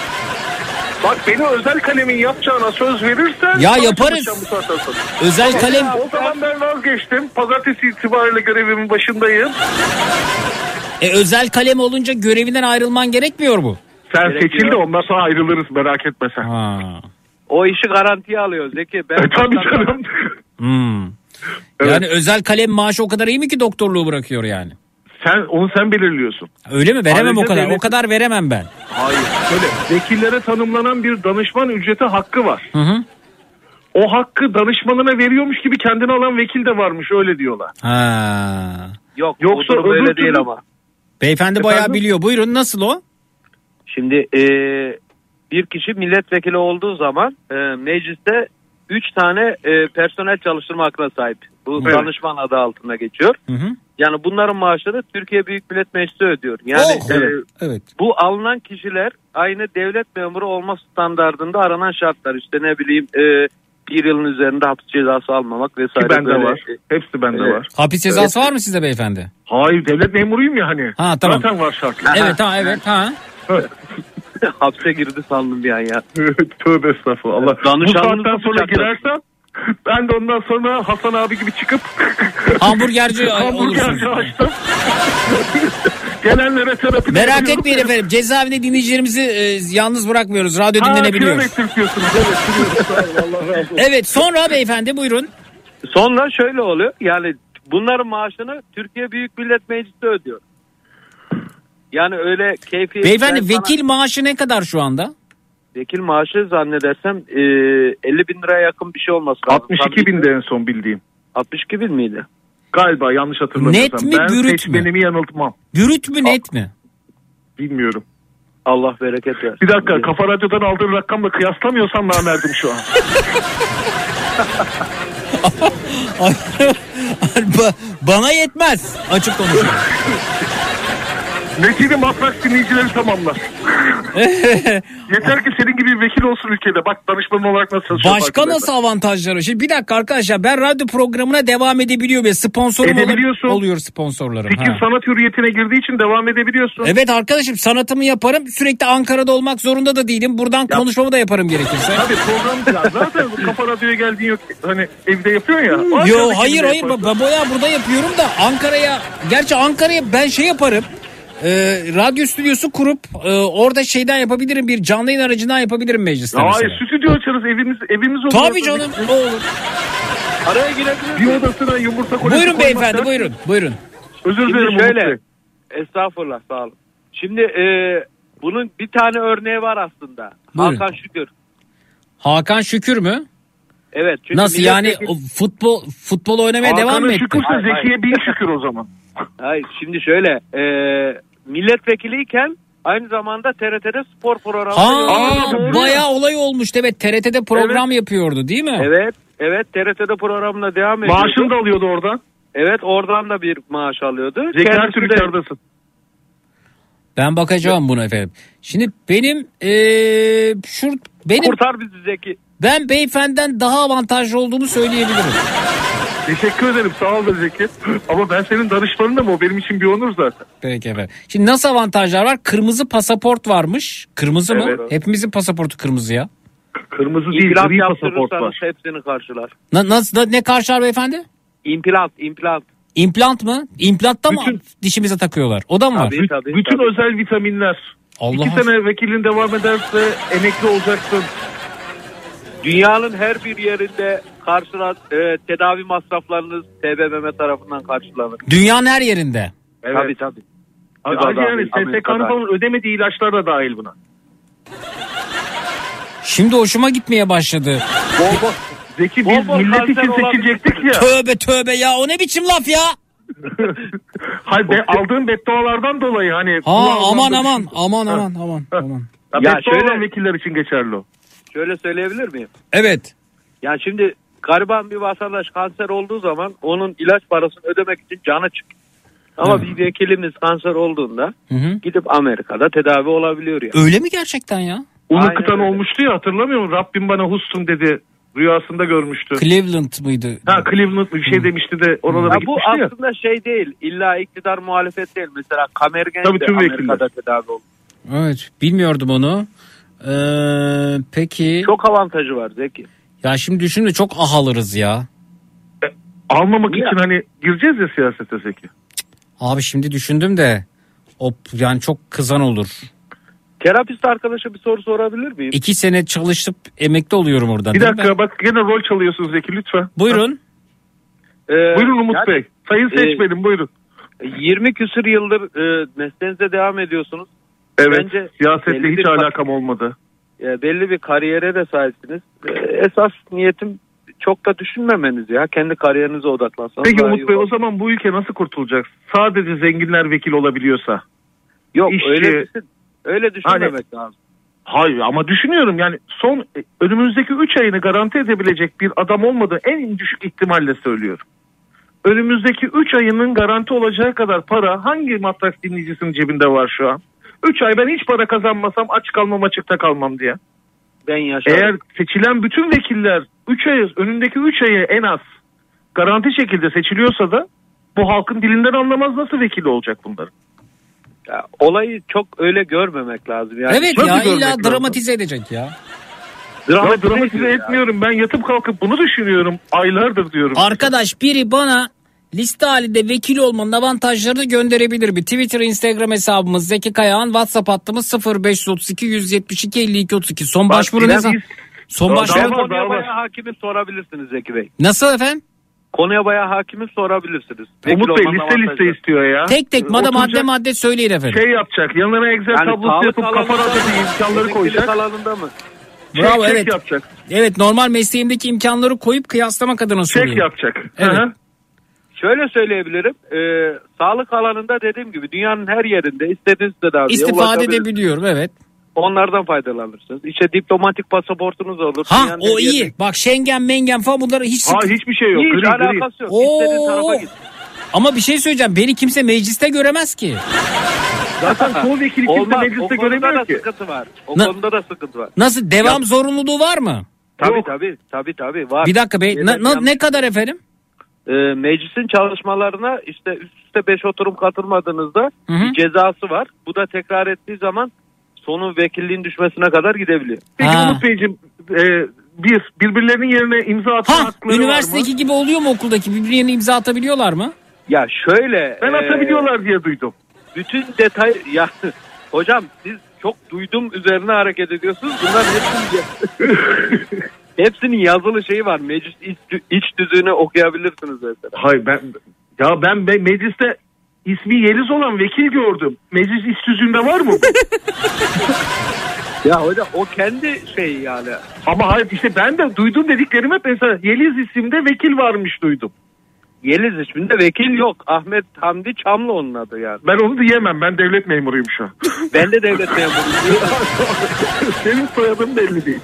S17: Bak, beni özel kalemin yapacağına söz verirsen...
S3: Ya yaparız. Özel kalem...
S17: O zaman ben vazgeçtim. Pazartesi itibariyle görevimin başındayım.
S3: Özel kalem olunca görevinden ayrılman gerekmiyor mu?
S17: Sen seçil de ondan sonra ayrılırız, merak etme sen.
S16: O işi garantiye alıyor Zeki.
S17: Tabii canım.
S3: Yani özel kalem maaşı o kadar iyi mi ki doktorluğu bırakıyor yani?
S17: Onu sen belirliyorsun.
S3: Öyle mi? Veremem
S17: Ayrıca
S3: o kadar. O kadar veremem ben.
S17: Hayır. Şöyle, vekillere tanımlanan bir danışman ücreti hakkı var. O hakkı danışmanına veriyormuş gibi kendine alan vekil de varmış, öyle diyorlar.
S16: Yoksa öyle değil ama.
S3: Beyefendi bayağı biliyor. Buyurun, nasıl o?
S16: Şimdi bir kişi milletvekili olduğu zaman mecliste 3 tane personel çalıştırma hakkına sahip. Bu
S17: Evet.
S16: danışman adı altında geçiyor. Yani bunların maaşları Türkiye Büyük Millet Meclisi ödüyor. Yani
S3: Evet.
S16: bu alınan kişiler aynı devlet memuru olma standardında aranan şartlar. İşte ne bileyim 1 yılın üzerinde hapis cezası almamak vesaire.
S17: Ki bende
S16: böyle.
S17: var. Hepsi bende var.
S3: Hapis cezası var mı sizde beyefendi?
S17: Hayır, devlet memuruyum ya hani.
S3: Ha, tamam.
S17: Zaten var şartlar.
S3: Evet ha, evet ha.
S16: Hapse girdi sandım bir an ya.
S17: Tövbe estağfurullah. Allah. Bu
S16: Danışanlığınızı
S17: saatten sonra
S16: bıçaklar.
S17: girersem ben de ondan sonra Hasan abi gibi çıkıp
S3: Hamburgerci
S17: hamburgerci
S3: olursunuz.
S17: açtım. Gelenlere terapi
S3: Merak
S17: yapıyorum.
S3: etmeyin efendim. Cezaevinde dinleyicilerimizi yalnız bırakmıyoruz. Radyo dinlenebiliyor.
S17: Ha, Türkiyorsunuz. Evet, Allah razı olsun.
S3: Evet, sonra beyefendi buyurun.
S16: Sonra şöyle oluyor. Yani bunların maaşını Türkiye Büyük Millet Meclisi ödüyor. Yani öyle keyfi...
S3: Beyefendi vekil maaşı ne kadar şu anda?
S16: Vekil maaşı zannedersem 50 bin liraya yakın bir şey olması lazım.
S17: 62 binde en son bildiğim.
S16: 62 bin miydi?
S17: Galiba yanlış hatırlamıyorsam.
S3: Net mi,
S17: ben
S3: bürüt mü?
S17: seçmenimi yanıltmam.
S3: Bürüt mü, net mi?
S17: Bilmiyorum.
S16: Allah bereket versin.
S17: Bir dakika, Kafa Radyo'dan aldığın rakamla kıyaslamıyorsam namerdim şu an.
S3: Bana yetmez. Açık konuşuyorum.
S17: Vekili Matrax dinleyicileri tamamlar. Yeter ki senin gibi bir vekil olsun ülkede. Bak danışman olarak nasıl çalışıyor.
S3: Başka nasıl avantajları? Şimdi bir dakika arkadaşlar, ben radyo programına devam edebiliyor ve sponsorum oluyor sponsorlarım.
S17: Fikir sanat hürriyetine girdiği için devam edebiliyorsun.
S3: Evet arkadaşım, sanatımı yaparım. Sürekli Ankara'da olmak zorunda da değilim. Buradan konuşmamı da yaparım gerekirse.
S17: Tabii program zaten Kafa Radyo'ya geldiğin yok. Hani evde yapıyorsun ya.
S3: Yo hayır baboya burada yapıyorum da Ankara'ya ben şey yaparım. Radyo stüdyosu kurup orada şeyden yapabilirim, bir canlı yayın aracından yapabilirim mecliste.
S17: Hayır, stüdyo açarız, evimiz olur.
S3: Tabii canım, o olur.
S16: Araya girebiliriz.
S17: Bir odasına yumurta koymak.
S3: Buyurun beyefendi, buyurun.
S17: Özür dilerim.
S16: Şimdi şöyle, estağfurullah, sağ olun. Şimdi bunun bir tane örneği var aslında.
S3: Buyurun.
S16: Hakan Şükür.
S3: Hakan Şükür mü?
S16: Evet. Çünkü
S3: nasıl yani, futbol oynamaya devam mı etti?
S17: Şükürse Zekiye bin şükür o zaman.
S16: Hayır, şimdi şöyle milletvekiliyken aynı zamanda TRT'de spor programı
S3: bayağı olay olmuştu, evet, TRT'de program yapıyordu değil mi?
S16: Evet TRT'de programına devam ediyordu.
S17: Maaşını da alıyordu oradan.
S16: Evet, oradan da bir maaş alıyordu.
S17: Zeki her türlü kârdasın.
S3: Ben bakacağım buna efendim. Şimdi benim
S16: kurtar bizi Zeki.
S3: Ben beyefendiden daha avantajlı olduğumu söyleyebilirim.
S17: Teşekkür ederim, sağ ol Zeki. Ama ben senin danışmanınım, o benim için bir onur zaten.
S3: Peki efendim. Şimdi nasıl avantajlar var? Kırmızı pasaport varmış. Kırmızı mı?
S17: Evet.
S3: Hepimizin pasaportu kırmızı ya.
S17: Kırmızı değil, gri pasaport var.
S16: Hepsini karşılar.
S3: Ne karşılar beyefendi?
S16: İmplant.
S3: İmplant mı? İmplantta mı dişimize takıyorlar? O da mı var?
S17: Bütün özel vitaminler. 2 sene vekilin devam ederse emekli olacaksın.
S16: Dünyanın her bir yerinde tedavi masraflarınız TBMM tarafından karşılanır.
S3: Dünyanın her yerinde.
S16: Evet. Tabii.
S17: Ayrıca yani SSK'nın falan ödemediği ilaçlar da dahil buna.
S3: Şimdi hoşuma gitmeye başladı.
S17: Zeki, biz millet için seçilecektik ya.
S3: Tövbe ya, o ne biçim laf ya?
S17: Hayır, aldığın beddualardan dolayı hani.
S3: Aman.
S16: Ya
S17: beddua vekiller için geçerli o.
S16: Şöyle söyleyebilir miyim?
S3: Evet.
S16: Yani şimdi gariban bir vatandaş kanser olduğu zaman onun ilaç parasını ödemek için canı çıkıyor. Ama bir vekilimiz kanser olduğunda gidip Amerika'da tedavi olabiliyor ya.
S3: Öyle mi gerçekten ya?
S17: Ulu kıtan olmuştu ya, hatırlamıyor musun? Rabbim bana Houston dedi. Rüyasında görmüştü.
S3: Cleveland mıydı?
S17: Cleveland bir şey demişti de oralara gitmişti
S16: ya. Bu
S17: ya.
S16: aslında şey değil. İlla iktidar muhalefet değil. Mesela Kamergen de Amerika'da tedavi oldu.
S3: Evet, bilmiyordum onu. Peki.
S16: Çok avantajı var Zeki.
S3: Ya şimdi düşünün, çok alırız ya.
S17: Almamak için hani gireceğiz ya siyasete Zeki.
S3: Abi şimdi düşündüm de yani çok kızan olur.
S16: Terapist arkadaşa bir soru sorabilir miyim?
S3: 2 sene çalışıp emekli oluyorum oradan.
S17: Bir dakika bak, gene rol çalıyorsunuz Zeki, lütfen.
S3: Buyurun.
S17: Buyurun Umut Bey. Sayın seçmenim, buyurun.
S16: 20 küsur yıldır mesleğinize devam ediyorsunuz.
S17: Evet.
S16: Bence
S17: siyasetle hiç alakam olmadı.
S16: Belli bir kariyere de sahipsiniz. Esas niyetim çok da düşünmemeniz ya. Kendi kariyerinize odaklansanız.
S17: Peki Umut Bey, o zaman bu ülke nasıl kurtulacak? Sadece zenginler vekil olabiliyorsa.
S16: Yok, öyle düşünmemek lazım.
S17: Hayır ama düşünüyorum yani önümüzdeki 3 ayını garanti edebilecek bir adam olmadığı en düşük ihtimalle söylüyorum. Önümüzdeki 3 ayının garanti olacağı kadar para hangi Matrax dinleyicisinin cebinde var şu an? 3 ay ben hiç para kazanmasam aç kalmam, açıkta kalmam diye.
S16: Ben yaşarım.
S17: Eğer seçilen bütün vekiller önündeki 3 ayı en az garanti şekilde seçiliyorsa da bu halkın dilinden anlamaz, nasıl vekil olacak bunların?
S16: Ya, olayı çok öyle görmemek lazım. Yani
S3: evet ya, illa dramatize edecek ya.
S17: Dramatize etmiyorum. Ben yatıp kalkıp bunu düşünüyorum. Aylardır diyorum.
S3: Arkadaş biri bana liste halinde vekil olmanın avantajlarını gönderebilir mi? Twitter, Instagram hesabımız Zeki Kayağan, WhatsApp hattımız 0532 172 52 32. Son başvuru ne zaman? Son başvuru.
S16: Konuya bayağı hakimi sorabilirsiniz Zeki Bey.
S3: Nasıl efendim?
S16: Konuya bayağı hakimi sorabilirsiniz.
S17: Umut Bey liste istiyor ya.
S3: Tek madde söyleyin efendim.
S17: Şey yapacak. Yanına Excel tablosu yapıp kafa rahatlatıcı imkanları koyacak.
S16: Alanında mı?
S3: Bravo, evet.
S17: Yapacak.
S3: Evet, normal mesleğimdeki imkanları koyup kıyaslamak adına soruyorum.
S17: Çek yapacak.
S3: Evet.
S17: Hı-hı.
S16: Şöyle söyleyebilirim. Sağlık alanında dediğim gibi dünyanın her yerinde istediğiniz tedaviye
S3: İstifade edebiliyorum, evet.
S16: Onlardan faydalanırsınız. İşte diplomatik pasaportunuz olur.
S3: Ha, o iyi. Bak Schengen, Mengen falan bunları
S17: hiçbir şey yok.
S16: Hiç alakası yok. İstediğin tarafa git.
S3: Ama bir şey söyleyeceğim. Beni kimse mecliste göremez ki.
S17: Zaten çoğu vekili kimse mecliste göremiyor ki.
S16: Sıkıntı var. Konuda da sıkıntı var.
S3: Nasıl? Devam zorunluluğu var mı?
S16: Tabii var.
S3: Bir dakika bey. Ne kadar efendim?
S16: Meclisin çalışmalarına işte üst üste 5 oturum katılmadığınızda bir cezası var. Bu da tekrar ettiği zaman sonun vekilliğin düşmesine kadar gidebiliyor.
S17: Peki Umut Beyciğim birbirlerinin yerine imza atma hakları var mı?
S3: Üniversitedeki gibi oluyor mu okuldaki? Birbirlerine yerine imza atabiliyorlar mı?
S16: Ya şöyle.
S17: Ben atabiliyorlar diye duydum.
S16: Bütün detay ya hocam siz çok duydum üzerine hareket ediyorsunuz. Bunlar hepsinin yazılı şeyi var. Meclis iç düzüğünü okuyabilirsiniz mesela.
S17: Hayır ben mecliste ismi Yeliz olan vekil gördüm. Meclis iç düzüğünde var mı?
S16: Ya hocam o kendi şeyi yani.
S17: Ama hayır işte ben de duydum dediklerim hep mesela Yeliz isimde vekil varmış duydum.
S16: Yeliz isminde vekil yok. Ahmet Hamdi Çamlı onun adı yani.
S17: Ben onu diyemem. Ben devlet memuruyum şu an.
S16: Ben de devlet memuruyum.
S17: Senin soyadın belli değil.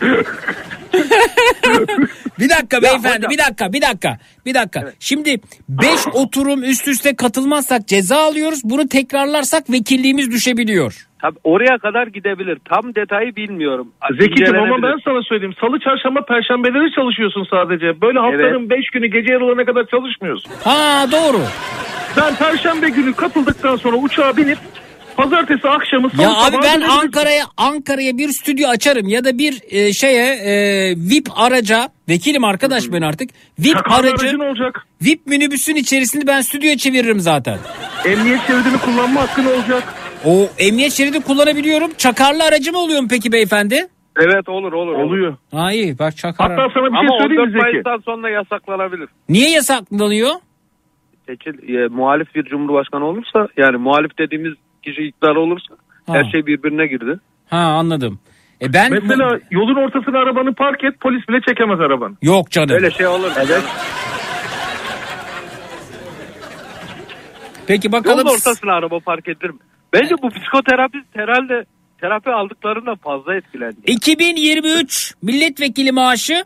S3: Bir dakika beyefendi, bir dakika. Evet. Şimdi 5 oturum üst üste katılmazsak ceza alıyoruz. Bunu tekrarlarsak vekilliğimiz düşebiliyor.
S16: Tabii oraya kadar gidebilir. Tam detayı bilmiyorum.
S17: Zeki'cim ama ben sana söyleyeyim. Salı, çarşamba, perşembeleri çalışıyorsun sadece. Böyle haftanın 5 günü gece yarılarına kadar çalışmıyorsun.
S3: Ha doğru.
S17: Ben perşembe günü katıldıktan sonra uçağa binip pazartesi akşamı
S3: ya abi ben Ankara'ya bir stüdyo açarım ya da bir VIP araca, vekilim arkadaş ben artık.
S17: Aracın olacak.
S3: VIP minibüsün içerisinde ben stüdyoya çeviririm zaten.
S17: Emniyet şeridini kullanma hakkın olacak.
S3: O emniyet şeridi kullanabiliyorum. Çakarlı aracı mı oluyor mu peki beyefendi?
S16: Evet olur.
S17: Oluyor.
S3: Ha iyi bak çakar.
S17: Hatta sana bir şey söyleyeyim mi Zeki?
S16: Ama 14 Mayıs'tan sonra yasaklanabilir.
S3: Niye yasaklanıyor?
S16: Muhalif bir cumhurbaşkanı olursa yani muhalif dediğimiz kişi iktidar olursa her şey birbirine girdi.
S3: Ha anladım.
S17: Mesela yolun ortasına arabanı park et, polis bile çekemez arabanı.
S3: Yok canım.
S16: Öyle şey olur.
S17: Evet.
S3: Peki bakalım.
S16: Yolun ortasına araba park edilir mi? Bence bu psikoterapist herhalde terapi aldıklarından fazla etkilendi.
S3: 2023 milletvekili maaşı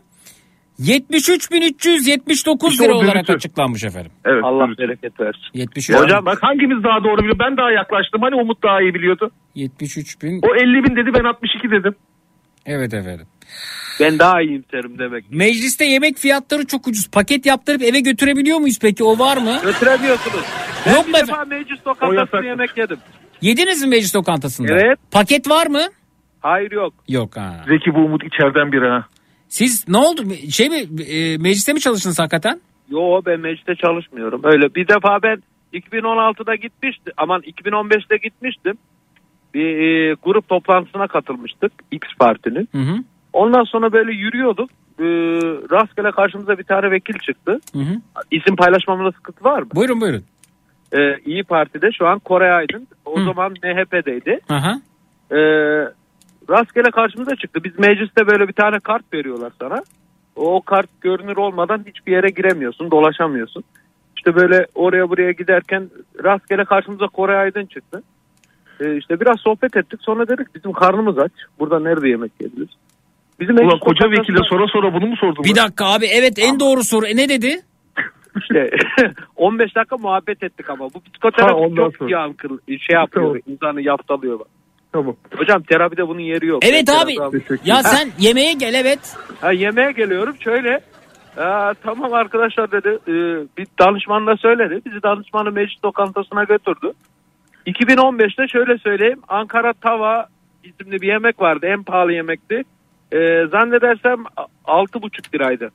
S3: 73.379 lira olarak açıklanmış efendim.
S17: Evet.
S16: Allah bereket versin.
S3: 73.
S17: Hocam bak hangimiz daha doğru biliyor? Ben daha yaklaştım. Hani Umut daha iyi biliyordu.
S3: 73.000.
S17: O 50.000 dedi, ben 62 dedim.
S3: Evet efendim.
S16: Ben daha iyimserim demek.
S3: Mecliste yemek fiyatları çok ucuz. Paket yaptırıp eve götürebiliyor muyuz peki? O var mı?
S16: Götüremiyorsunuz. Ben
S3: yok
S16: bir
S3: mu
S16: defa meclis lokantasında yemek yedim.
S3: Yediniz mi meclis lokantasında?
S16: Evet.
S3: Paket var mı?
S16: Hayır yok.
S3: Yok ha.
S17: Zeki bu Umut içeriden biri ha.
S3: Siz ne oldu? Mecliste mi çalıştınız hakikaten?
S16: Yo ben mecliste çalışmıyorum. Öyle bir defa ben 2016'da gitmiştim. Aman 2015'te gitmiştim. Bir grup toplantısına katılmıştık X Parti'nin.
S3: Hı.
S16: Ondan sonra böyle yürüyorduk. Rastgele karşımıza bir tane vekil çıktı.
S3: Hı.
S16: İsim paylaşmamda sıkıntı var mı?
S3: Buyurun.
S16: İyi Parti'de şu an Koray Aydın. O zaman MHP'deydi.
S3: Aha.
S16: Rastgele karşımıza çıktı. Biz mecliste böyle bir tane kart veriyorlar sana. O kart görünür olmadan hiçbir yere giremiyorsun, dolaşamıyorsun. İşte böyle oraya buraya giderken rastgele karşımıza Koray Aydın çıktı. İşte biraz sohbet ettik. Sonra dedik bizim karnımız aç. Burada nerede yemek yiyebiliriz? Bizim
S17: Ulan koca vekile sonra bunu mu sordun?
S3: Bir dakika abi, evet en doğru soru. Ne dedi?
S16: İşte 15 dakika muhabbet ettik ama bu psikoterapi çok yankılı şey yapıyor. İnsanı yaftalıyor.
S17: Tamam.
S16: Hocam terapide bunun yeri yok.
S3: Evet abi. Ya sen yemeğe gel, evet.
S16: Yemeğe geliyorum şöyle. Tamam arkadaşlar dedi. Bir danışmanla söyledi. Bizi danışmanı meclis lokantasına götürdü. 2015'te şöyle söyleyeyim. Ankara Tava isimli bir yemek vardı. En pahalı yemekti. Zannedersem 6,5 liraydı.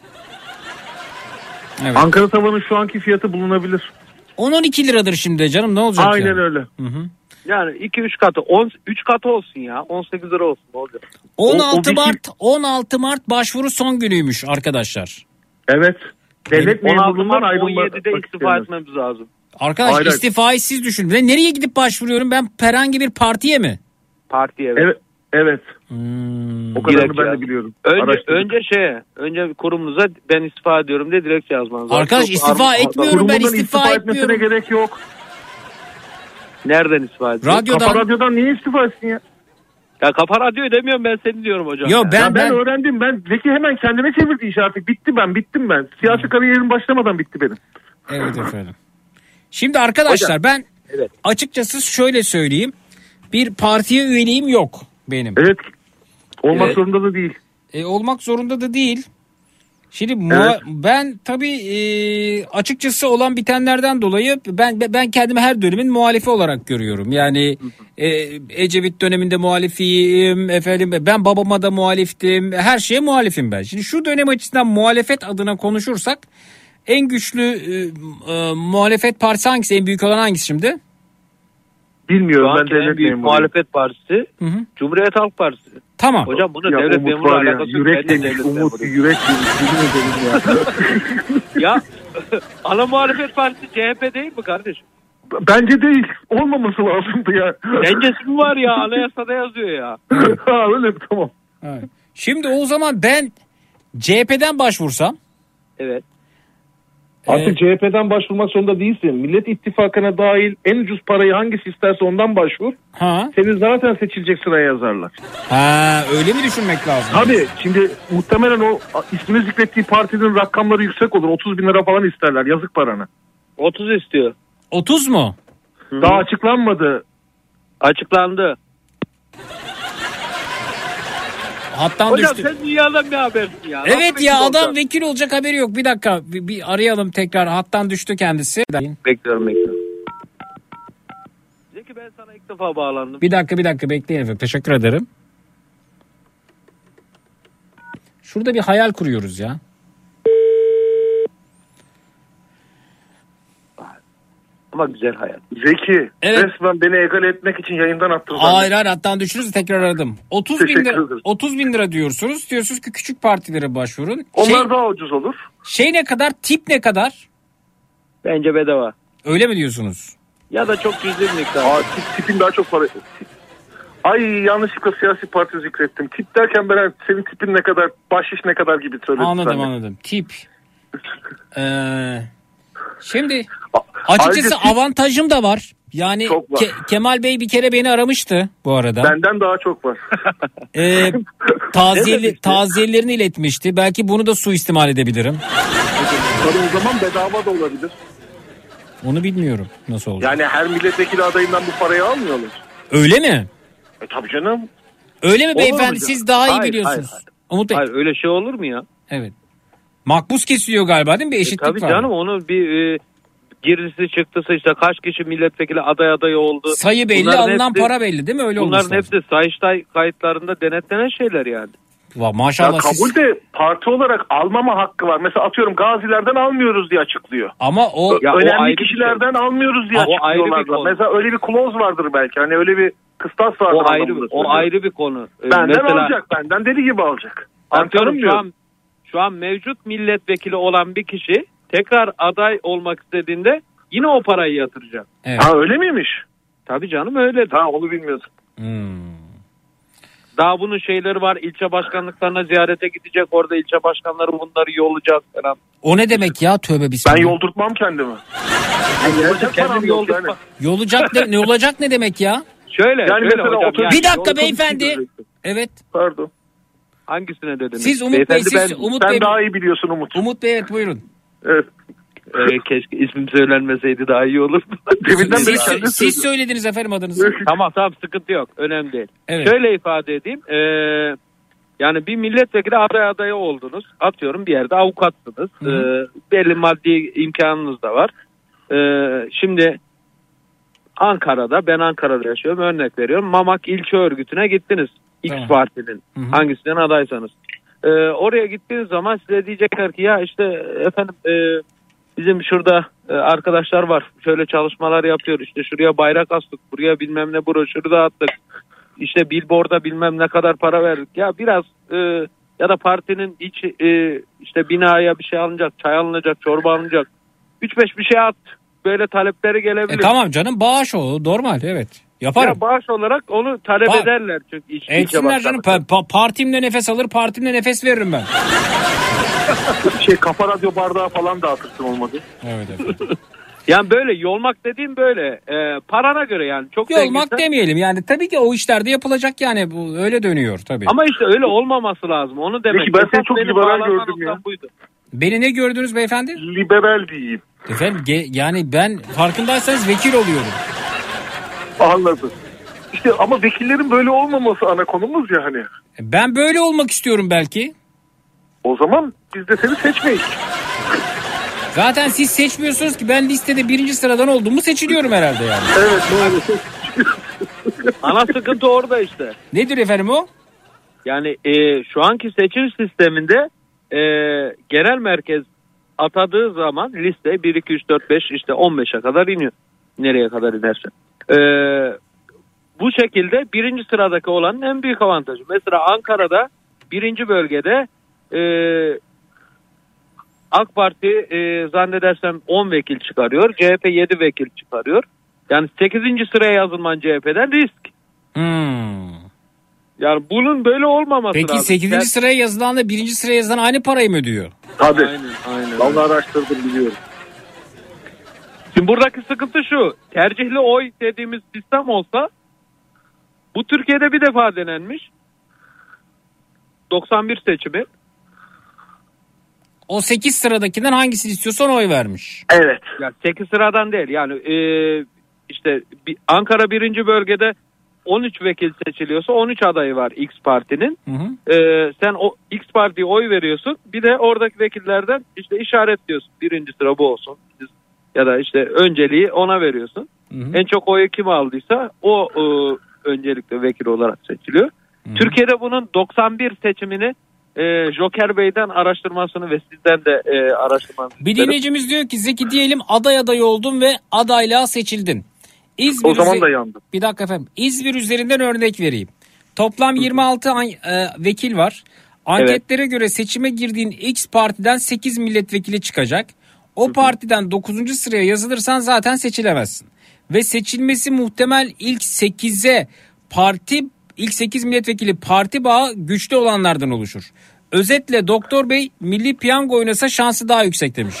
S3: Evet.
S17: Ankara Tava'nın şu anki fiyatı bulunabilir.
S3: 10-12 liradır şimdi canım, ne olacak?
S17: Aynen
S3: yani?
S17: Öyle.
S3: Hı-hı.
S16: Yani 2-3 katı 3 katı olsun ya, 18 lira olsun, ne olacak?
S3: 16 Mart başvuru son günüymüş arkadaşlar.
S17: Evet. Devlet memurluğundan
S16: 17'de istifa etmemiz lazım.
S3: Arkadaş istifayı siz düşünün. Ben nereye gidip başvuruyorum? Ben herhangi bir partiye mi?
S16: Partiye
S17: evet. O kadarını ben de biliyorum.
S16: Önce kurumunuza ben istifa ediyorum diye dilekçe yazmanız lazım.
S3: Arkadaş istifa etmiyorum, ben istifa etmiyorum.
S17: Etmesine gerek yok.
S16: Nereden istifa ediyorsun?
S3: Radyodan.
S17: Kafa Radyo'dan niye istifa etsin ya?
S16: Ya Kafa Radyo demiyorum, ben seni diyorum hocam.
S3: Yo,
S17: ben öğrendim. Zeki hemen kendine çevirdi iş artık. Bittim ben. Siyasi kariyerim başlamadan bitti benim.
S3: Evet efendim. Şimdi arkadaşlar hocam, ben açıkçası şöyle söyleyeyim. Bir partiye üyeliğim yok benim.
S17: Evet. Olmak zorunda da değil.
S3: Olmak zorunda da değil. Şimdi ben tabii açıkçası olan bitenlerden dolayı ben kendimi her dönemin muhalifi olarak görüyorum. Yani Ecevit döneminde muhalifiyim, efendim ben babama da muhaliftim, her şeye muhalifim ben. Şimdi şu dönem açısından muhalefet adına konuşursak en güçlü muhalefet partisi hangisi, en büyük olan hangisi şimdi?
S17: Bilmiyorum, ben devlet
S16: en büyük muhalefet partisi Cumhuriyet Halk Partisi.
S3: Tamam.
S16: Hocam bunu devlet memuru alakası yok.
S17: Yürek
S16: ya ana muhalefet partisi CHP değil mi kardeşim?
S17: Bence değil. Olmaması lazımdı ya.
S16: Bencesi mi var ya? Anayasada yazıyor ya.
S17: Öyle tamam.
S3: Evet. Şimdi o zaman ben CHP'den başvursam.
S16: Evet.
S17: Artık CHP'den başvurmak zorunda değilsin. Millet İttifakı'na dahil en ucuz parayı hangisi isterse ondan başvur. Seni zaten seçilecek sıraya yazarlar.
S3: Öyle mi düşünmek lazım?
S17: Tabii. Şimdi muhtemelen o ismini zikrettiği partinin rakamları yüksek olur. 30 bin lira falan isterler. Yazık parana.
S16: 30 istiyor.
S3: 30 mu?
S17: Daha açıklanmadı.
S16: Açıklandı.
S3: Hattan
S16: hocam
S3: düştü.
S16: sen dünyadan bir habersin ya.
S3: Evet ya, adam vekil olacak, haberi yok. Bir dakika bir arayalım tekrar. Hattan düştü kendisi.
S16: Bekliyorum. Zeki, ben sana ilk defa bağlandım.
S3: Bir dakika bekleyin efendim. Teşekkür ederim. Şurada bir hayal kuruyoruz ya.
S16: Ama güzel hayat.
S17: Zeki, resmen beni egal etmek için yayından attın.
S3: Hayır, hattan düşürüz, tekrar aradım. 30 bin lira diyorsunuz ki küçük partilere başvurun.
S17: Onlar daha ucuz olur.
S3: Ne kadar, tip ne kadar?
S16: Bence bedava.
S3: Öyle mi diyorsunuz?
S16: Ya da çok cüzi bir miktar.
S17: Tipin daha çok para. Ay, yanlışlıkla siyasi parti zikrettim. Tip derken ben senin tipin ne kadar, bahşiş ne kadar gibi söyledim.
S3: Anladım. Tip. Şimdi açıkçası avantajım da var. Yani Kemal Bey bir kere beni aramıştı bu arada.
S17: Benden daha çok var.
S3: Taziyelerini iletmişti. Belki bunu da suistimal edebilirim.
S17: O zaman bedava da olabilir.
S3: Onu bilmiyorum nasıl olacak.
S17: Yani her milletvekili adayından bu parayı almıyorlar.
S3: Öyle mi?
S17: Tabii canım.
S3: Öyle mi beyefendi? Siz daha iyi biliyorsunuz.
S16: Hayır, öyle şey olur mu ya?
S3: Evet. Makbuz kesiliyor galiba, değil mi? Bir eşitlik var.
S16: Tabii canım, onun bir girdisi çıktısı, işte kaç kişi milletvekili aday oldu.
S3: Sayı belli, alınan para belli değil mi? Öyle olmuş.
S16: Bunların hepsi Sayıştay kayıtlarında denetlenen şeyler yani.
S3: Maşallah.
S17: Ya kabul de parti olarak almama hakkı var. Mesela atıyorum Gazilerden almıyoruz diye açıklıyor.
S3: Ama
S17: önemli kişilerden almıyoruz diye açıklıyorlar. Mesela öyle bir clause vardır belki. Hani öyle bir kıstas vardır.
S16: O ayrı bir konu.
S17: Benden alacak. Benden deli gibi alacak.
S16: Atıyorum şu an mevcut milletvekili olan bir kişi tekrar aday olmak istediğinde yine o parayı yatıracak.
S3: Evet.
S17: Öyle miymiş?
S16: Tabii canım, öyle.
S17: Onu bilmiyordum.
S16: Daha bunun şeyleri var. İlçe başkanlıklarına ziyarete gidecek. Orada ilçe başkanları bunları yollayacağız falan.
S3: O ne demek ya, tövbe bismillah.
S17: Ben yoldurtmam kendimi.
S3: Ne olacak ne demek ya?
S16: Şöyle
S17: mesela
S16: hocam.
S3: Bir dakika beyefendi. Evet.
S17: Pardon.
S16: Hangisine dediniz?
S3: Siz Umut Bey, Umut
S17: sen
S3: Bey.
S17: daha iyi biliyorsun Umut.
S3: Umut Bey, evet buyurun.
S17: Evet.
S16: Keşke ismim söylenmeseydi daha iyi olurdu.
S3: Siz söylediniz efendim adınızı.
S16: Tamam sıkıntı yok. Önemli değil.
S3: Evet.
S16: Şöyle ifade edeyim. Yani bir milletvekili adayı oldunuz. Atıyorum bir yerde avukatsınız. Belli maddi imkanınız da var. Şimdi Ankara'da, ben Ankara'da yaşıyorum, örnek veriyorum. Mamak ilçe örgütüne gittiniz. X partinin hangisinden adaysanız. Oraya gittiğiniz zaman size diyecekler ki ya işte efendim bizim şurada arkadaşlar var. Şöyle çalışmalar yapıyor. İşte şuraya bayrak astık. Buraya bilmem ne broşürü dağıttık. İşte billboard'a bilmem ne kadar para verdik. Ya biraz ya da partinin işte binaya bir şey alınacak, çay alınacak, çorba alınacak. 3-5 bir şey at. Böyle talepleri gelebilir.
S3: Tamam canım, bağış o normal, evet. Yaparım.
S16: Ya bağış olarak onu talep ederler çünkü
S3: etsinler canım. Partimle nefes alır, partimle nefes veririm ben.
S17: Kafa radyo bardağı falan dağıtırsın olmadı.
S3: Evet efendim.
S16: Yani böyle yolmak dediğim böyle parana göre yani. Çok
S3: yolmak demeyelim yani, tabii ki o işlerde yapılacak yani, bu öyle dönüyor tabii.
S16: Ama işte öyle olmaması lazım, onu demek.
S17: Peki ben seni çok liberal gördüm ya.
S16: Buydu.
S3: Beni ne gördünüz beyefendi?
S17: Liberal diyeyim.
S3: Efendim yani ben farkındaysanız vekil oluyorum.
S17: Anladım. İşte ama vekillerin böyle olmaması ana konumuz ya hani.
S3: Ben böyle olmak istiyorum belki.
S17: O zaman biz de seni seçmeyiz.
S3: Zaten siz seçmiyorsunuz ki, ben listede 1. sıradan olduğumu seçiliyorum herhalde yani.
S17: Evet maalesef.
S16: Ana sıkıntı orada işte.
S3: Nedir efendim o?
S16: Yani şu anki seçim sisteminde genel merkez atadığı zaman liste 1, 2, 3, 4, 5 işte 15'e kadar iniyor. Nereye kadar inerse. Bu şekilde 1. sıradaki olanın en büyük avantajı. Mesela Ankara'da 1. bölgede AK Parti zannedersem 10 vekil çıkarıyor. CHP 7 vekil çıkarıyor. Yani 8. sıraya yazılman CHP'den risk. Yani bunun böyle olmaması
S3: Peki,
S16: lazım.
S3: Peki 8. sıraya yazılanla 1. sıraya yazılan aynı parayı mı ödüyor?
S17: Tabii.
S16: Aynen.
S17: Vallahi araştırdım, biliyorum.
S16: Şimdi buradaki sıkıntı şu. Tercihli oy dediğimiz sistem olsa, bu Türkiye'de bir defa denenmiş. 91 seçimi.
S3: O 8 sıradakinden hangisini istiyorsan oy vermiş.
S17: Evet.
S16: Yani 8 sıradan değil. Yani işte Ankara 1. bölgede 13 vekil seçiliyorsa 13 adayı var X partinin. Sen o X partiye oy veriyorsun. Bir de oradaki vekillerden işte işaretliyorsun. 1. sıra bu olsun. Ya da işte önceliği ona veriyorsun. En çok oyu kim aldıysa o öncelikle vekil olarak seçiliyor. Türkiye'de bunun 91 seçimini Joker Bey'den araştırmasını ve sizden de araştırmanızı
S3: Bir dinleyicimiz diyor ki, Zeki diyelim aday oldun ve adaylığa seçildin. İzmir
S17: o zaman da yandım.
S3: Bir dakika efendim. İzmir üzerinden örnek vereyim. Toplam 26 vekil var. Anketlere göre seçime girdiğin X partiden 8 milletvekili çıkacak. O partiden 9. sıraya yazılırsan zaten seçilemezsin. Ve seçilmesi muhtemel ilk 8 milletvekili parti bağı güçlü olanlardan oluşur. Özetle Doktor Bey milli piyango oynasa şansı daha yüksek demiş.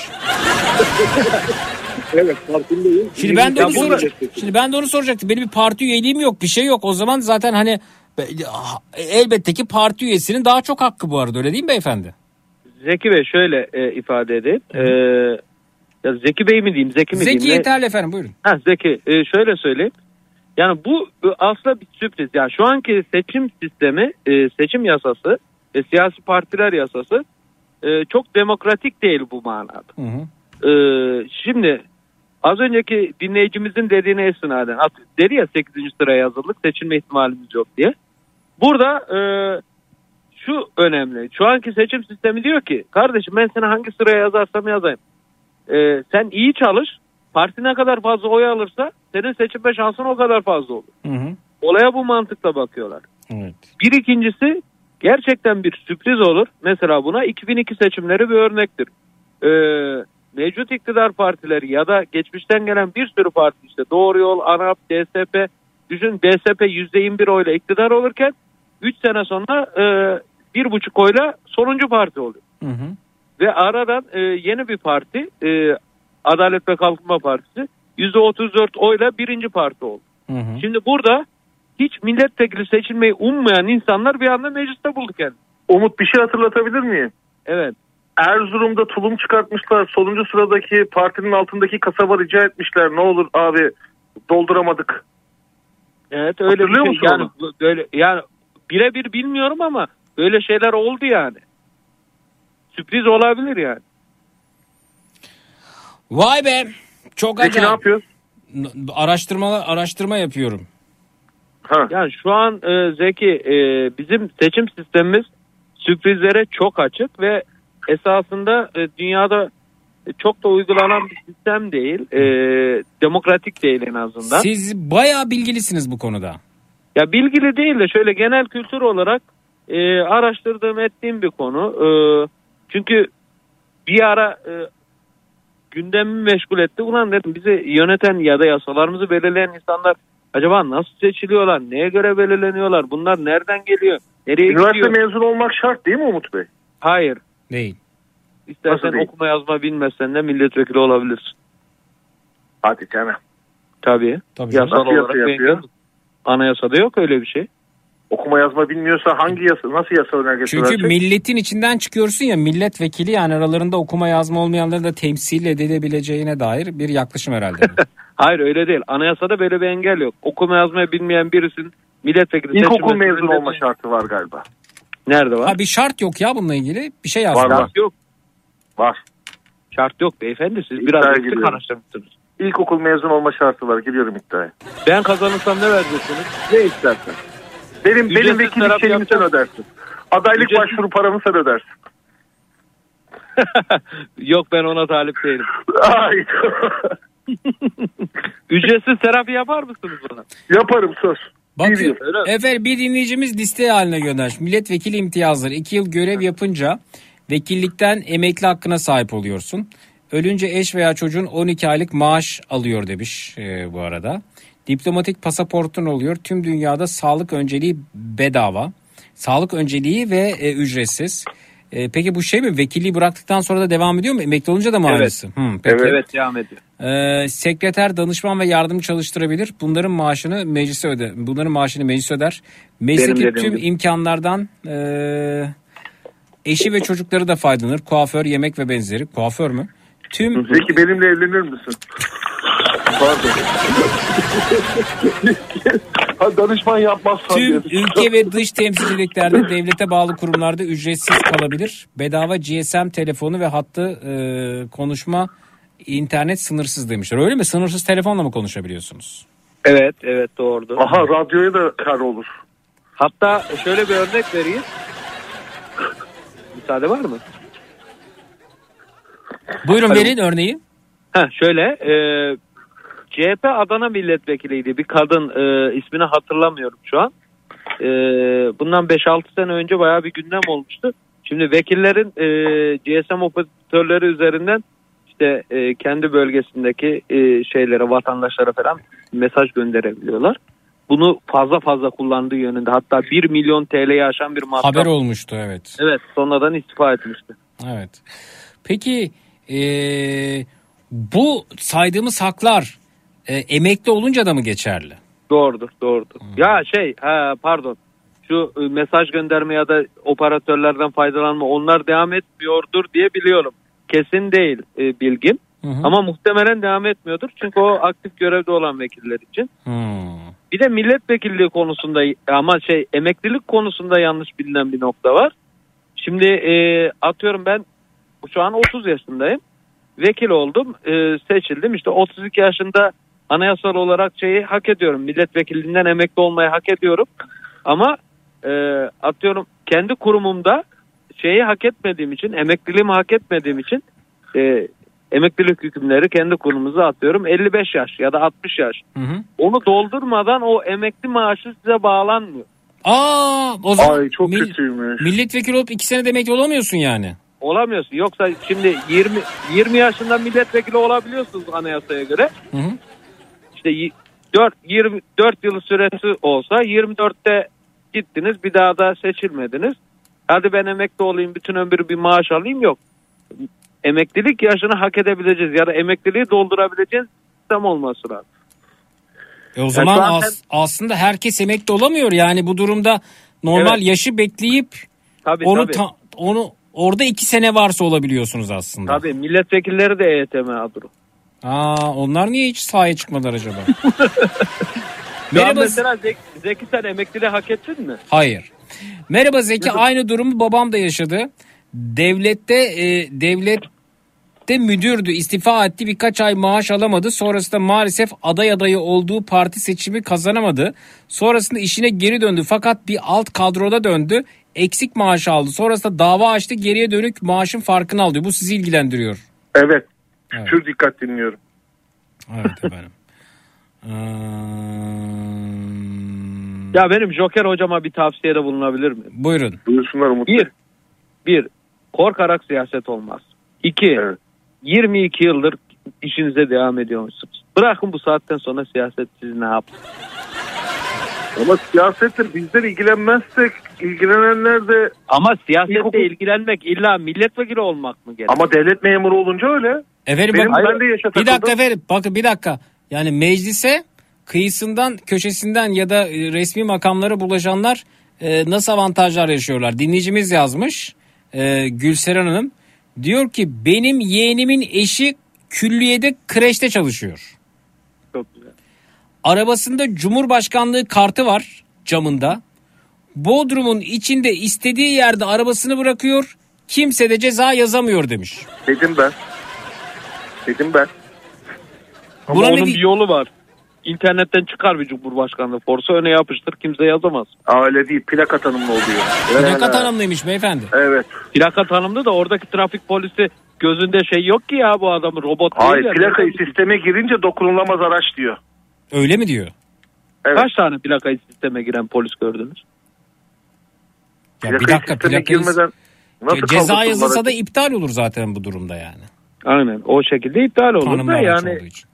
S17: Evet, farkındayım.
S3: Şimdi ben de onu soracaktım. Benim bir parti üyeliğim yok, bir şey yok. O zaman zaten hani elbette ki parti üyesinin daha çok hakkı bu arada, öyle değil mi beyefendi?
S16: Zeki Bey şöyle ifade edeyim. Ya Zeki Bey mi diyeyim, Zeki mi diyeyim?
S3: Zeki yeterli efendim, buyurun.
S16: Zeki şöyle söyleyeyim. Yani bu aslında bir sürpriz. Yani şu anki seçim sistemi, seçim yasası ve siyasi partiler yasası çok demokratik değil bu manada. Şimdi az önceki dinleyicimizin dediğine istinaden dedi ya 8. sıraya yazıldık, seçilme ihtimalimiz yok diye. Burada şu önemli. Şu anki seçim sistemi diyor ki, kardeşim ben seni hangi sıraya yazarsam yazayım. Sen iyi çalış. Parti ne kadar fazla oy alırsa senin seçilme şansın o kadar fazla olur. Olaya bu mantıkla bakıyorlar.
S3: Evet.
S16: Bir ikincisi, gerçekten bir sürpriz olur. Mesela buna 2002 seçimleri bir örnektir. Mevcut iktidar partileri ya da geçmişten gelen bir sürü parti, işte Doğru Yol, ANAP, DSP, düşün DSP %21 oyla iktidar olurken 3 sene sonra 1,5 oyla sonuncu parti oluyor. Ve aradan yeni bir parti Adalet ve Kalkınma Partisi %34 oyla birinci parti oldu. Şimdi burada hiç milletvekili seçilmeyi ummayan insanlar bir anda mecliste buldu kendini.
S17: Umut, bir şey hatırlatabilir miyim?
S16: Evet.
S17: Erzurum'da tulum çıkartmışlar. Sonuncu sıradaki partinin altındaki kasaba rica etmişler. Ne olur abi, dolduramadık.
S16: Evet, öyle
S17: Hatırlıyor
S16: bir şey.
S17: musun onu?
S16: Böyle yani birebir bilmiyorum ama böyle şeyler oldu yani. Sürpriz olabilir yani.
S3: Vay be. Çok
S17: Peki
S3: acayip.
S17: ne yapıyor?
S3: Araştırma yapıyorum.
S16: Yani şu an Zeki bizim seçim sistemimiz sürprizlere çok açık ve esasında dünyada çok da uygulanan bir sistem değil. Demokratik değil en azından.
S3: Siz bayağı bilgilisiniz bu konuda.
S16: Ya bilgili değil de şöyle genel kültür olarak araştırdığım ettiğim bir konu. Çünkü bir ara gündemimi meşgul etti. Ulan dedim, bizi yöneten ya da yasalarımızı belirleyen insanlar acaba nasıl seçiliyorlar? Neye göre belirleniyorlar? Bunlar nereden geliyor? Nereye
S17: Üniversite
S16: gidiyor?
S17: mezunu olmak şart değil mi Umut Bey?
S16: Hayır.
S3: Değil.
S16: İstersen
S17: değil?
S16: okuma yazma bilmezsen de milletvekili olabilirsin.
S17: Hadi canım.
S16: Tabii. Yasal
S17: Nasıl
S16: olarak
S17: yasa yapıyor?
S16: Anayasada yok öyle bir şey.
S17: Okuma yazma bilmiyorsa hangi yasa, nasıl yasa önergesi
S3: Çünkü
S17: verecek?
S3: milletin içinden çıkıyorsun ya, milletvekili, yani aralarında okuma yazma olmayanları da temsil edilebileceğine dair bir yaklaşım herhalde.
S16: Hayır, öyle değil. Anayasada böyle bir engel yok. Okuma yazmayı bilmeyen birisinin milletvekili
S17: İlkokul mezunu olma şartı var galiba.
S16: Nerede var?
S3: Ha, bir şart yok ya bununla ilgili. Bir şey yazdım.
S17: Var.
S16: Yok.
S17: Var.
S16: Şart yok beyefendi. Siz
S17: İddiaya
S16: biraz eksik
S17: giriyorum.
S16: araştırmışsınız.
S17: İlkokul mezun olma şartı var. Giriyorum iddiaya.
S16: Ben kazanırsam ne vereceksiniz?
S17: Ne istersen. Benim
S16: Ücretsiz
S17: vekillik
S16: terapi
S17: şeyimi sen
S16: yapacağım.
S17: ödersin. Adaylık
S16: Ücretsiz-
S17: başvuru paramı sen ödersin.
S16: Yok, ben ona talip değilim.
S17: Ay.
S16: Ücretsiz terapi yapar mısınız bana?
S17: Yaparım, söz.
S3: Bakın efendim, bir dinleyicimiz liste haline göndermiş. Milletvekili imtiyazları: 2 yıl görev yapınca vekillikten emekli hakkına sahip oluyorsun. Ölünce eş veya çocuğun 12 aylık maaş alıyor demiş bu arada. Diplomatik pasaportun oluyor. Tüm dünyada sağlık önceliği bedava. Sağlık önceliği ve ücretsiz. Peki bu şey mi? Vekilliği bıraktıktan sonra da devam ediyor mu? Emekli olunca da mı
S16: Evet.
S3: aynısı? Peki.
S16: Evet, devam ediyor.
S3: Sekreter, danışman ve yardımcı çalıştırabilir. Bunların maaşını meclis öder. Meclisteki tüm imkanlardan eşi ve çocukları da faydalanır. Kuaför, yemek ve benzeri. Kuaför mü?
S17: Zeki, benimle evlenir misin? Pardon. Ha, danışman yapmazsan
S3: Tüm
S17: diye.
S3: ülke ve dış temsilciliklerde devlete bağlı kurumlarda ücretsiz kalabilir. Bedava GSM telefonu ve hattı konuşma, internet sınırsız demişler. Öyle mi? Sınırsız telefonla mı konuşabiliyorsunuz?
S16: Evet, doğrudur.
S17: Aha, radyoya da kar olur.
S16: Hatta şöyle bir örnek vereyim. Müsaade var mı?
S3: Buyurun, verin örneği.
S16: Şöyle CHP Adana milletvekiliydi bir kadın, ismini hatırlamıyorum şu an. Bundan 5-6 sene önce bayağı bir gündem olmuştu. Şimdi vekillerin GSM operatörleri üzerinden işte kendi bölgesindeki şeylere, vatandaşlara falan mesaj gönderebiliyorlar. Bunu fazla kullandığı yönünde, hatta 1 milyon TL'ye aşan bir masraf.
S3: Haber olmuştu, evet.
S16: Evet, sonradan istifa etmişti.
S3: Evet. Peki bu saydığımız haklar emekli olunca da mı geçerli?
S16: Doğrudur. Ya pardon. Şu mesaj gönderme ya da operatörlerden faydalanma, onlar devam etmiyordur diye biliyorum. Kesin değil bilgim. Ama muhtemelen devam etmiyordur. Çünkü o aktif görevde olan vekiller için. Bir de milletvekilliği konusunda ama emeklilik konusunda yanlış bilinen bir nokta var. Şimdi atıyorum, ben şu an 30 yaşındayım. Vekil oldum, seçildim. İşte 32 yaşında anayasal olarak hak ediyorum. Milletvekilliğinden emekli olmayı hak ediyorum. Ama atıyorum kendi kurumumda hak etmediğim için, emekliliğimi hak etmediğim için emeklilik hükümleri kendi kurumumuza atıyorum 55 yaş ya da 60 yaş. Onu doldurmadan o emekli maaşı size bağlanmıyor.
S3: O zaman
S17: Ay, çok kötüymüş.
S3: Milletvekili olup 2 senede emekli olamıyorsun yani.
S16: Olamıyorsun. Yoksa şimdi 20 yaşında milletvekili olabiliyorsunuz anayasaya göre. İşte 24 yıl süresi olsa 24'te gittiniz, bir daha da seçilmediniz. Hadi ben emekli olayım, bütün ömür bir maaş alayım, yok. Emeklilik yaşını hak edebileceğiz ya da emekliliği doldurabileceğiz sistem olması lazım.
S3: O zaman
S16: zaten...
S3: aslında herkes emekli olamıyor. Yani bu durumda normal yaşı bekleyip onu orada 2 sene varsa olabiliyorsunuz aslında.
S16: Tabii milletvekilleri de EYT mağduru.
S3: Onlar niye hiç sahaya çıkmadılar acaba?
S16: Merhaba. Mesela Zeki sen emekliliği hak ettin mi?
S3: Hayır. Merhaba Zeki, aynı durumu babam da yaşadı. Devlette müdürdü, istifa etti, birkaç ay maaş alamadı. Sonrasında maalesef adayı olduğu parti seçimi kazanamadı. Sonrasında işine geri döndü fakat bir alt kadroda döndü. Eksik maaş aldı. Sonrasında dava açtı, geriye dönük maaşın farkını aldı. Bu sizi ilgilendiriyor.
S17: Evet. Pür dikkat dinliyorum.
S3: Evet efendim.
S16: Ya benim Joker hocama bir tavsiyede bulunabilir miyim?
S3: Buyurun.
S17: Buyursunlar Umut.
S16: Bir, korkarak siyaset olmaz. 2, 22 yıldır işinize devam ediyormuşsunuz. Bırakın bu saatten sonra siyaset siz ne yapın?
S17: Ama siyasettir, bizden ilgilenmezsek ilgilenenler de...
S16: Ama siyasetle ilgilenmek illa milletvekili olmak mı gerekiyor?
S17: Ama devlet memuru olunca öyle.
S3: Efendim,
S17: ben de yaşa
S3: bir dakika efendim, bakın bir dakika. Yani meclise kıyısından, köşesinden ya da resmi makamlara bulaşanlar nasıl avantajlar yaşıyorlar? Dinleyicimiz yazmış, Gülseren Hanım. Diyor ki benim yeğenimin eşi külliyede kreşte çalışıyor.
S16: Çok güzel.
S3: Arabasında Cumhurbaşkanlığı kartı var camında. Bodrum'un içinde istediği yerde arabasını bırakıyor. Kimse de ceza yazamıyor demiş.
S17: Dedim ben.
S16: Ama onun bir yolu var. İnternetten çıkar bir Cumhurbaşkanlığı forsu, öne yapıştır, kimse yazamaz.
S17: Öyle değil, plaka tanımlı oluyor.
S3: Plaka tanımlıymış beyefendi.
S17: Evet.
S16: Plaka tanımlı da oradaki trafik polisi gözünde şey yok ki ya, bu adamın robot değil.
S17: Hayır, plakayı sisteme girince dokunulamaz araç diyor.
S3: Öyle mi diyor?
S17: Evet.
S16: Kaç tane plakayı sisteme giren polis gördünüz?
S3: Ya bir dakika, plakayı
S17: girmeden nasıl
S3: ceza yazılsa da iptal olur zaten bu durumda yani.
S16: Aynen, o şekilde iptal olur
S3: Tanımlı
S16: da
S3: araç
S16: yani.
S3: olduğu için.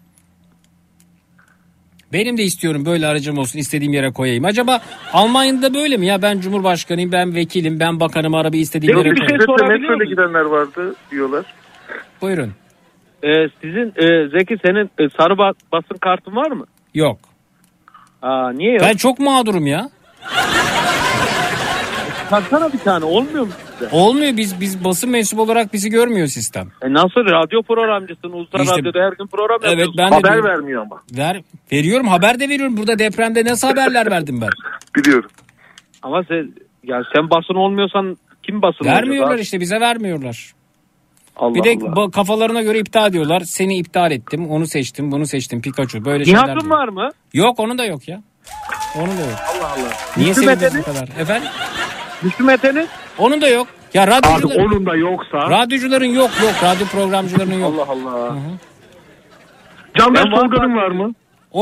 S3: Benim de istiyorum böyle aracım olsun, istediğim yere koyayım. Acaba Almanya'da böyle mi ya? Ben cumhurbaşkanıyım, ben vekilim, ben bakanım, arabayı istediğim yere koyayım.
S17: Metroyla gidenler vardı diyorlar.
S3: Buyurun.
S16: Sizin Zeki, senin sarı basın kartın var mı?
S3: Yok.
S16: Niye yok?
S3: Ben çok mağdurum ya.
S16: Taksana bir tane, olmuyor mu size?
S3: Olmuyor, biz basın mensubu olarak bizi görmüyor sistem.
S16: Nasıl radyo programcısın? Uluslararası
S3: İşte,
S16: radyoda her gün program yapıyorsun.
S3: Ben
S17: haber vermiyor ama.
S3: Veriyorum, haber de veriyorum. Burada depremde nasıl haberler verdim ben?
S17: Biliyorum.
S16: Ama sen basın olmuyorsan kim basın olacak?
S3: Vermiyorlar işte, bize vermiyorlar.
S16: Allah
S3: bir de
S16: Allah.
S3: Kafalarına göre iptal diyorlar. Seni iptal ettim, onu seçtim, bunu seçtim, Pikachu, böyle şeyler.
S16: Nihat'ın var mı?
S3: Yok, onun da yok ya. Onun da yok.
S16: Allah Allah.
S3: Niye sevindiniz bu kadar? Efendim?
S16: Müslüm Eten'in?
S3: Onun da yok. Ya radyocular...
S17: Abi onun da yoksa...
S3: Radyocuların yok. Radyo programcılarının yok.
S16: Allah Allah.
S17: Candaş Tolga'nın var mı?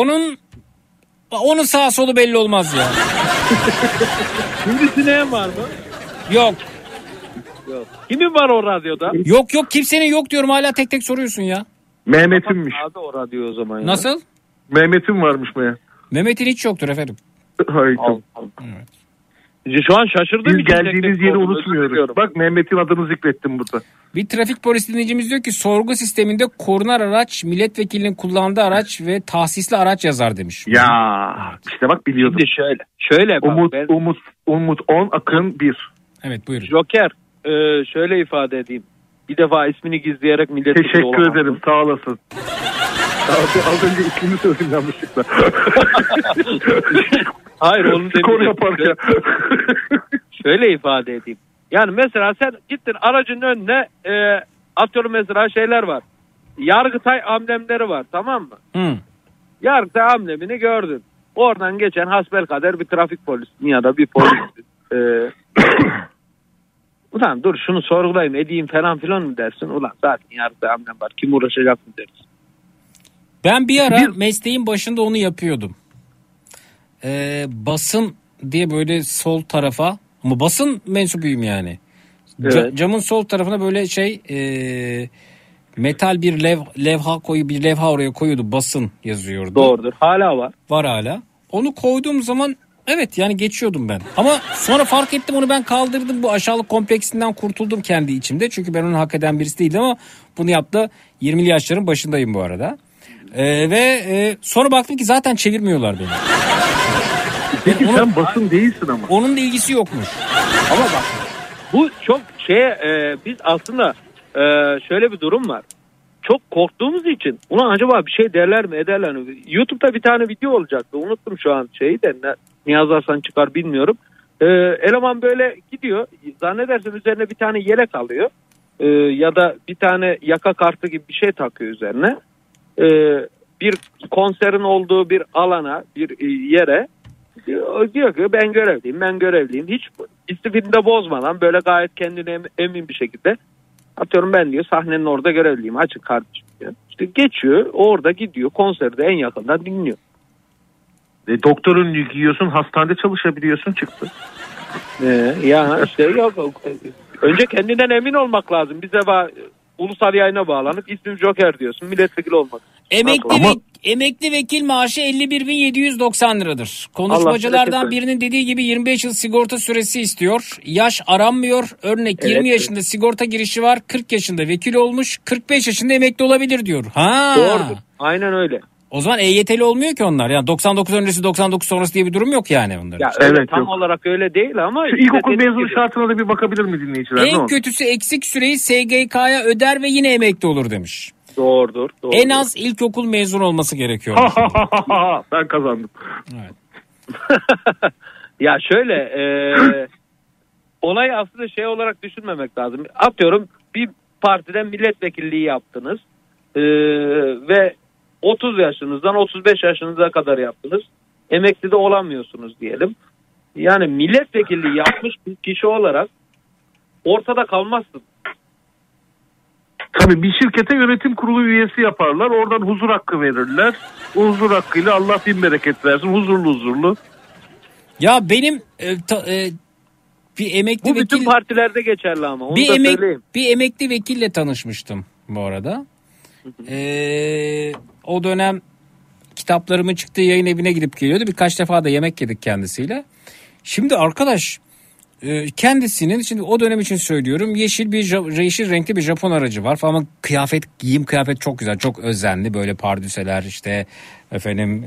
S3: Onun sağ solu belli olmaz ya.
S16: Şimdi Sineğin var mı?
S3: Yok.
S16: Kimin var o radyoda?
S3: Yok kimsenin yok diyorum, hala tek tek soruyorsun ya.
S17: Mehmet'inmiş.
S16: Hadi o radyo o zaman ya.
S3: Nasıl?
S17: Mehmet'in varmış mı ya?
S3: Mehmet'in hiç yoktur efendim.
S17: Hayır.
S3: Evet.
S16: Şu an şaşırdım.
S17: Biz geldiğiniz yeri unutmuyoruz. Bak, Mehmet'in adını zikrettim burada.
S3: Bir trafik polis dinleyicimiz diyor ki sorgu sisteminde korunar araç, milletvekilinin kullandığı araç ve tahsisli araç yazar demiş.
S17: Ya işte bak, biliyordum.
S16: Şimdi şöyle bak,
S17: Umut 10, Akın 1.
S3: Evet, buyurun.
S16: Joker, şöyle ifade edeyim. Bir defa ismini gizleyerek milletvekili
S17: Teşekkür
S16: olamazsın.
S17: ederim, sağ olasın. Az önce ismini söyledim yanlışlıkla.
S16: Hayır, onu
S17: skor yaparken.
S16: Şöyle ifade edeyim. Yani mesela sen gittin aracın önüne, atıyorum mesela şeyler var. Yargıtay amblemleri var, tamam mı? Yargıtay amblemini gördün. Oradan geçen hasbelkader bir trafik polisi ya da bir polis. Ulan dur şunu sorgulayayım edeyim falan filan mı dersin? Ulan zaten Yargıtay amblem var, kim uğraşacak mı dersin?
S3: Ben bir ara mesleğin başında onu yapıyordum. Basın diye böyle sol tarafa, ama basın mensubuyum yani.
S16: Evet.
S3: Camın sol tarafına böyle metal bir levha oraya koyuyordu, basın yazıyordu.
S16: Doğrudur, hala var.
S3: Var hala. Onu koyduğum zaman Evet yani geçiyordum ben. Ama sonra fark ettim, onu ben kaldırdım. Bu aşağılık kompleksinden kurtuldum kendi içimde. Çünkü ben onu hak eden birisi değildim ama bunu yaptı. 20'li yaşların başındayım bu arada. Sonra baktım ki zaten çevirmiyorlar beni.
S17: Peki sen basın değilsin ama.
S3: Onun da ilgisi yokmuş.
S16: Ama bak bu çok biz aslında şöyle bir durum var. Çok korktuğumuz için ulan acaba bir şey derler mi ederler mi? YouTube'da bir tane video olacaktı. Unuttum şu an şeyi de Niyazi Hasan çıkar bilmiyorum. Eleman böyle gidiyor. Zannedersem üzerine bir tane yelek alıyor. Ya da bir tane yaka kartı gibi bir şey takıyor üzerine. Bir konserin olduğu bir alana, bir yere diyor ki ben görevliyim. Hiç istifini de bozmadan böyle gayet kendine emin bir şekilde atıyorum ben diyor sahnenin orada görevliyim açık kardeşim diyor. İşte geçiyor orada gidiyor konserde en yakından dinliyor.
S17: Doktor önlüğü giyiyorsun, hastanede çalışabiliyorsun, çıktı.
S16: Ya işte yok. Önce kendinden emin olmak lazım. Bize ulusal yayına bağlanıp ismim Joker diyorsun. Milletvekili olmak.
S3: Emekli vekil maaşı 51.790 liradır. Konuşmacılardan birinin dediği gibi 25 yıl sigorta süresi istiyor. Yaş aranmıyor. Örnek 20 yaşında sigorta girişi var. 40 yaşında vekil olmuş. 45 yaşında emekli olabilir diyor.
S16: Doğrudur. Aynen öyle.
S3: O zaman EYT'li olmuyor ki onlar. Yani 99 öncesi 99 sonrası diye bir durum yok yani onların.
S16: Ya evet, tam olarak öyle değil ama.
S17: Şu ilkokul mezunu şartına da bir bakabilir mi dinleyiciler?
S3: En kötüsü eksik süreyi SGK'ya öder ve yine emekli olur demiş.
S16: Doğrudur.
S3: En az ilkokul mezun olması gerekiyor.
S17: Ben kazandım.
S3: Evet.
S16: Ya şöyle olay aslında şey olarak düşünmemek lazım. Atıyorum bir partiden milletvekilliği yaptınız ve 30 yaşınızdan 35 yaşınıza kadar yaptınız. Emekli de olamıyorsunuz diyelim. Yani milletvekilliği yapmış bir kişi olarak ortada kalmazsın.
S17: Tabii bir şirkete yönetim kurulu üyesi yaparlar. Oradan huzur hakkı verirler. O huzur hakkıyla Allah bin bereket versin. Huzurlu.
S3: Ya benim bir emekli
S16: bu bütün
S3: vekil...
S16: partilerde geçerli ama. Onu da söyleyeyim.
S3: Bir emekli vekille tanışmıştım bu arada. O dönem kitaplarımın çıktığı yayın evine gidip geliyordu. Birkaç defa da yemek yedik kendisiyle. Şimdi arkadaş kendisinin, şimdi o dönem için söylüyorum, yeşil renkli bir Japon aracı var falan, giyim kıyafet çok güzel, çok özenli, böyle pardüseler işte efendim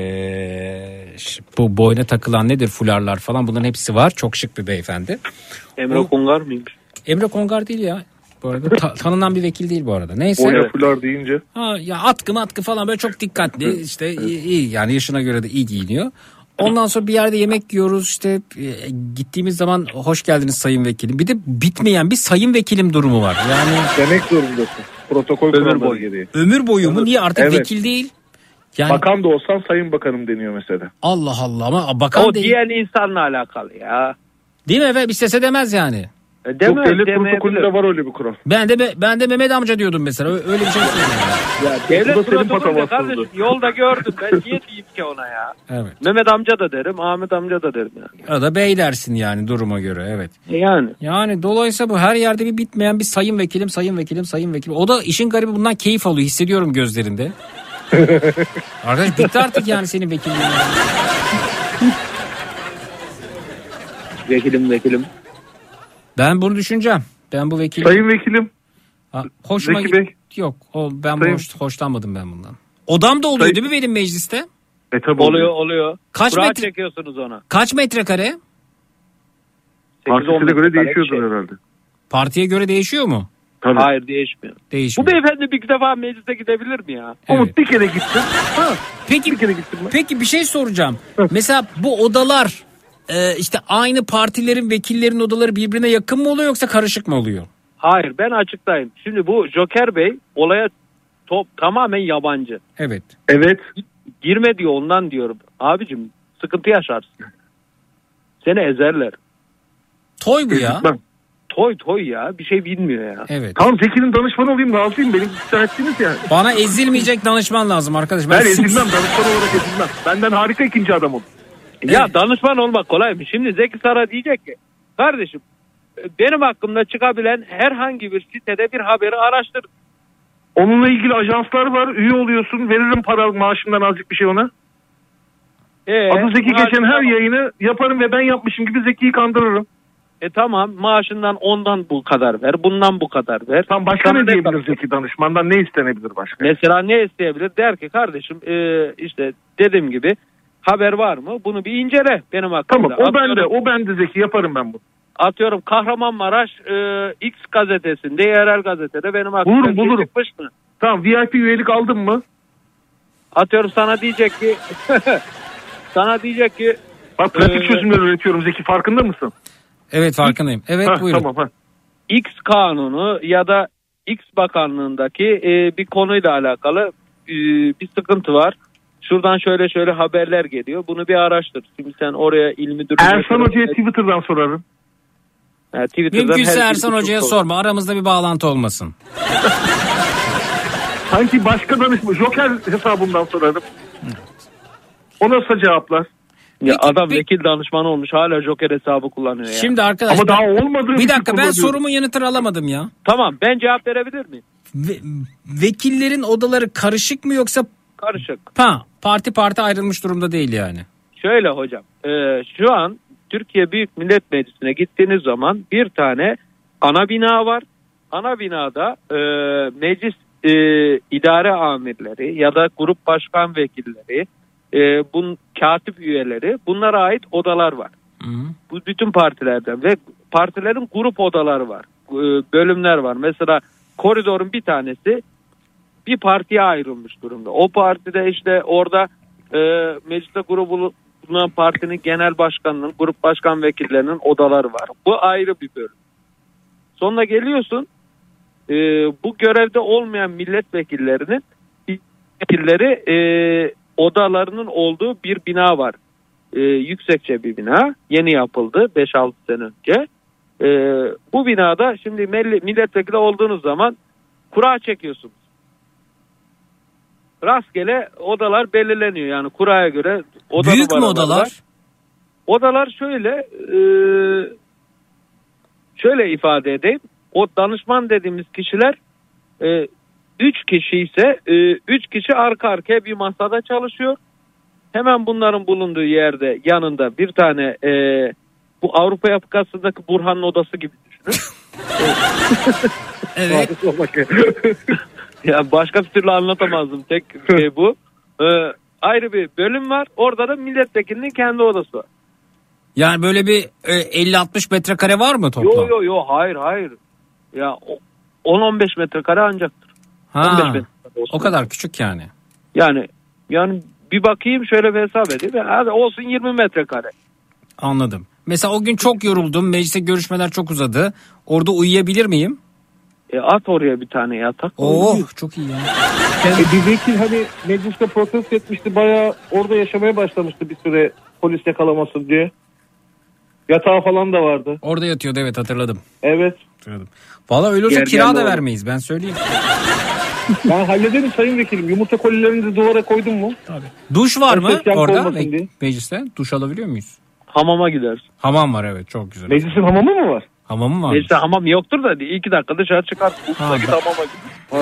S3: bu boyna takılan nedir, fularlar falan, bunların hepsi var, çok şık bir beyefendi.
S16: Emre Kongar mıymış?
S3: Emre Kongar değil ya. Bu arada tanınan bir vekil değil bu arada. Neyse.
S17: Boyna fular deyince.
S3: Ya atkı falan böyle çok dikkatli, işte iyi yani, yaşına göre de iyi giyiniyor. Ondan sonra bir yerde yemek yiyoruz işte, gittiğimiz zaman hoş geldiniz sayın vekilim. Bir de bitmeyen bir sayın vekilim durumu var. Yani
S17: demek zorundasın. Protokol kuralları gereği.
S3: Ömür boyu mu? Niye artık vekil değil? Yani,
S17: bakan da olsan sayın bakanım deniyor mesela.
S3: Allah Allah, ama bakan
S16: o
S3: değil.
S16: O diyen insanla alakalı ya.
S3: Değil mi efendim? İstese demez yani.
S17: Yok, devlet protokolünde var öyle bir kural.
S3: Ben de Mehmet amca diyordum mesela. Öyle bir şey söylüyorum.
S16: Ya devlet protokolünde kardeşim, yolda gördüm. Ben niye diyeyim ki ona ya?
S3: Evet.
S16: Mehmet amca da derim, Ahmet amca da derim yani.
S3: Ya da bey dersin yani duruma göre, evet.
S16: Yani
S3: dolayısıyla bu her yerde bir bitmeyen bir sayın vekilim. O da işin garibi bundan keyif alıyor. Hissediyorum gözlerinde. Arkadaş bitti artık yani senin vekilliğin.
S16: Vekilim.
S3: Ben bunu düşüneceğim. Ben bu vekilim.
S17: Sayın vekilim.
S3: Hoşuma yok. Hoşlanmadım ben bundan. Odam da oluyor değil mi benim mecliste?
S17: Tabii
S16: oluyor.
S3: Kaç metre
S16: çekiyorsunuz ona?
S3: Kaç metrekare?
S17: Partisine göre değişiyordur herhalde.
S3: Partiye göre değişiyor mu?
S17: Tabii.
S16: Hayır, değişmiyor. Bu beyefendi bir defa meclise gidebilir mi ya?
S3: Evet.
S17: Umut bir kere gitsin.
S3: Peki bir şey soracağım. Mesela bu odalar işte aynı partilerin vekillerin odaları birbirine yakın mı oluyor yoksa karışık mı oluyor?
S16: Hayır, ben açıklayayım. Şimdi bu Joker Bey olaya tamamen yabancı.
S3: Evet.
S16: Girme diyor, ondan diyorum. Abicim sıkıntı yaşarsın. Seni ezerler.
S3: Toy bu ya.
S16: Toy ya. Bir şey bilmiyor ya.
S3: Evet.
S17: Tamam, Zeki'nin danışmanı olayım, razıyım. Beni ikna ettiniz yani.
S3: Bana ezilmeyecek danışman lazım arkadaş.
S17: Ben ezilmem, danışman olarak ezilmem. Benden harika ikinci adam olur.
S16: Ya danışman olmak kolay mı? Şimdi Zeki Sara diyecek ki kardeşim benim hakkımda çıkabilen herhangi bir sitede bir haberi araştır.
S17: Onunla ilgili ajanslar var. Üye oluyorsun. Veririm para maaşından azıcık bir şey ona. Adı Zeki geçen her
S16: maaşından-
S17: yayını yaparım ve ben yapmışım gibi Zeki'yi kandırırım.
S16: Tamam, maaşından ondan bu kadar ver, bundan bu kadar ver.
S17: Tam başka
S16: Sana
S17: ne diyebilir
S16: kadar-
S17: Zeki danışmandan, ne istenebilir başka?
S16: Mesela ne isteyebilir? Der ki kardeşim işte dediğim gibi haber var mı? Bunu bir incele benim hakkımda.
S17: Tamam, o bende Zeki, yaparım ben bunu.
S16: Atıyorum Kahramanmaraş X gazetesinde, yerel gazetede benim hakkımda bir şey
S17: Bulurum.
S16: çıkmış mı?
S17: Tamam, VIP üyelik aldın mı?
S16: Atıyorum sana diyecek ki
S17: bak pratik çözümler üretiyorum Zeki, farkında mısın?
S3: Evet, farkındayım. Evet, buyurun.
S17: Tamam.
S16: X kanunu ya da X bakanlığındaki bir konuyla alakalı bir sıkıntı var. Şuradan şöyle haberler geliyor. Bunu bir araştır. Şimdi sen oraya il müdürlüğüne...
S17: Ersan Hoca'ya Twitter'dan sorarım.
S16: Twitter'dan
S3: Mümkünse
S16: her
S3: Ersan
S16: türlü
S3: Hoca'ya
S16: çok
S3: sorma. Aramızda bir bağlantı olmasın.
S17: Sanki başka danışma, Joker hesabından sorarım. O nasıl cevaplar?
S16: Ya adam vekil danışmanı olmuş, hala Joker hesabı kullanıyor ya.
S3: Şimdi arkadaşlar...
S17: Ama daha olmadığı
S3: Bir
S17: için
S3: dakika, ben
S17: kullanıyorum.
S3: sorumun yanıtını alamadım ya.
S16: Tamam, ben cevap verebilir miyim?
S3: Vekillerin odaları karışık mı yoksa...
S16: Karışık.
S3: Parti ayrılmış durumda değil yani.
S16: Şöyle hocam, şu an Türkiye Büyük Millet Meclisi'ne gittiğiniz zaman bir tane ana bina var. Ana binada meclis idare amirleri ya da grup başkan vekilleri, katip üyeleri, bunlara ait odalar var. Bu bütün partilerden ve partilerin grup odaları var. Bölümler var. Mesela koridorun bir tanesi bir partiye ayrılmış durumda. O partide işte orada mecliste grubu bulunan partinin genel başkanının, grup başkan vekillerinin odaları var. Bu ayrı bir bölüm. Sonra geliyorsun bu görevde olmayan milletvekillerinin odalarının olduğu bir bina var. Yüksekçe bir bina. Yeni yapıldı 5-6 sene önce. Bu binada şimdi milletvekili olduğunuz zaman kura çekiyorsunuz. Rastgele odalar belirleniyor. Yani kuraya göre oda
S3: Büyük mü odalar?
S16: Odalar şöyle ifade edeyim. O danışman dediğimiz kişiler 3 kişi ise 3 kişi arka arkaya bir masada çalışıyor. Hemen bunların bulunduğu yerde yanında bir tane bu Avrupa yakasındaki Burhan'ın odası gibi düşünün.
S3: Evet.
S16: Ya başka bir türlü anlatamazdım. Tek şey bu. Ayrı bir bölüm var. Orada da milletvekilinin kendi odası var.
S3: Yani böyle bir 50-60 metrekare var mı toplam?
S16: Yo hayır. Ya 10-15 metrekare ancaktır. 15 metrekare
S3: O kadar küçük yani.
S16: Yani bir bakayım şöyle bir hesap edeyim. Hadi olsun 20 metrekare.
S3: Anladım. Mesela o gün çok yoruldum. Mecliste görüşmeler çok uzadı. Orada uyuyabilir miyim?
S16: At oraya bir tane yatak.
S3: Çok iyi ya.
S17: Bir vekil hani mecliste protesto etmişti. Bayağı orada yaşamaya başlamıştı bir süre, polis yakalamasın diye. Yatağı falan da vardı.
S3: Orada yatıyordu, evet, hatırladım.
S17: Evet.
S3: Valla öyle olsa
S17: Gel,
S3: kira
S17: gel
S3: da
S17: oğlum.
S3: vermeyiz, ben söyleyeyim.
S17: Ben hallederim sayın vekilim. Yumurta kolilerini de duvara koydun mu?
S3: Tabii. Duş var mı
S17: Herkes
S3: orada
S17: olmasın diye.
S3: mecliste? Duş alabiliyor muyuz?
S16: Hamama gideriz.
S3: Hamam var, evet, çok güzel.
S17: Meclisin hamamı mı var?
S3: Hamamı var.
S16: Mecliste hamam yoktur da 2 dakika dışarı çıkar. Git hamama git.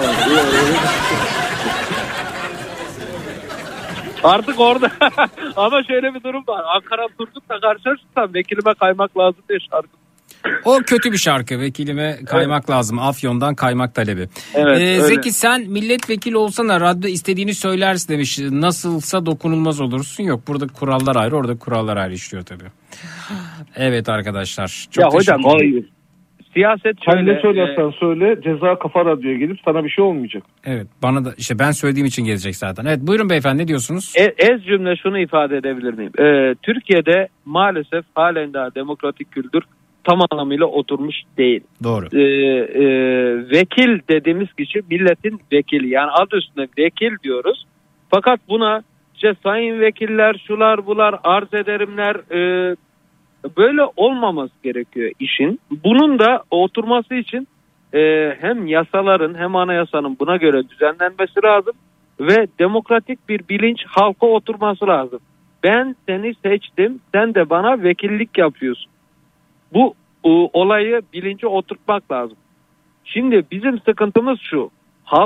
S16: Artık orada ama şöyle bir durum var. Ankara Turgut'la karşılaşırsam vekilime kaymak lazım diye şarkı.
S3: O kötü bir şarkı. Vekilime kaymak lazım. Afyon'dan kaymak talebi.
S16: Evet,
S3: Zeki, sen milletvekili olsana radyo istediğini söylersin demiş. Nasılsa dokunulmaz olursun. Yok, burada kurallar ayrı, orada kurallar ayrı işliyor tabii. Evet arkadaşlar. Çok
S16: ya hocam
S17: Hayır.
S16: siyaset
S17: Sen
S16: şöyle.
S17: ne söylersen söyle, ceza Kafa Radyo'ya gelip sana bir şey olmayacak.
S3: Evet, bana da işte ben söylediğim için gelecek zaten. Evet, buyurun beyefendi, ne diyorsunuz?
S16: Ez cümle şunu ifade edebilir miyim? Türkiye'de maalesef halen daha demokratik kültür tam anlamıyla oturmuş değil.
S3: Doğru.
S16: Vekil dediğimiz kişi milletin vekili. Yani adı üstünde vekil diyoruz. Fakat buna işte sayın vekiller, şular bular, arz ederimler böyle olmaması gerekiyor işin. Bunun da oturması için hem yasaların hem anayasanın buna göre düzenlenmesi lazım ve demokratik bir bilinç halka oturması lazım. Ben seni seçtim, sen de bana vekillik yapıyorsun. Bu olayı bilince oturtmak lazım. Şimdi bizim sıkıntımız şu.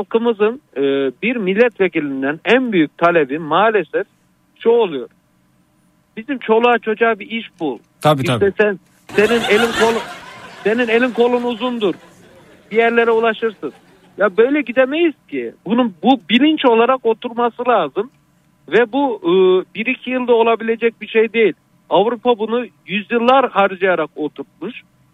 S16: Halkımızın bir milletvekilinden en büyük talebi maalesef şu oluyor. bizim çoluğa çocuğa bir iş bul.
S3: Tabii
S16: İşte
S3: tabii.
S16: senin elin kolun uzundur. Bir yerlere ulaşırsın. Ya böyle gidemeyiz ki. Bu bilinç olarak oturması lazım. Ve bu 1-2 yılda olabilecek bir şey değil. Avrupa bunu yüzyıllar harcayarak oturtmuş.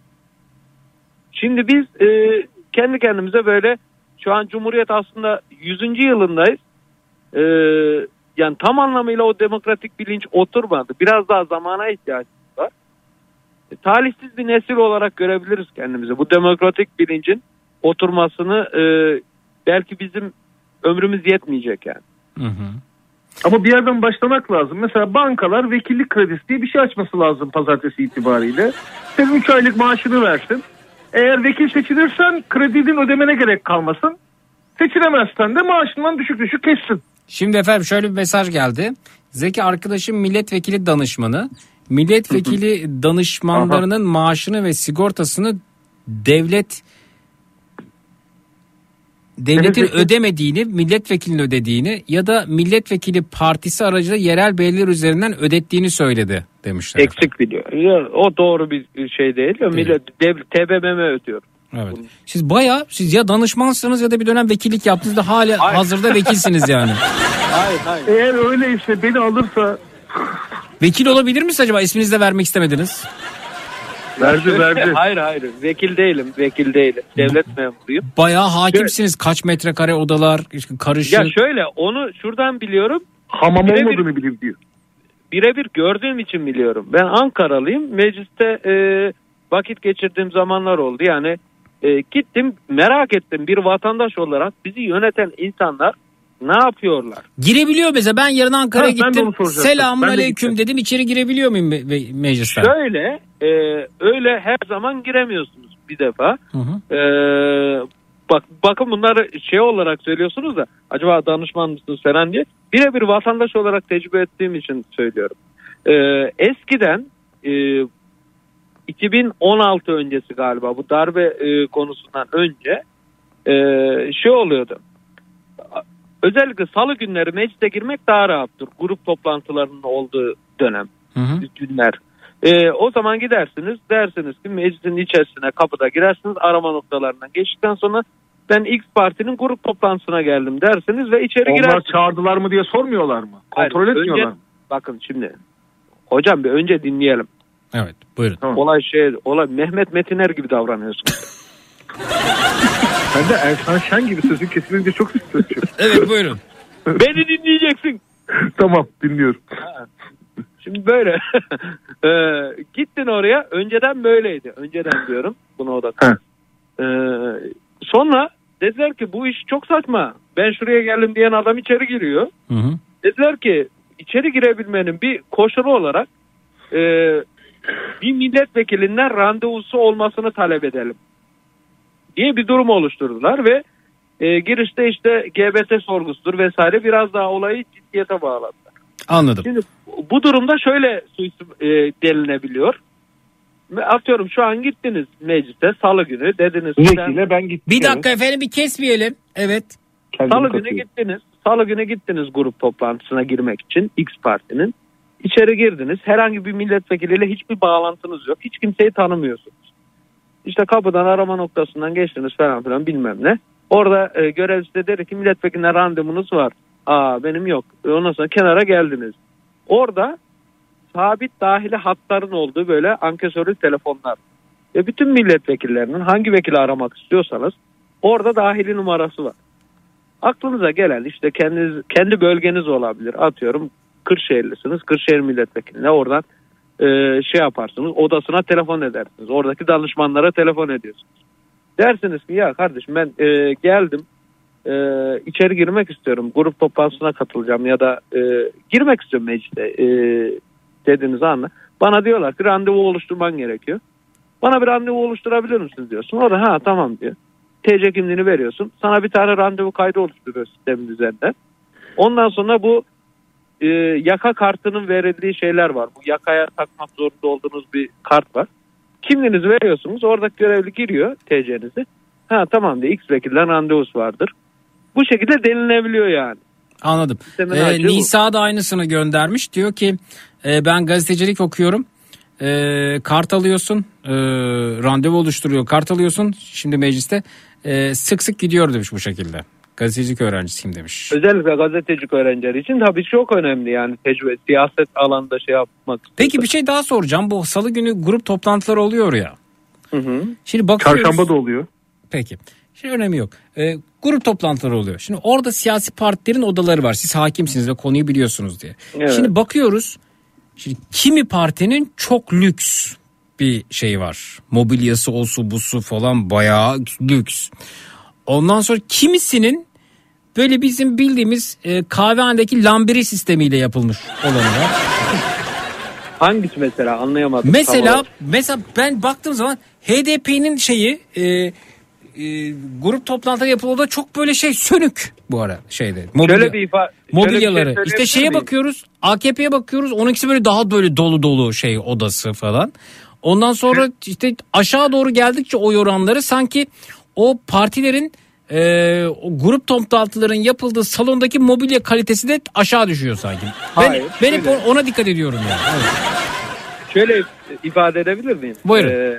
S16: Şimdi biz kendi kendimize böyle şu an Cumhuriyet aslında 100. yılındayız. Yani tam anlamıyla o demokratik bilinç oturmadı. Biraz daha zamana ihtiyacımız var. Talihsiz bir nesil olarak görebiliriz kendimizi. Bu demokratik bilincin oturmasını belki bizim ömrümüz yetmeyecek yani.
S17: Hı hı. Ama bir yerden başlamak lazım. Mesela bankalar vekillik kredisi diye bir şey açması lazım pazartesi itibariyle. Senin 3 aylık maaşını versin. Eğer vekil seçilirsen kredinin ödemene gerek kalmasın. Seçilemezsen de maaşından düşük kessin.
S3: Şimdi efendim şöyle bir mesaj geldi. Zeki arkadaşım milletvekili danışmanı. Milletvekili danışmanlarının maaşını ve sigortasını devletin ödemediğini, milletvekilinin ödediğini ya da milletvekili partisi aracılığıyla yerel belediyeler üzerinden ödettiğini söyledi demişler.
S16: Eksik biliyor. O doğru bir şey değil. Millet TBMM ödüyor.
S3: Evet. Siz ya danışmansınız ya da bir dönem vekillik yaptınız da hala hazırda vekilsiniz yani.
S16: Hayır.
S17: Eğer öyleyse beni alırsa...
S3: Vekil olabilir misiniz acaba? İsminizi de vermek istemediniz.
S17: Verdi.
S16: Hayır. Vekil değilim. Devlet memuruyum.
S3: Bayağı hakimsiniz. Kaç metrekare odalar, karışık.
S16: Ya şöyle onu şuradan biliyorum.
S17: Hamam olmadığını bileyim diyor.
S16: Birebir gördüğüm için biliyorum. Ben Ankaralıyım. Mecliste vakit geçirdiğim zamanlar oldu. Yani gittim merak ettim bir vatandaş olarak bizi yöneten insanlar ne yapıyorlar?
S3: Girebiliyor mesela ben yarın Ankara'ya gittim. Selamun aleyküm dedim, içeri girebiliyor muyum meclisten?
S16: Şöyle öyle her zaman giremiyorsunuz bir defa. Bakın bunları şey olarak söylüyorsunuz da acaba danışman mısınız falan diye. Birebir vatandaş olarak tecrübe ettiğim için söylüyorum. Eskiden 2016 öncesi galiba bu darbe konusundan önce şey oluyordu. Özellikle salı günleri meclise girmek daha rahattır. Grup toplantılarının olduğu dönem, günler. O zaman gidersiniz, dersiniz ki meclisin içerisine kapıda girersiniz, arama noktalarından geçtikten sonra ben X partinin grup toplantısına geldim dersiniz ve içeri girersiniz.
S17: Onlar çağırdılar mı diye sormuyorlar mı? Kontrol etmiyorlar mı?
S16: Bakın şimdi, hocam bir önce dinleyelim.
S3: Evet, buyurun.
S16: Olay Mehmet Metiner gibi davranıyorsunuz.
S17: Sen de Ersan Şen gibi sözün kesilince çok istiyorsun.
S3: Evet, buyurun.
S16: Beni dinleyeceksin.
S17: Tamam, dinliyorum.
S16: Şimdi böyle gittin oraya, önceden böyleydi. Önceden diyorum buna odaklan. Sonra dediler ki bu iş çok saçma. Ben şuraya geldim diyen adam içeri giriyor. Dediler ki içeri girebilmenin bir koşulu olarak bir milletvekilinden randevusu olmasını talep edelim diye bir durum oluşturdular ve girişte işte GBT sorgusudur vesaire biraz daha olayı ciddiyete bağladılar.
S3: Anladım.
S16: Şimdi bu durumda şöyle delinebiliyor. Atıyorum şu an gittiniz mecliste salı günü dediniz.
S17: Ben gittim.
S3: Bir dakika efendim bir kesmeyelim. Evet.
S16: Salı günü gittiniz grup toplantısına girmek için X partinin. İçeri girdiniz. Herhangi bir milletvekiliyle hiçbir bağlantınız yok. Hiç kimseyi tanımıyorsunuz. İşte kapıdan arama noktasından geçtiniz falan filan bilmem ne. Orada görevlisi de dedi ki milletvekiline randevunuz var. Benim yok. Ondan sonra kenara geldiniz. Orada sabit dahili hatların olduğu böyle ankesörlü telefonlar. Ve bütün milletvekillerinin hangi vekili aramak istiyorsanız orada dahili numarası var. Aklınıza gelen işte kendi bölgeniz olabilir. Atıyorum Kırşehirlisiniz. Kırşehir milletvekiline oradan şey yaparsınız. Odasına telefon edersiniz. Oradaki danışmanlara telefon ediyorsunuz. Dersiniz ki ya kardeşim ben geldim. İçeri girmek istiyorum. Grup toplantısına katılacağım ya da girmek istiyorum mecliste dediğiniz anda. Bana diyorlar ki randevu oluşturman gerekiyor. Bana bir randevu oluşturabilir misiniz diyorsun. O da tamam diyor. TC kimliğini veriyorsun. Sana bir tane randevu kaydı oluşturuyor sistemin üzerinde. Ondan sonra bu yaka kartının verildiği şeyler var. Bu yakaya takmak zorunda olduğunuz bir kart var. Kimliğinizi veriyorsunuz. Oradaki görevli giriyor TC'nizi. Tamam diyor. X vekilden randevusu vardır. Bu şekilde denilebiliyor yani.
S3: Anladım. Nisa da aynısını göndermiş. Diyor ki ben gazetecilik okuyorum. Kart alıyorsun. Randevu oluşturuyor. Kart alıyorsun. Şimdi mecliste sık sık gidiyor demiş bu şekilde. Gazetecilik öğrencisiyim demiş.
S16: Özellikle gazetecilik öğrencileri için tabii çok önemli yani tecrübe, siyaset alanında şey yapmak.
S3: Peki bir şey daha soracağım. Bu salı günü grup toplantıları oluyor ya.
S16: Hı.
S3: Şimdi bakıyoruz.
S17: Çarşamba da oluyor.
S3: Peki. Şimdi önemi yok. Grup toplantıları oluyor. Şimdi orada siyasi partilerin odaları var. Siz hakimsiniz ve konuyu biliyorsunuz diye.
S16: Evet.
S3: Şimdi bakıyoruz. Şimdi kimi partinin çok lüks bir şey var. Mobilyası, osu busu falan bayağı lüks. Ondan sonra kimisinin böyle bizim bildiğimiz kahvehanedeki lambiri sistemiyle yapılmış olanı var.
S16: Hangisi mesela anlayamadım.
S3: Mesela ben baktığım zaman HDP'nin grup toplantıları yapılıyor da çok böyle sönük bu ara şeyde. Mobilyaları. İşte şeye bakıyoruz, AKP'ye bakıyoruz. Onunkisi böyle daha böyle dolu odası falan. Ondan sonra işte aşağı doğru geldikçe oy oranları sanki o partilerin o grup toplantıların yapıldığı salondaki mobilya kalitesi de aşağı düşüyor sanki. Ben hep ona dikkat ediyorum yani. Evet.
S16: Şöyle ifade edebilir miyim?
S3: Buyurun.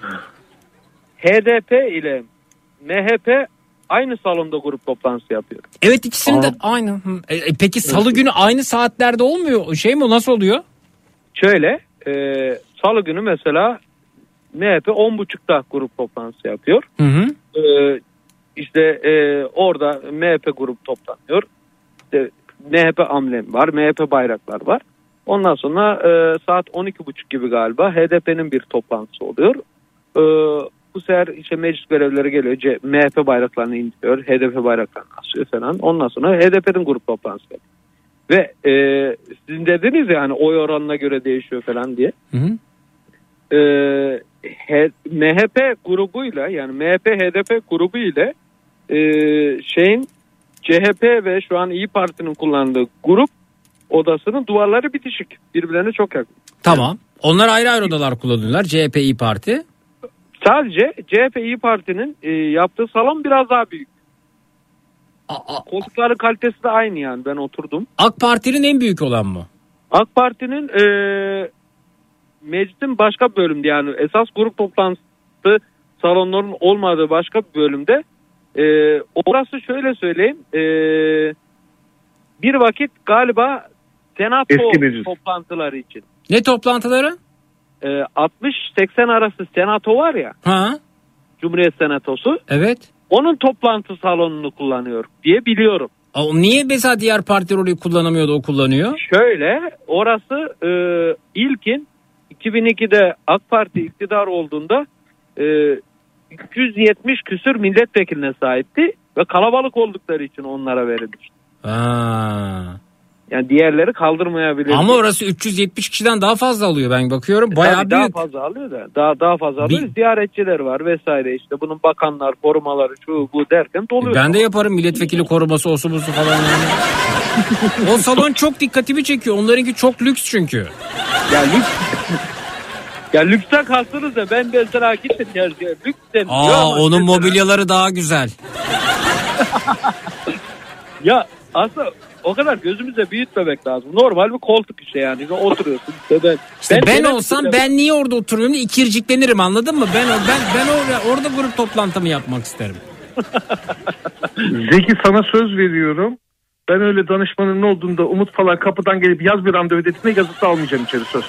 S16: HDP ile MHP aynı salonda grup toplantısı yapıyor.
S3: Evet, ikisinin de aynı. Peki salı günü aynı saatlerde olmuyor. Şey mi, nasıl oluyor?
S16: Şöyle salı günü mesela MHP 10.30'da grup toplantısı yapıyor.
S3: Hı.
S16: İşte orada MHP grup toplanıyor. İşte MHP amblemi var, MHP bayraklar var. Ondan sonra saat 12.30 gibi galiba HDP'nin bir toplantısı oluyor. Bu sefer işte meclis görevlileri geliyor. MHP bayraklarını indiriyor. HDP bayraklarını asıyor falan. Ondan sonra HDP'nin grup toplantısı yapıyor. Ve sizin dediniz ya hani oy oranına göre değişiyor falan diye.
S3: Hı.
S16: MHP grubuyla yani MHP HDP grubu ile CHP ve şu an İyi Parti'nin kullandığı grup odasının duvarları bitişik. Birbirlerine çok yakın.
S3: Tamam. Onlar ayrı ayrı odalar kullanıyorlar. CHP İyi Parti.
S16: Sadece CHP İyi Parti'nin yaptığı salon biraz daha büyük. Koltukların kalitesi de aynı yani, ben oturdum.
S3: AK Parti'nin en büyük olan mı?
S16: AK Parti'nin meclisin başka bölümde yani esas grup toplantısı salonlarının olmadığı başka bir bölümde orası şöyle söyleyeyim bir vakit galiba senato toplantıları için.
S3: Ne toplantıları?
S16: 60-80 arası senato var ya.
S3: Ha.
S16: Cumhuriyet Senatosu.
S3: Evet.
S16: Onun toplantı salonunu kullanıyor diye biliyorum.
S3: Niye mesela diğer partiler orayı kullanamıyordu, o kullanıyor?
S16: Şöyle, orası ilkin 2002'de AK Parti iktidar olduğunda 370 küsür milletvekiline sahipti ve kalabalık oldukları için onlara verilmiş. Yani diğerleri kaldırmayabilir.
S3: Ama orası 370 kişiden daha fazla alıyor, ben bakıyorum. Bayağı büyük.
S16: Daha fazla alıyor da. Daha fazla alıyor. Ziyaretçiler var vesaire, işte bunun bakanlar, korumaları, şu bu derken doluyor.
S3: Ben de yaparım milletvekili koruması, osu busu falan yani. O salon çok dikkatimi çekiyor. Onlarınki çok lüks çünkü.
S16: Ya lüks. Ya lüksten kalktınız da ben mesela gittim ya lüksten.
S3: Onun mobilyaları daha güzel.
S16: Ya aslında o kadar gözümüzde büyütmemek lazım. Normal bir koltuk işte yani. Oturuyorsun.
S3: Ben olsam ben niye orada oturuyorum diye ikirciklenirim, anladın mı? Ben orada grup toplantımı yapmak isterim.
S17: Zeki, sana söz veriyorum. Ben öyle danışmanın ne olduğunda Umut falan kapıdan gelip yaz bir randevu dediğinde yazısı almayacağım içeri, söz.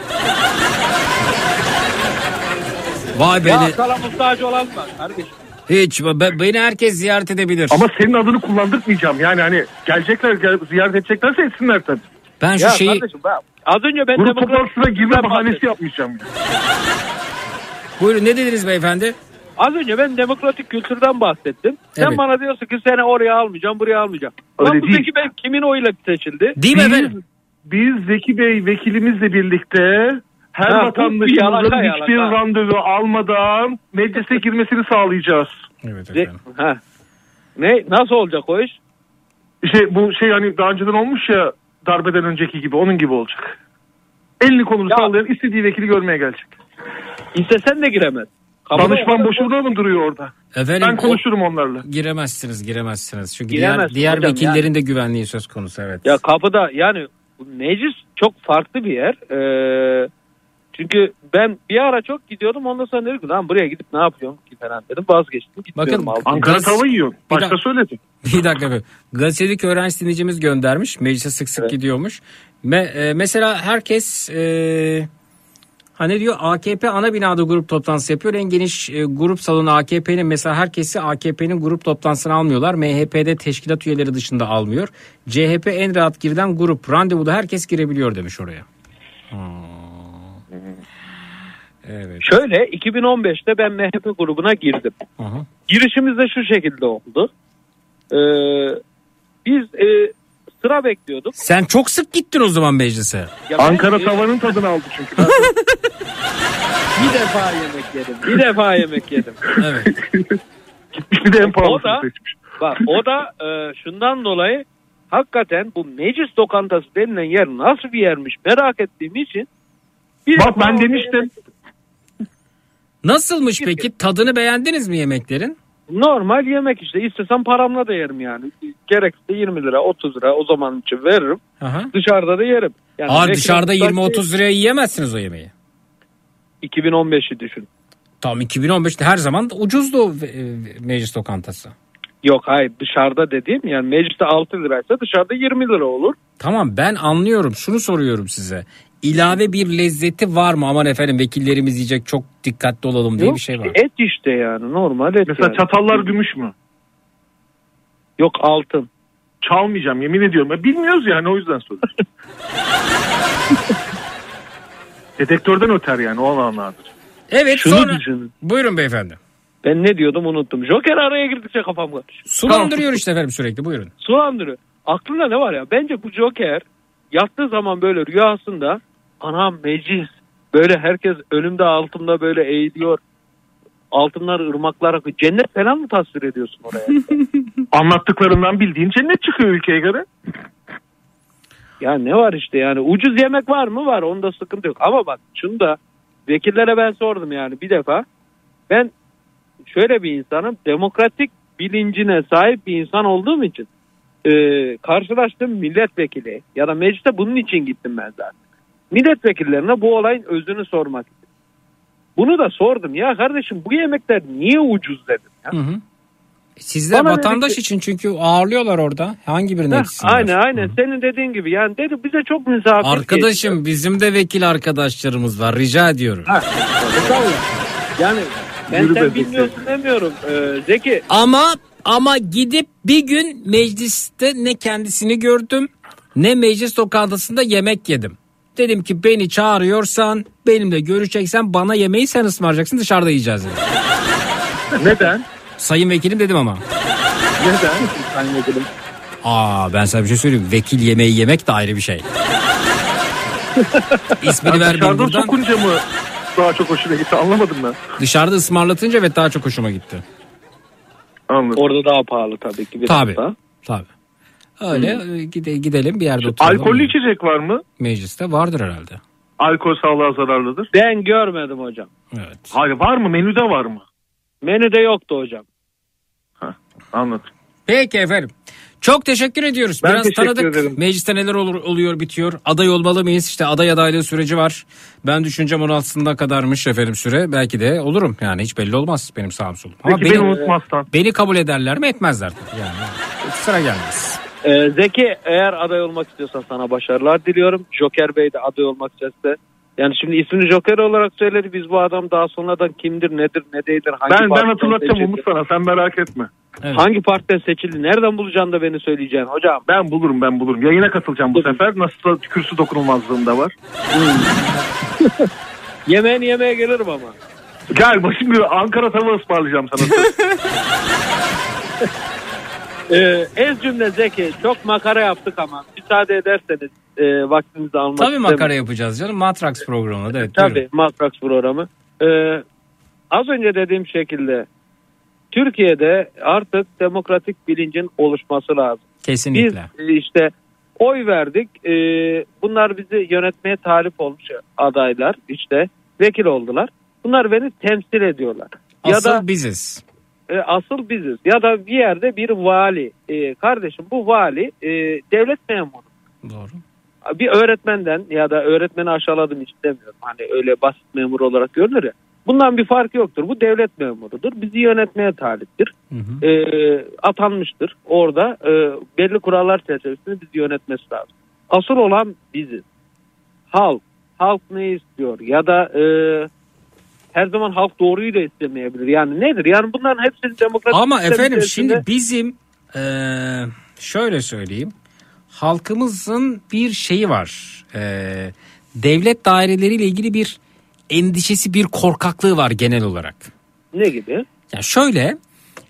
S16: Vay be. Ya sana muhtaç olan var kardeşim.
S3: Hiç, beni herkes ziyaret edebilir.
S17: Ama senin adını kullandırmayacağım. Yani hani gelecekler, ziyaret edeceklerse etsinler tabii.
S3: Ben şu şeyi...
S16: Kardeşim, az önce ben
S17: grup toplantısına girme bahanesi yapmayacağım.
S3: Buyurun, ne dediniz beyefendi?
S16: Az önce ben demokratik kültürden bahsettim.
S3: Evet.
S16: Sen bana diyorsun ki seni oraya almayacağım, buraya almayacağım. Öyle değil. Zeki Bey kimin oyuyla seçildi?
S3: Değil mi efendim?
S17: Biz Zeki Bey vekilimizle birlikte her vatandaşımızın hiçbir randevu almadan meclise girmesini sağlayacağız.
S3: Evet efendim.
S16: Ne? Nasıl olacak o iş?
S17: İşte bu şey hani daha önceden olmuş ya, darbeden önceki gibi, onun gibi olacak. Elini kolunu sallayan istediği vekili görmeye gelecek.
S16: İstesen de giremez.
S17: Danışman boşuna mı duruyor orada?
S3: Efendim,
S17: Ben konuşurum onlarla.
S3: Giremezsiniz. Çünkü
S16: Giremezsin
S3: diğer
S16: hocam,
S3: vekillerin
S16: yani.
S3: de güvenliği söz konusu, evet.
S16: Ya kapıda yani meclis çok farklı bir yer. Çünkü ben bir ara çok gidiyordum, ondan sonra dedim ki lan buraya gidip ne yapıyorum ki falan dedim, vazgeçtim.
S3: Bakın,
S17: Ankara tava yiyor. Başta söyledim.
S3: Bir dakika efendim. Gazetedeki öğrenci dinleyicimiz göndermiş. Meclise sık sık gidiyormuş. Mesela herkes hani diyor AKP ana binada grup toplantısı yapıyor. En geniş grup salonu AKP'nin, mesela herkesi AKP'nin grup toplantısına almıyorlar. MHP'de teşkilat üyeleri dışında almıyor. CHP en rahat girilen grup. Randevuda herkes girebiliyor demiş oraya. Evet.
S16: Şöyle 2015'te ben MHP grubuna girdim.
S3: Aha.
S16: Girişimiz de şu şekilde oldu. Biz sıra bekliyorduk.
S3: Sen çok sık gittin o zaman meclise.
S16: Ya
S17: Ankara tavanın tadını aldı çünkü.
S16: Bir defa yemek yedim.
S3: Evet.
S17: Gitmiş bir de en pahalısını seçmiş.
S16: Bak o da şundan dolayı hakikaten bu meclis lokantası denilen yer nasıl bir yermiş merak ettiğim için.
S17: Bak ben demiştim.
S3: Nasılmış peki? Tadını beğendiniz mi yemeklerin?
S16: Normal yemek işte. İstesem paramla da yerim yani. Gerekirse 20 lira 30 lira o zaman için veririm.
S3: Aha.
S16: Dışarıda da yerim. Yani
S3: dışarıda 20-30 liraya yiyemezsiniz o yemeği.
S16: 2015'i düşün.
S3: Tamam, 2015'te her zaman ucuzdu o meclis lokantası.
S16: Yok hayır, dışarıda dediğim yani mecliste 6 liraysa dışarıda 20 lira olur.
S3: Tamam, ben anlıyorum, şunu soruyorum size. İlave bir lezzeti var mı? Aman efendim vekillerimiz yiyecek, çok dikkatli olalım diye
S16: Yok,
S3: bir şey var.
S16: Et işte yani normal et.
S17: Mesela
S16: yani.
S17: çatallar gümüş mü?
S16: Yok altın.
S17: Çalmayacağım yemin ediyorum. Ya bilmiyoruz yani, o yüzden soruyorum. Dedektörden öter yani, o alanlardır.
S3: Evet,
S16: Şunu
S3: sonra
S16: düşünün.
S3: buyurun beyefendi.
S16: Ben ne diyordum unuttum. Joker araya girdikçe kafam karışıyor.
S3: Sulandırıyor işte efendim sürekli, buyurun.
S16: Sulandırıyor. Aklında ne var ya? Bence bu Joker yattığı zaman böyle rüyasında anam meclis böyle herkes önümde altımda böyle eğiliyor. Altınlar ırmaklar akıyor. Cennet falan mı tasvir ediyorsun oraya?
S17: Anlattıklarından bildiğin cennet çıkıyor ülkeye göre.
S16: Ya ne var işte yani ucuz yemek var mı? Var, onda sıkıntı yok. Ama bak şunu da vekillere ben sordum yani bir defa. Ben şöyle bir insanım, demokratik bilincine sahip bir insan olduğum için karşılaştığım milletvekili ya da mecliste bunun için gittim ben zaten. Milletvekillerine bu olayın özünü sormak istedim. Bunu da sordum. Ya kardeşim bu yemekler niye ucuz dedim ya.
S3: Hı hı. Sizler
S16: Bana
S3: vatandaş
S16: dedi ki,
S3: için çünkü ağırlıyorlar orada. Hangi birine gitsinler?
S16: Aynen. Senin dediğin gibi yani dedi bize çok misafir.
S3: Arkadaşım
S16: geçiyor.
S3: bizim de vekil arkadaşlarımız var, rica ediyorum.
S16: Yani ben sen bilmiyorsun demiyorum Zeki.
S3: Ama gidip bir gün mecliste ne kendisini gördüm ne meclis lokantasında yemek yedim. Dedim ki beni çağırıyorsan, benimle görüşeceksen bana yemeği sen ısmarlayacaksın, dışarıda yiyeceğiz dedim.
S17: Neden?
S3: Sayın vekilim dedim ama.
S17: Neden? Sayın vekilim.
S3: Ben sana bir şey söyleyeyim. Vekil yemeği yemek de ayrı bir şey. İsmini vermeyeyim
S17: buradan.
S3: buradan.
S17: Sokunca mı daha çok hoşuna gitti, anlamadım ben.
S3: Dışarıda ısmarlatınca evet daha çok hoşuma gitti.
S17: Anladım.
S16: Orada daha pahalı tabii ki.
S3: Tabii. Öyle gidelim bir yerde oturalım.
S17: Alkollü içecek var mı?
S3: Mecliste vardır herhalde.
S17: Alkol sağlığa zararlıdır.
S16: Ben görmedim hocam.
S3: Evet.
S17: Hayır, var mı? Menüde var mı?
S16: Menüde yoktu hocam.
S17: Anladım.
S3: Peki efendim. Çok teşekkür ediyoruz.
S17: Ben
S3: Biraz
S17: teşekkür
S3: tanıdık.
S17: ederim.
S3: Mecliste neler oluyor bitiyor. Aday olmalı mıyız? İşte aday adaylığı süreci var. Ben düşüncem 16'sında kadarmış efendim süre. Belki de olurum. Yani hiç belli olmaz benim sağım solum.
S17: Peki beni unutmazsan.
S3: Beni kabul ederler mi, etmezler tabii. Yani sıra gelmez.
S16: Zeki eğer aday olmak istiyorsan sana başarılar diliyorum. Joker Bey de aday olmak isterse. Yani şimdi ismini Joker olarak söyledi. Biz bu adam daha sonradan kimdir, nedir, ne değildir, hangi
S17: Ben hatırlatacağım Umut sana, sen merak etme.
S3: Evet.
S16: Hangi partiden seçildi, nereden bulacaksın da beni söyleyeceksin hocam.
S17: Ben bulurum. Yayına katılacağım bu sefer. Nasılsa kürsü dokunulmazlığım da var.
S16: Yemeğe gelirim ama.
S17: Gel başım gibi Ankara tava ısmarlayacağım sana.
S16: Ez cümle Zeki, çok makara yaptık ama müsaade ederseniz vaktinizi almak
S3: Tabii makara
S16: istemiyorum.
S3: yapacağız canım. Matrax programı da. Evet,
S16: Tabii Matrax programı. Az önce dediğim şekilde Türkiye'de artık demokratik bilincin oluşması lazım.
S3: Kesinlikle.
S16: Biz işte oy verdik. Bunlar bizi yönetmeye talip olmuş adaylar işte vekil oldular. Bunlar beni temsil ediyorlar.
S3: Asıl
S16: ya da
S3: biziz.
S16: Asıl biziz. Ya da bir yerde bir vali. Kardeşim bu vali devlet memuru.
S3: Doğru.
S16: Bir öğretmenden ya da öğretmeni aşağıladım hiç demiyorum. Hani öyle basit memur olarak görülür ya. Bundan bir fark yoktur. Bu devlet memurudur. Bizi yönetmeye taliptir. Atanmıştır. Orada belli kurallar çerçevesinde bizi yönetmesi lazım. Asıl olan biziz. Halk. Halk ne istiyor? Ya da her zaman halk doğruyu da istemeyebilir. Yani nedir? Yani bunların hepsini demokratik...
S3: Ama efendim şimdi bizim şöyle söyleyeyim. Halkımızın bir şeyi var. Devlet daireleriyle ilgili bir endişesi, bir korkaklığı var genel olarak.
S16: Ne gibi?
S3: Yani şöyle,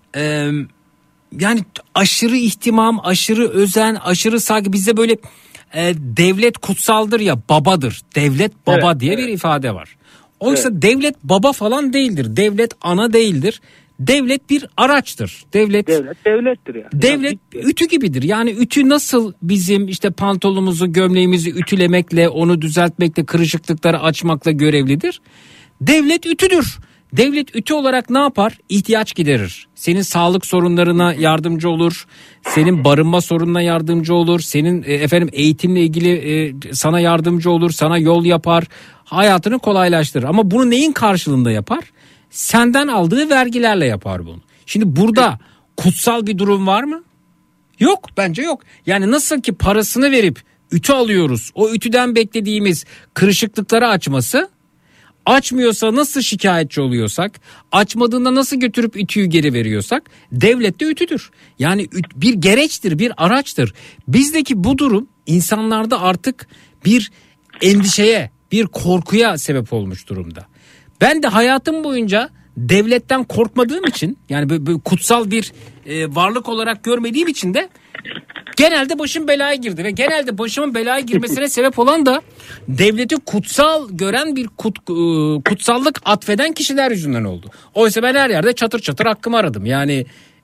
S3: yani aşırı ihtimam, aşırı özen, aşırı saygı, bizde böyle devlet kutsaldır ya, babadır. Devlet baba diye bir ifade var. Oysa devlet baba falan değildir. Devlet ana değildir. Devlet bir araçtır. Devlet
S16: devlettir yani.
S3: Devlet ütü gibidir. Yani ütü nasıl bizim işte pantolonumuzu, gömleğimizi ütülemekle, onu düzeltmekle, kırışıklıkları açmakla görevlidir. Devlet ütüdür. Devlet ütü olarak ne yapar? İhtiyaç giderir. Senin sağlık sorunlarına yardımcı olur. Senin barınma sorununa yardımcı olur. Senin eğitimle ilgili sana yardımcı olur. Sana yol yapar. Hayatını kolaylaştırır. Ama bunu neyin karşılığında yapar? Senden aldığı vergilerle yapar bunu. Şimdi burada kutsal bir durum var mı? Yok, bence yok. Yani nasıl ki parasını verip ütü alıyoruz. O ütüden beklediğimiz kırışıklıkları açması, açmıyorsa nasıl şikayetçi oluyorsak, açmadığında nasıl götürüp ütüyü geri veriyorsak, devlet de ütüdür. Yani bir gereçtir, bir araçtır. Bizdeki bu durum insanlarda artık bir endişeye, bir korkuya sebep olmuş durumda. Ben de hayatım boyunca devletten korkmadığım için, yani böyle kutsal bir varlık olarak görmediğim için de genelde başım belaya girdi ve genelde başımın belaya girmesine sebep olan da devleti kutsal gören bir kutsallık atfeden kişiler yüzünden oldu. Oysa ben her yerde çatır çatır hakkımı aradım. Yani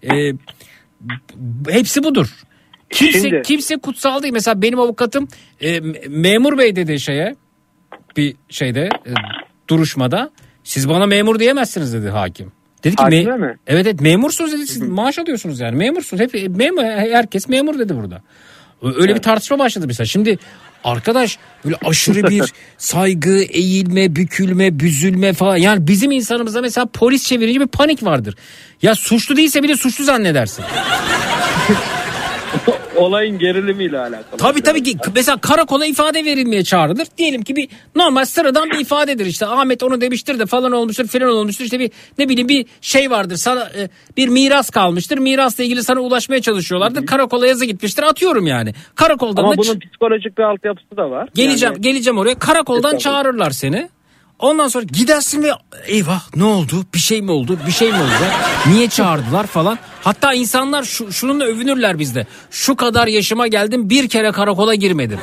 S3: hepsi budur. Kimse kutsal değil. Mesela benim avukatım memur bey dedi bir şeyde duruşmada. Siz bana memur diyemezsiniz dedi hakim. Dedi ki
S16: mi?
S3: Evet memursunuz dedi, siz maaş alıyorsunuz yani memursunuz. Herkes memur dedi burada. Öyle bir tartışma başladı mesela. Şimdi arkadaş böyle aşırı bir saygı, eğilme, bükülme, büzülme falan. Yani bizim insanımızda mesela polis çevirince bir panik vardır. Ya suçlu değilse bile suçlu zannedersin.
S16: Olayın gerilimiyle alakalı.
S3: Tabii ki mesela karakola ifade verilmeye çağrılır. Diyelim ki bir normal sıradan bir ifadedir işte. Ahmet onu demiştir de falan olmuştur filan olmuştur. İşte bir şey vardır. Sana bir miras kalmıştır. Mirasla ilgili sana ulaşmaya çalışıyorlardır. Hı-hı. Karakola yazı gitmiştir. Atıyorum yani. Karakoldan
S16: ama bunun psikolojik bir altyapısı da var.
S3: Geleceğim oraya. Karakoldan çağırırlar seni. Ondan sonra gidersin ve eyvah ne oldu? Bir şey mi oldu? Niye çağırdılar falan. Hatta insanlar şununla övünürler bizde. Şu kadar yaşıma geldim, bir kere karakola girmedim.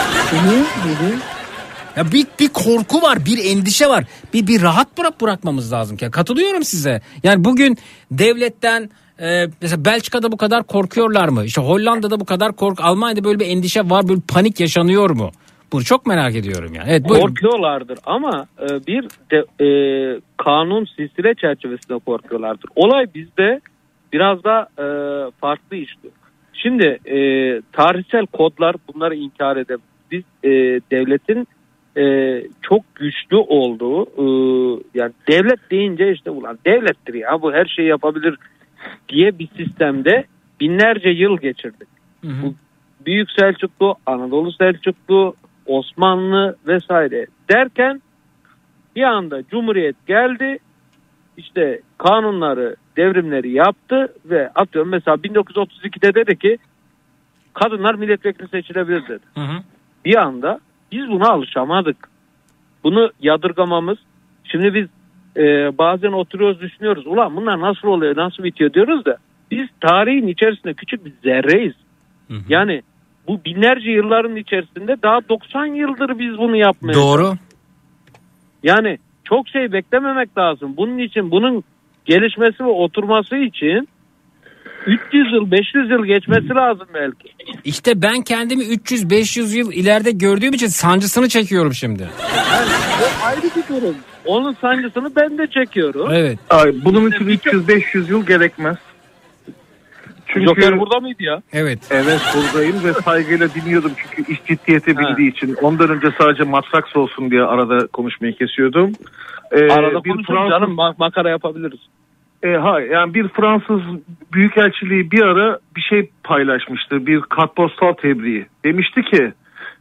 S3: Ya bir korku var, bir endişe var. Bir rahat bırakmamız lazım ki. Katılıyorum size. Yani bugün devletten mesela Belçika'da bu kadar korkuyorlar mı? İşte Hollanda'da bu kadar Almanya'da böyle bir endişe var, böyle panik yaşanıyor mu? Bunu çok merak ediyorum yani. Evet,
S16: korkuyorlardır ama bir kanun silsile çerçevesinde korkuyorlardır. Olay bizde biraz da farklı işliyor. Şimdi tarihsel kodlar bunları inkar edemez. Biz devletin çok güçlü olduğu yani devlet deyince işte ulan devlettir ya bu her şeyi yapabilir diye bir sistemde binlerce yıl geçirdik. Hı-hı. Bu Büyük Selçuklu, Anadolu Selçuklu, Osmanlı vesaire derken bir anda Cumhuriyet geldi, işte kanunları, devrimleri yaptı ve atıyorum mesela 1932'de dedi ki kadınlar milletvekili seçilebilir dedi. Hı hı. Bir anda biz buna alışamadık. Bunu yadırgamamız, şimdi biz bazen oturuyoruz düşünüyoruz, ulan bunlar nasıl oluyor, nasıl bitiyor diyoruz da biz tarihin içerisinde küçük bir zerreyiz. Hı hı. Yani bu binlerce yılların içerisinde daha 90 yıldır biz bunu yapmıyoruz.
S3: Doğru.
S16: Yani çok şey beklememek lazım. Bunun için bunun gelişmesi ve oturması için 300 yıl 500 yıl geçmesi lazım belki.
S3: İşte ben kendimi 300-500 yıl ileride gördüğüm için sancısını çekiyorum şimdi.
S16: Yani o ayrı bir durum. Onun sancısını ben de çekiyorum.
S3: Evet.
S17: Bunun için 300-500 yıl gerekmez. Çünkü
S16: Joker burada mıydı ya?
S3: Evet.
S17: Evet buradayım ve saygıyla dinliyordum çünkü iş ciddiyeti bildiği için. Ondan önce sadece matraks olsun diye arada konuşmayı kesiyordum.
S16: Arada konuşalım canım, makara yapabiliriz.
S17: Yani bir Fransız büyükelçiliği bir ara bir şey paylaşmıştı. Bir kartpostal tebriği. Demişti ki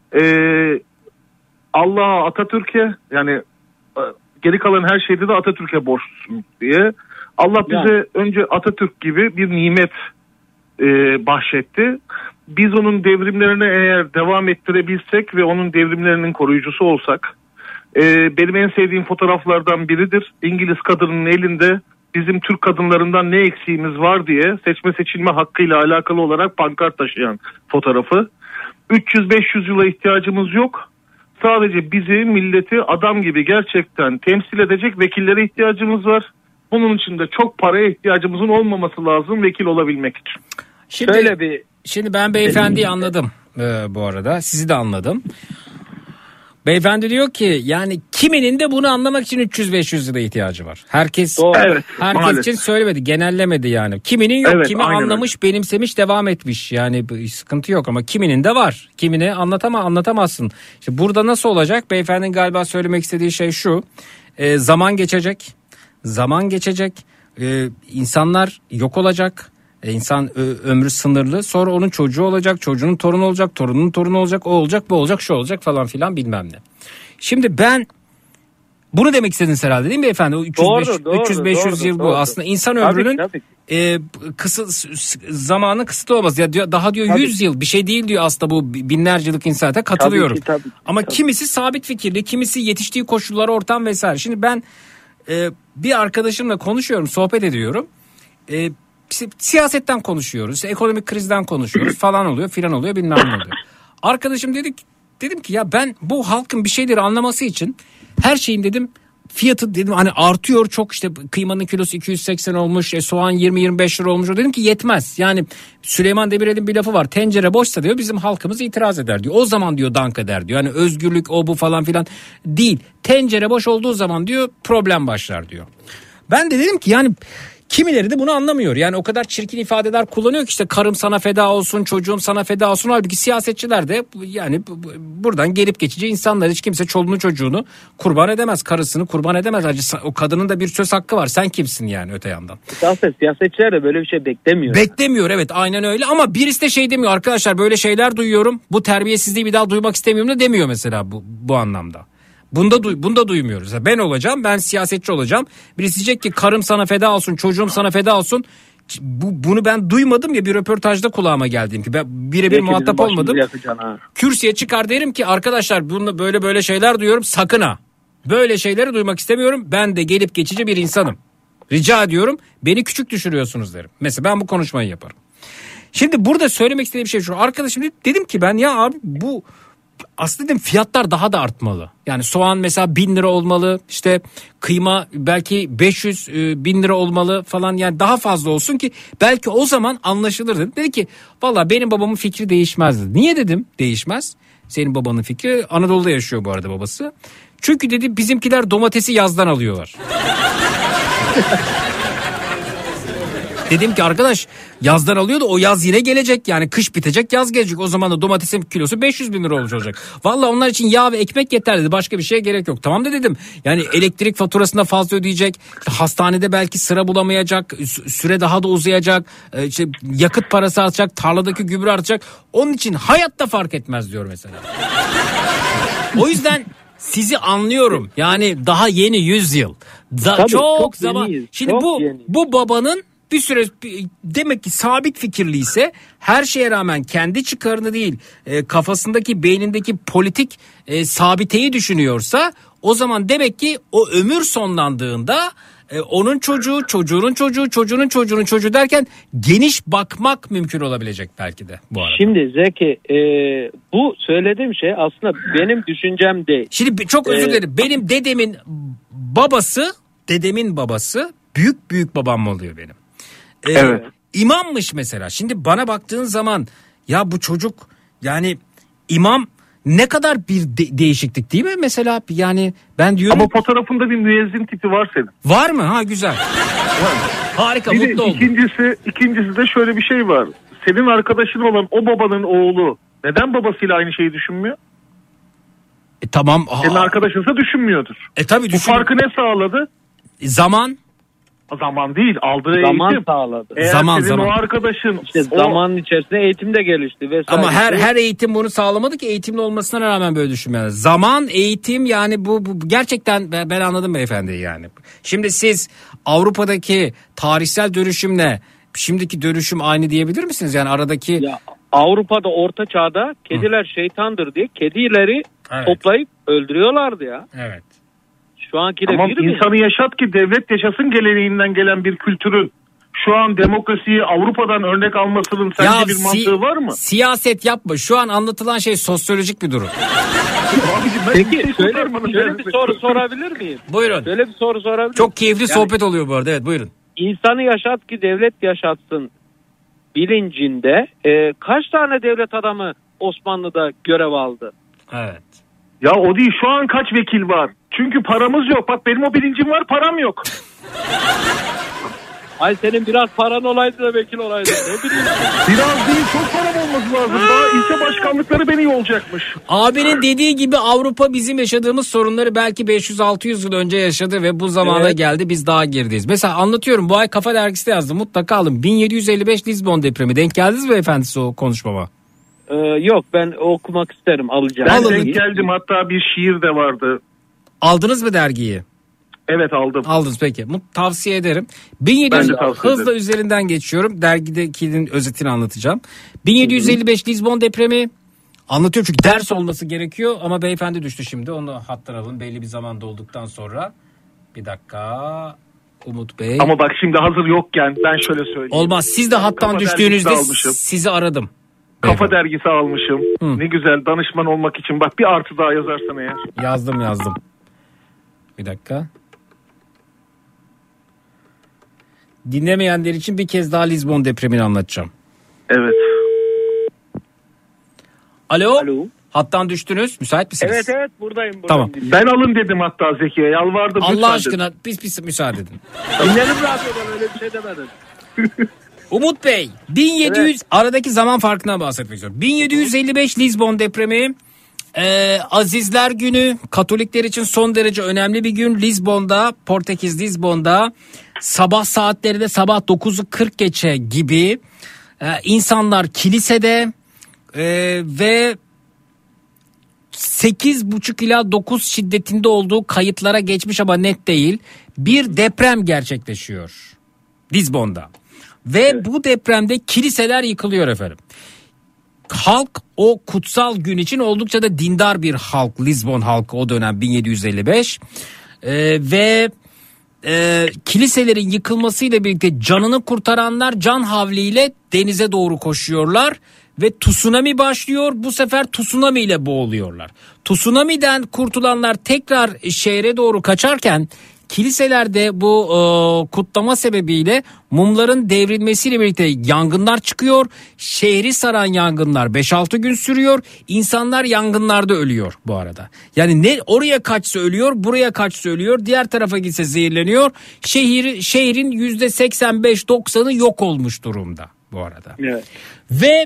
S17: Allah'a, Atatürk'e, yani geri kalan her şeyde de Atatürk'e borçlusun diye. Allah bize önce Atatürk gibi bir nimet bahşetti. Biz onun devrimlerine eğer devam ettirebilsek ve onun devrimlerinin koruyucusu olsak, benim en sevdiğim fotoğraflardan biridir. İngiliz kadının elinde bizim Türk kadınlarından ne eksiğimiz var diye seçme seçilme hakkıyla alakalı olarak pankart taşıyan fotoğrafı. 300-500 yıla ihtiyacımız yok. Sadece bizi, milleti adam gibi gerçekten temsil edecek vekillere ihtiyacımız var. Bunun için de çok paraya ihtiyacımızın olmaması lazım vekil olabilmek için.
S3: Şimdi ben beyefendiyi anladım bu arada. Sizi de anladım. Beyefendi diyor ki yani kiminin de bunu anlamak için 300-500 yıla ihtiyacı var. Herkes için söylemedi, genellemedi yani. Kiminin yok, kimi anlamış, öyle. Benimsemiş, devam etmiş. Yani sıkıntı yok ama kiminin de var. Kimine anlatamazsın. İşte burada nasıl olacak? Beyefendinin galiba söylemek istediği şey şu. Zaman geçecek. İnsanlar yok olacak. İnsan ömrü sınırlı. Sonra onun çocuğu olacak, çocuğunun torunu olacak, torunun torunu olacak, o olacak, bu olacak, şu olacak falan filan bilmem ne. Şimdi ben bunu demek istediniz herhalde değil mi beyefendi? O 300-500 yıl bu. Doğru. Aslında insan ömrünün zamanın kısıtlı olması. Ya daha diyor 100 yıl bir şey değil diyor aslında bu binlerce yıllık insana katılıyorum. Tabii ki. Ama kimisi sabit fikirli, kimisi yetiştiği koşullara, ortam vesaire. Şimdi ben bir arkadaşımla konuşuyorum, sohbet ediyorum. Siyasetten konuşuyoruz, ekonomik krizden konuşuyoruz falan oluyor filan oluyor bilmem ne oluyor. Arkadaşım dedim ki ya ben bu halkın bir şeyleri anlaması için her şeyin dedim fiyatı dedim hani artıyor çok, işte kıymanın kilosu 280 olmuş, soğan 20-25 lira olmuş. O dedim ki yetmez. Yani Süleyman Demirel'in bir lafı var, tencere boşsa diyor bizim halkımız itiraz eder diyor. O zaman diyor dank eder diyor. Yani özgürlük o bu falan filan değil. Tencere boş olduğu zaman diyor problem başlar diyor. Ben de dedim ki yani kimileri de bunu anlamıyor. Yani o kadar çirkin ifadeler kullanıyor ki işte karım sana feda olsun, çocuğum sana feda olsun. Halbuki siyasetçiler de yani buradan gelip geçici insanlar, hiç kimse çoluğunu çocuğunu kurban edemez, karısını kurban edemez. O kadının da bir söz hakkı var. Sen kimsin yani öte yandan?
S16: Siyasetçiler de böyle bir şey beklemiyor.
S3: Beklemiyor evet, aynen öyle, ama birisi de şey demiyor arkadaşlar, böyle şeyler duyuyorum. Bu terbiyesizliği bir daha duymak istemiyorum da demiyor mesela bu anlamda. Bunda duymuyoruz. Ben olacağım, ben siyasetçi olacağım. Birisi diyecek ki karım sana feda olsun, çocuğum sana feda olsun. Bunu ben duymadım ya, bir röportajda kulağıma geldiğim ki ben birebir muhatap olmadım. Kürsüye çıkar derim ki arkadaşlar bunu böyle şeyler duyuyorum, sakın ha. Böyle şeyleri duymak istemiyorum. Ben de gelip geçici bir insanım. Rica ediyorum, beni küçük düşürüyorsunuz derim. Mesela ben bu konuşmayı yaparım. Şimdi burada söylemek istediğim şey şu. Arkadaşım dedim ki ben ya abi bu aslında dedim fiyatlar daha da artmalı. Yani soğan mesela 1000 lira olmalı, işte kıyma belki 500 bin lira olmalı falan, yani daha fazla olsun ki belki o zaman anlaşılır dedim. Dedi ki valla benim babamın fikri değişmezdi. Niye dedim değişmez? Senin babanın fikri, Anadolu'da yaşıyor bu arada babası. Çünkü dedi bizimkiler domatesi yazdan alıyorlar. Dedim ki arkadaş yazdan alıyor da o yaz yine gelecek, yani kış bitecek yaz gelecek, o zaman da domatesin kilosu 500 bin lira olacak. Vallahi onlar için yağ ve ekmek yeter dedi, başka bir şeye gerek yok. Tamam da dedim, yani elektrik faturasında fazla ödeyecek, işte hastanede belki sıra bulamayacak, süre daha da uzayacak, işte yakıt parası artacak, tarladaki gübre artacak, onun için hayatta fark etmez diyor mesela. O yüzden sizi anlıyorum, yani daha yeni 100 yıl çok zaman yeniyiz, şimdi bu babanın bir süre demek ki sabit fikirliyse, her şeye rağmen kendi çıkarını değil kafasındaki, beynindeki politik sabiteyi düşünüyorsa, o zaman demek ki o ömür sonlandığında onun çocuğu, çocuğunun çocuğu, çocuğunun çocuğunun çocuğu derken geniş bakmak mümkün olabilecek belki de bu arada.
S16: Şimdi Zeki bu söylediğim şey aslında benim düşüncem değil.
S3: Şimdi çok özür dilerim, benim dedemin babası büyük babam oluyor benim.
S17: Evet.
S3: İmammış mesela. Şimdi bana baktığın zaman ya bu çocuk yani imam ne kadar bir değişiklik değil mi mesela? Yani ben diyorum.
S17: Ama fotoğrafında bir müezzin tipi var senin.
S3: Var mı? Ha güzel. Harika,
S17: Bir
S3: mutlu oldum.
S17: İkincisi de şöyle bir şey var. Senin arkadaşın olan o babanın oğlu neden babasıyla aynı şeyi düşünmüyor?
S3: Tamam.
S17: Senin arkadaşınsa düşünmüyordur.
S3: Tabii
S17: bu farkı ne sağladı?
S3: Zaman
S17: değil, aldığı
S16: zaman
S17: eğitim.
S16: sağladı.
S17: Eğer senin o arkadaşın
S16: zamanın içerisinde eğitim de gelişti vesaire.
S3: Ama her eğitim bunu sağlamadı ki, eğitimli olmasına rağmen böyle düşünmeler. Zaman, eğitim, yani bu gerçekten ben anladım beyefendi yani. Şimdi siz Avrupa'daki tarihsel dönüşümle şimdiki dönüşüm aynı diyebilir misiniz? Yani aradaki...
S16: Ya, Avrupa'da orta çağda kediler şeytandır diye kedileri toplayıp öldürüyorlardı ya.
S3: Evet.
S16: Şu anki de
S17: tamam,
S16: bir mi?
S17: insanı yaşat ki devlet yaşasın geleneğinden gelen bir kültürün şu an demokrasiyi Avrupa'dan örnek almasının sence bir mantığı var mı?
S3: Siyaset yapma. Şu an anlatılan şey sosyolojik bir durum.
S16: Peki şöyle bir soru sorabilir miyim?
S3: Buyurun.
S16: Şöyle bir soru sorabilir miyim?
S3: Çok keyifli sohbet oluyor bu arada. Evet, buyurun.
S16: İnsanı yaşat ki devlet yaşatsın bilincinde kaç tane devlet adamı Osmanlı'da görev aldı?
S3: Evet.
S17: Ya o değil, şu an kaç vekil var? Çünkü paramız yok. Bak benim o bilincim var, param yok.
S16: Ay senin biraz paran olaydı da vekil olaydı. Ne bileyim.
S17: Biraz değil, çok param olması lazım. Daha ilçe başkanlıkları beni olacakmış.
S3: Abinin dediği gibi Avrupa bizim yaşadığımız sorunları belki 500-600 yıl önce yaşadı ve bu zamana geldi, biz daha gerideyiz. Mesela anlatıyorum, bu ay Kafa Dergisi'de yazdım, mutlaka alın. 1755 Lisbon depremi. Denk geldiniz mi efendim o konuşmama?
S16: Yok, ben okumak isterim, alacağım.
S17: Ben denk geldim, hatta bir şiir de vardı.
S3: Aldınız mı dergiyi?
S17: Evet, aldım.
S3: Aldınız, peki. Tavsiye ederim. 1700 hızla üzerinden geçiyorum. Dergidekinin özetini anlatacağım. 1755 Lisbon depremi anlatıyor çünkü ders olması gerekiyor ama beyefendi düştü şimdi. Onu hattan alın, belli bir zaman dolduktan sonra. Bir dakika Umut Bey.
S17: Ama bak şimdi hazır yokken ben şöyle söyleyeyim.
S3: Olmaz, siz de hattan
S17: Kafa
S3: düştüğünüzde
S17: almışım.
S3: sizi aradım.
S17: Kafa Dergisi almışım. Ne güzel, danışman olmak için. Bak bir artı daha yazarsan eğer.
S3: Yazdım. Bir dakika. Dinlemeyenler için bir kez daha Lisbon depremini anlatacağım.
S17: Evet.
S3: Alo. Hattan düştünüz. Müsait misiniz?
S16: Evet buradayım.
S3: Tamam.
S17: Ben alın dedim hatta Zeki'ye, yalvardım.
S3: Allah aşkına biz müsaade edin.
S16: Dinledim radyodan, öyle bir şey demedim.
S3: Umut Bey, 1700 aradaki zaman farkından bahsetmek istiyorum. 1755 Lisbon depremi, Azizler Günü, Katolikler için son derece önemli bir gün. Lisbon'da, Portekiz Lisbon'da sabah saatlerinde, sabah 9'u 40 geçe gibi insanlar kilisede ve 8,5 ila 9 şiddetinde olduğu kayıtlara geçmiş ama net değil, bir deprem gerçekleşiyor Lisbon'da. Ve bu depremde kiliseler yıkılıyor efendim. Halk o kutsal gün için oldukça da dindar bir halk, Lisbon halkı o dönem 1755 ve kiliselerin yıkılmasıyla birlikte canını kurtaranlar can havliyle denize doğru koşuyorlar ve tsunami başlıyor. Bu sefer tsunami ile boğuluyorlar. Tsunami'den kurtulanlar tekrar şehre doğru kaçarken kiliselerde bu kutlama sebebiyle mumların devrilmesiyle birlikte yangınlar çıkıyor. Şehri saran yangınlar 5-6 gün sürüyor. İnsanlar yangınlarda ölüyor bu arada. Yani ne oraya kaçsa ölüyor, buraya kaçsa ölüyor, diğer tarafa gitse zehirleniyor. Şehrin %85-90'ı yok olmuş durumda bu arada.
S16: Evet.
S3: Ve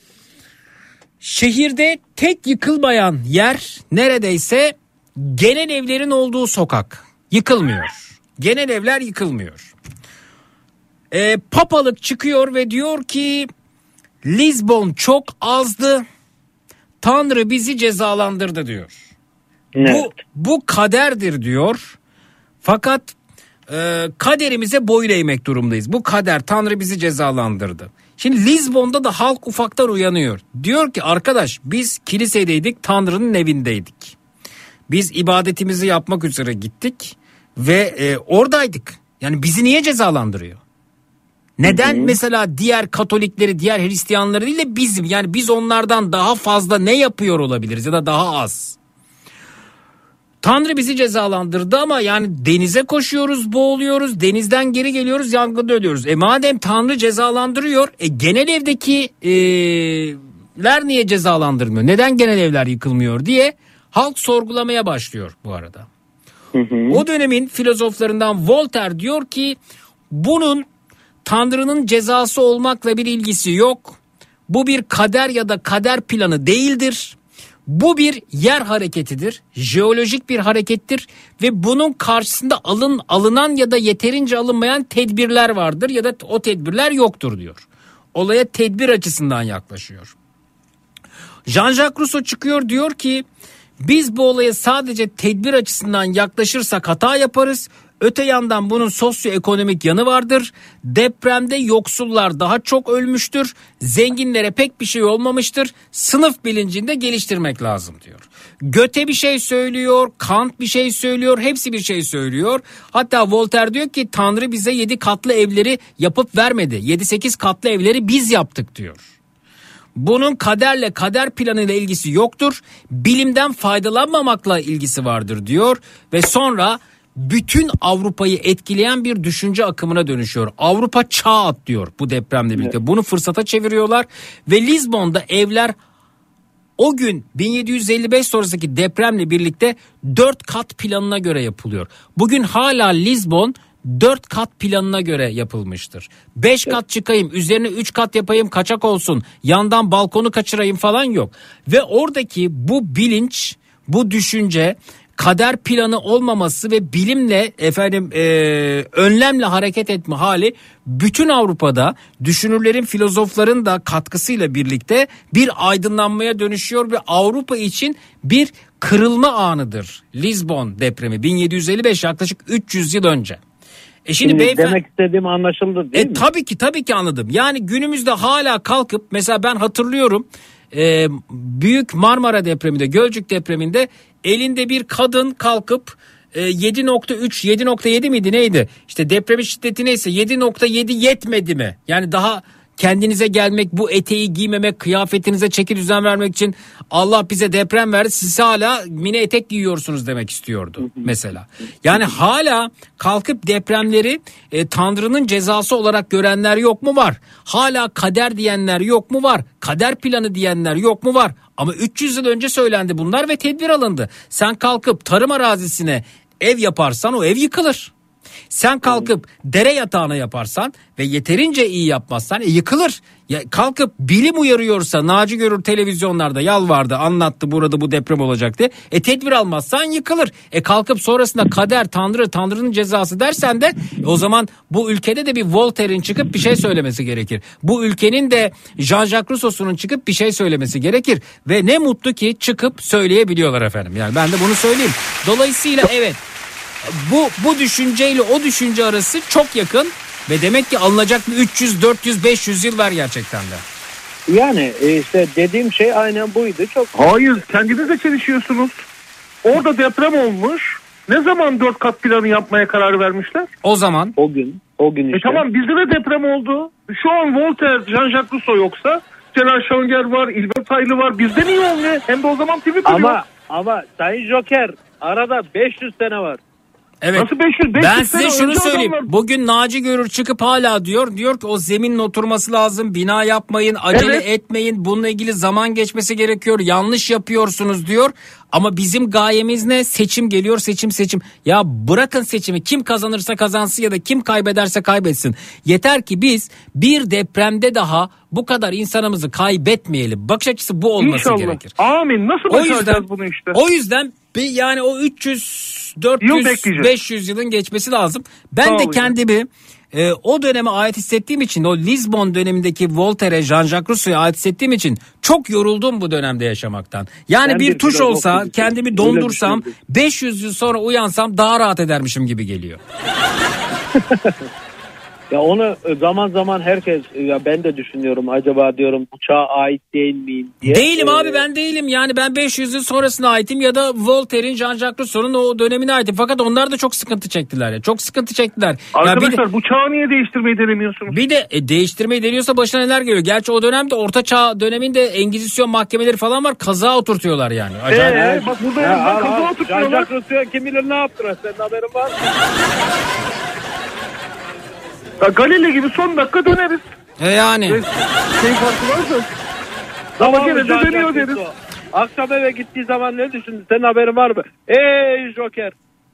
S3: şehirde tek yıkılmayan yer neredeyse genel evlerin olduğu sokak. Yıkılmıyor. Genel evler yıkılmıyor. Papalık çıkıyor ve diyor ki Lisbon çok azdı. Tanrı bizi cezalandırdı diyor. Evet. Bu kaderdir diyor. Fakat kaderimize boyun eğmek durumdayız. Bu kader, Tanrı bizi cezalandırdı. Şimdi Lisbon'da da halk ufaktan uyanıyor. Diyor ki arkadaş, biz kilisedeydik, Tanrı'nın evindeydik. Biz ibadetimizi yapmak üzere gittik ve oradaydık. Yani bizi niye cezalandırıyor? Neden mesela diğer Katolikleri, diğer Hristiyanları değil de bizim, yani biz onlardan daha fazla ne yapıyor olabiliriz ya da daha az? Tanrı bizi cezalandırdı ama yani denize koşuyoruz, boğuluyoruz, denizden geri geliyoruz, yangında ölüyoruz. Madem Tanrı cezalandırıyor, genel evdekiler niye cezalandırmıyor? Neden genel evler yıkılmıyor diye halk sorgulamaya başlıyor bu arada. O dönemin filozoflarından Voltaire diyor ki bunun Tanrı'nın cezası olmakla bir ilgisi yok. Bu bir kader ya da kader planı değildir. Bu bir yer hareketidir, jeolojik bir harekettir ve bunun karşısında alınan ya da yeterince alınmayan tedbirler vardır ya da o tedbirler yoktur diyor. Olaya tedbir açısından yaklaşıyor. Jean-Jacques Rousseau çıkıyor diyor ki biz bu olaya sadece tedbir açısından yaklaşırsak hata yaparız. Öte yandan bunun sosyoekonomik yanı vardır. Depremde yoksullar daha çok ölmüştür. Zenginlere pek bir şey olmamıştır. Sınıf bilincini de geliştirmek lazım diyor. Goethe bir şey söylüyor, Kant bir şey söylüyor, hepsi bir şey söylüyor. Hatta Voltaire diyor ki Tanrı bize 7 katlı evleri yapıp vermedi. 7-8 katlı evleri biz yaptık diyor. Bunun kaderle, kader planıyla ilgisi yoktur. Bilimden faydalanmamakla ilgisi vardır diyor ve sonra bütün Avrupa'yı etkileyen bir düşünce akımına dönüşüyor. Avrupa çağ atlıyor bu depremle birlikte. Evet. Bunu fırsata çeviriyorlar ve Lizbon'da evler o gün 1755 sonrasındaki depremle birlikte 4 kat planına göre yapılıyor. Bugün hala Lizbon 4 kat planına göre yapılmıştır. 5 kat çıkayım, üzerine 3 kat yapayım, kaçak olsun, yandan balkonu kaçırayım falan yok. Ve oradaki bu bilinç, bu düşünce, kader planı olmaması ve bilimle önlemle hareket etme hali bütün Avrupa'da düşünürlerin, filozofların da katkısıyla birlikte bir aydınlanmaya dönüşüyor ve Avrupa için bir kırılma anıdır. Lizbon depremi 1755, yaklaşık 300 yıl önce.
S16: Şimdi demek istediğim anlaşıldı değil mi?
S3: Tabii ki anladım. Yani günümüzde hala kalkıp mesela ben hatırlıyorum Büyük Marmara depreminde, Gölcük depreminde elinde bir kadın kalkıp 7.3 7.7 miydi neydi? İşte depremin şiddeti neyse 7.7 yetmedi mi? Yani daha kendinize gelmek, bu eteği giymemek, kıyafetinize çeki düzen vermek için Allah bize deprem verdi, siz hala mini etek giyiyorsunuz demek istiyordu mesela. Yani hala kalkıp depremleri Tanrı'nın cezası olarak görenler yok mu? Var. Hala kader diyenler yok mu? Var. Kader planı diyenler yok mu? Var. Ama 300 yıl önce söylendi bunlar ve tedbir alındı. Sen kalkıp tarım arazisine ev yaparsan o ev yıkılır. Sen kalkıp dere yatağına yaparsan ve yeterince iyi yapmazsan yıkılır. Ya kalkıp bilim uyarıyorsa, Naci Görür televizyonlarda yalvardı, anlattı burada bu deprem olacak diye. Tedbir almazsan yıkılır. Kalkıp sonrasında kader, Tanrı'nın cezası dersen de o zaman bu ülkede de bir Voltaire'in çıkıp bir şey söylemesi gerekir. Bu ülkenin de Jean-Jacques Rousseau'nun çıkıp bir şey söylemesi gerekir. Ve ne mutlu ki çıkıp söyleyebiliyorlar efendim. Yani ben de bunu söyleyeyim. Dolayısıyla evet, bu düşünceyle o düşünce arası çok yakın ve demek ki alınacak bir 300, 400, 500 yıl var gerçekten de.
S16: Yani işte dediğim şey aynen buydu. Çok.
S17: Hayır, kendinizle çelişiyorsunuz. Orada deprem olmuş. Ne zaman 4 kat planı yapmaya karar vermişler?
S3: O zaman.
S16: O gün işte.
S17: Tamam, bizde de deprem oldu. Şu an Voltaire, Jean-Jacques Rousseau yoksa Celal Şengör var, İlber Taylı var. Bizde niye olmuyor? Hem de o zaman Twitter yok.
S16: Ama Sayın Joker, arada 500 sene var.
S3: Evet.
S17: Nasıl 500?
S3: Ben size şunu söyleyeyim. Bugün Naci Görür çıkıp hala diyor ki o zeminin oturması lazım. Bina yapmayın, acele etmeyin. Bununla ilgili zaman geçmesi gerekiyor. Yanlış yapıyorsunuz diyor. Ama bizim gayemiz ne? Seçim geliyor, seçim. Ya bırakın seçimi. Kim kazanırsa kazansın ya da kim kaybederse kaybetsin. Yeter ki biz bir depremde daha bu kadar insanımızı kaybetmeyelim. Bakış açısı bu olması
S17: İnşallah.
S3: gerekir.
S17: Amin. Nasıl başaracağız bunu işte?
S3: O yüzden yani o 300, 400, 500 yılın geçmesi lazım. Ben de kendimi o döneme ait hissettiğim için, o Lizbon dönemindeki Voltaire, Jean-Jacques Rousseau'ya ait hissettiğim için çok yoruldum bu dönemde yaşamaktan. Yani bir tuş olsa, kendimi dondursam, 500 yıl sonra uyansam daha rahat edermişim gibi geliyor.
S16: Ya onu zaman zaman herkes, ya ben de düşünüyorum, acaba diyorum uçağa ait değil miyim diye.
S3: Değilim abi, ben değilim. Yani ben 500 yıl sonrasına aitim ya da Voltaire'in, Jean-Jacques Rousseau'nun o dönemine aitim. Fakat onlar da çok sıkıntı çektiler ya. Çok sıkıntı çektiler.
S17: Arkadaşlar bu çağı niye değiştirmeyi denemiyorsunuz?
S3: Bir de değiştirmeyi deniyorsa başına neler geliyor. Gerçi o dönemde Orta Çağ döneminde Engizisyon mahkemeleri falan var. Kaza oturtuyorlar yani. Acayip.
S17: Bak burada kaza oturtuyorlar.
S16: Jean-Jacques Rousseau kim bilir ne yaptılar, senin haberin var mı?
S17: Galile gibi son dakika döneriz.
S3: Yani.
S17: Şey farkı varsa. Ama gene de dönüyor deriz.
S16: Akşam eve gittiği zaman ne düşündün? Senin haberin var mı? Ey Joker.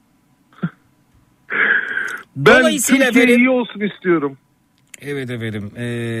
S17: Ben Türkiye iyi olsun istiyorum.
S3: Evet efendim.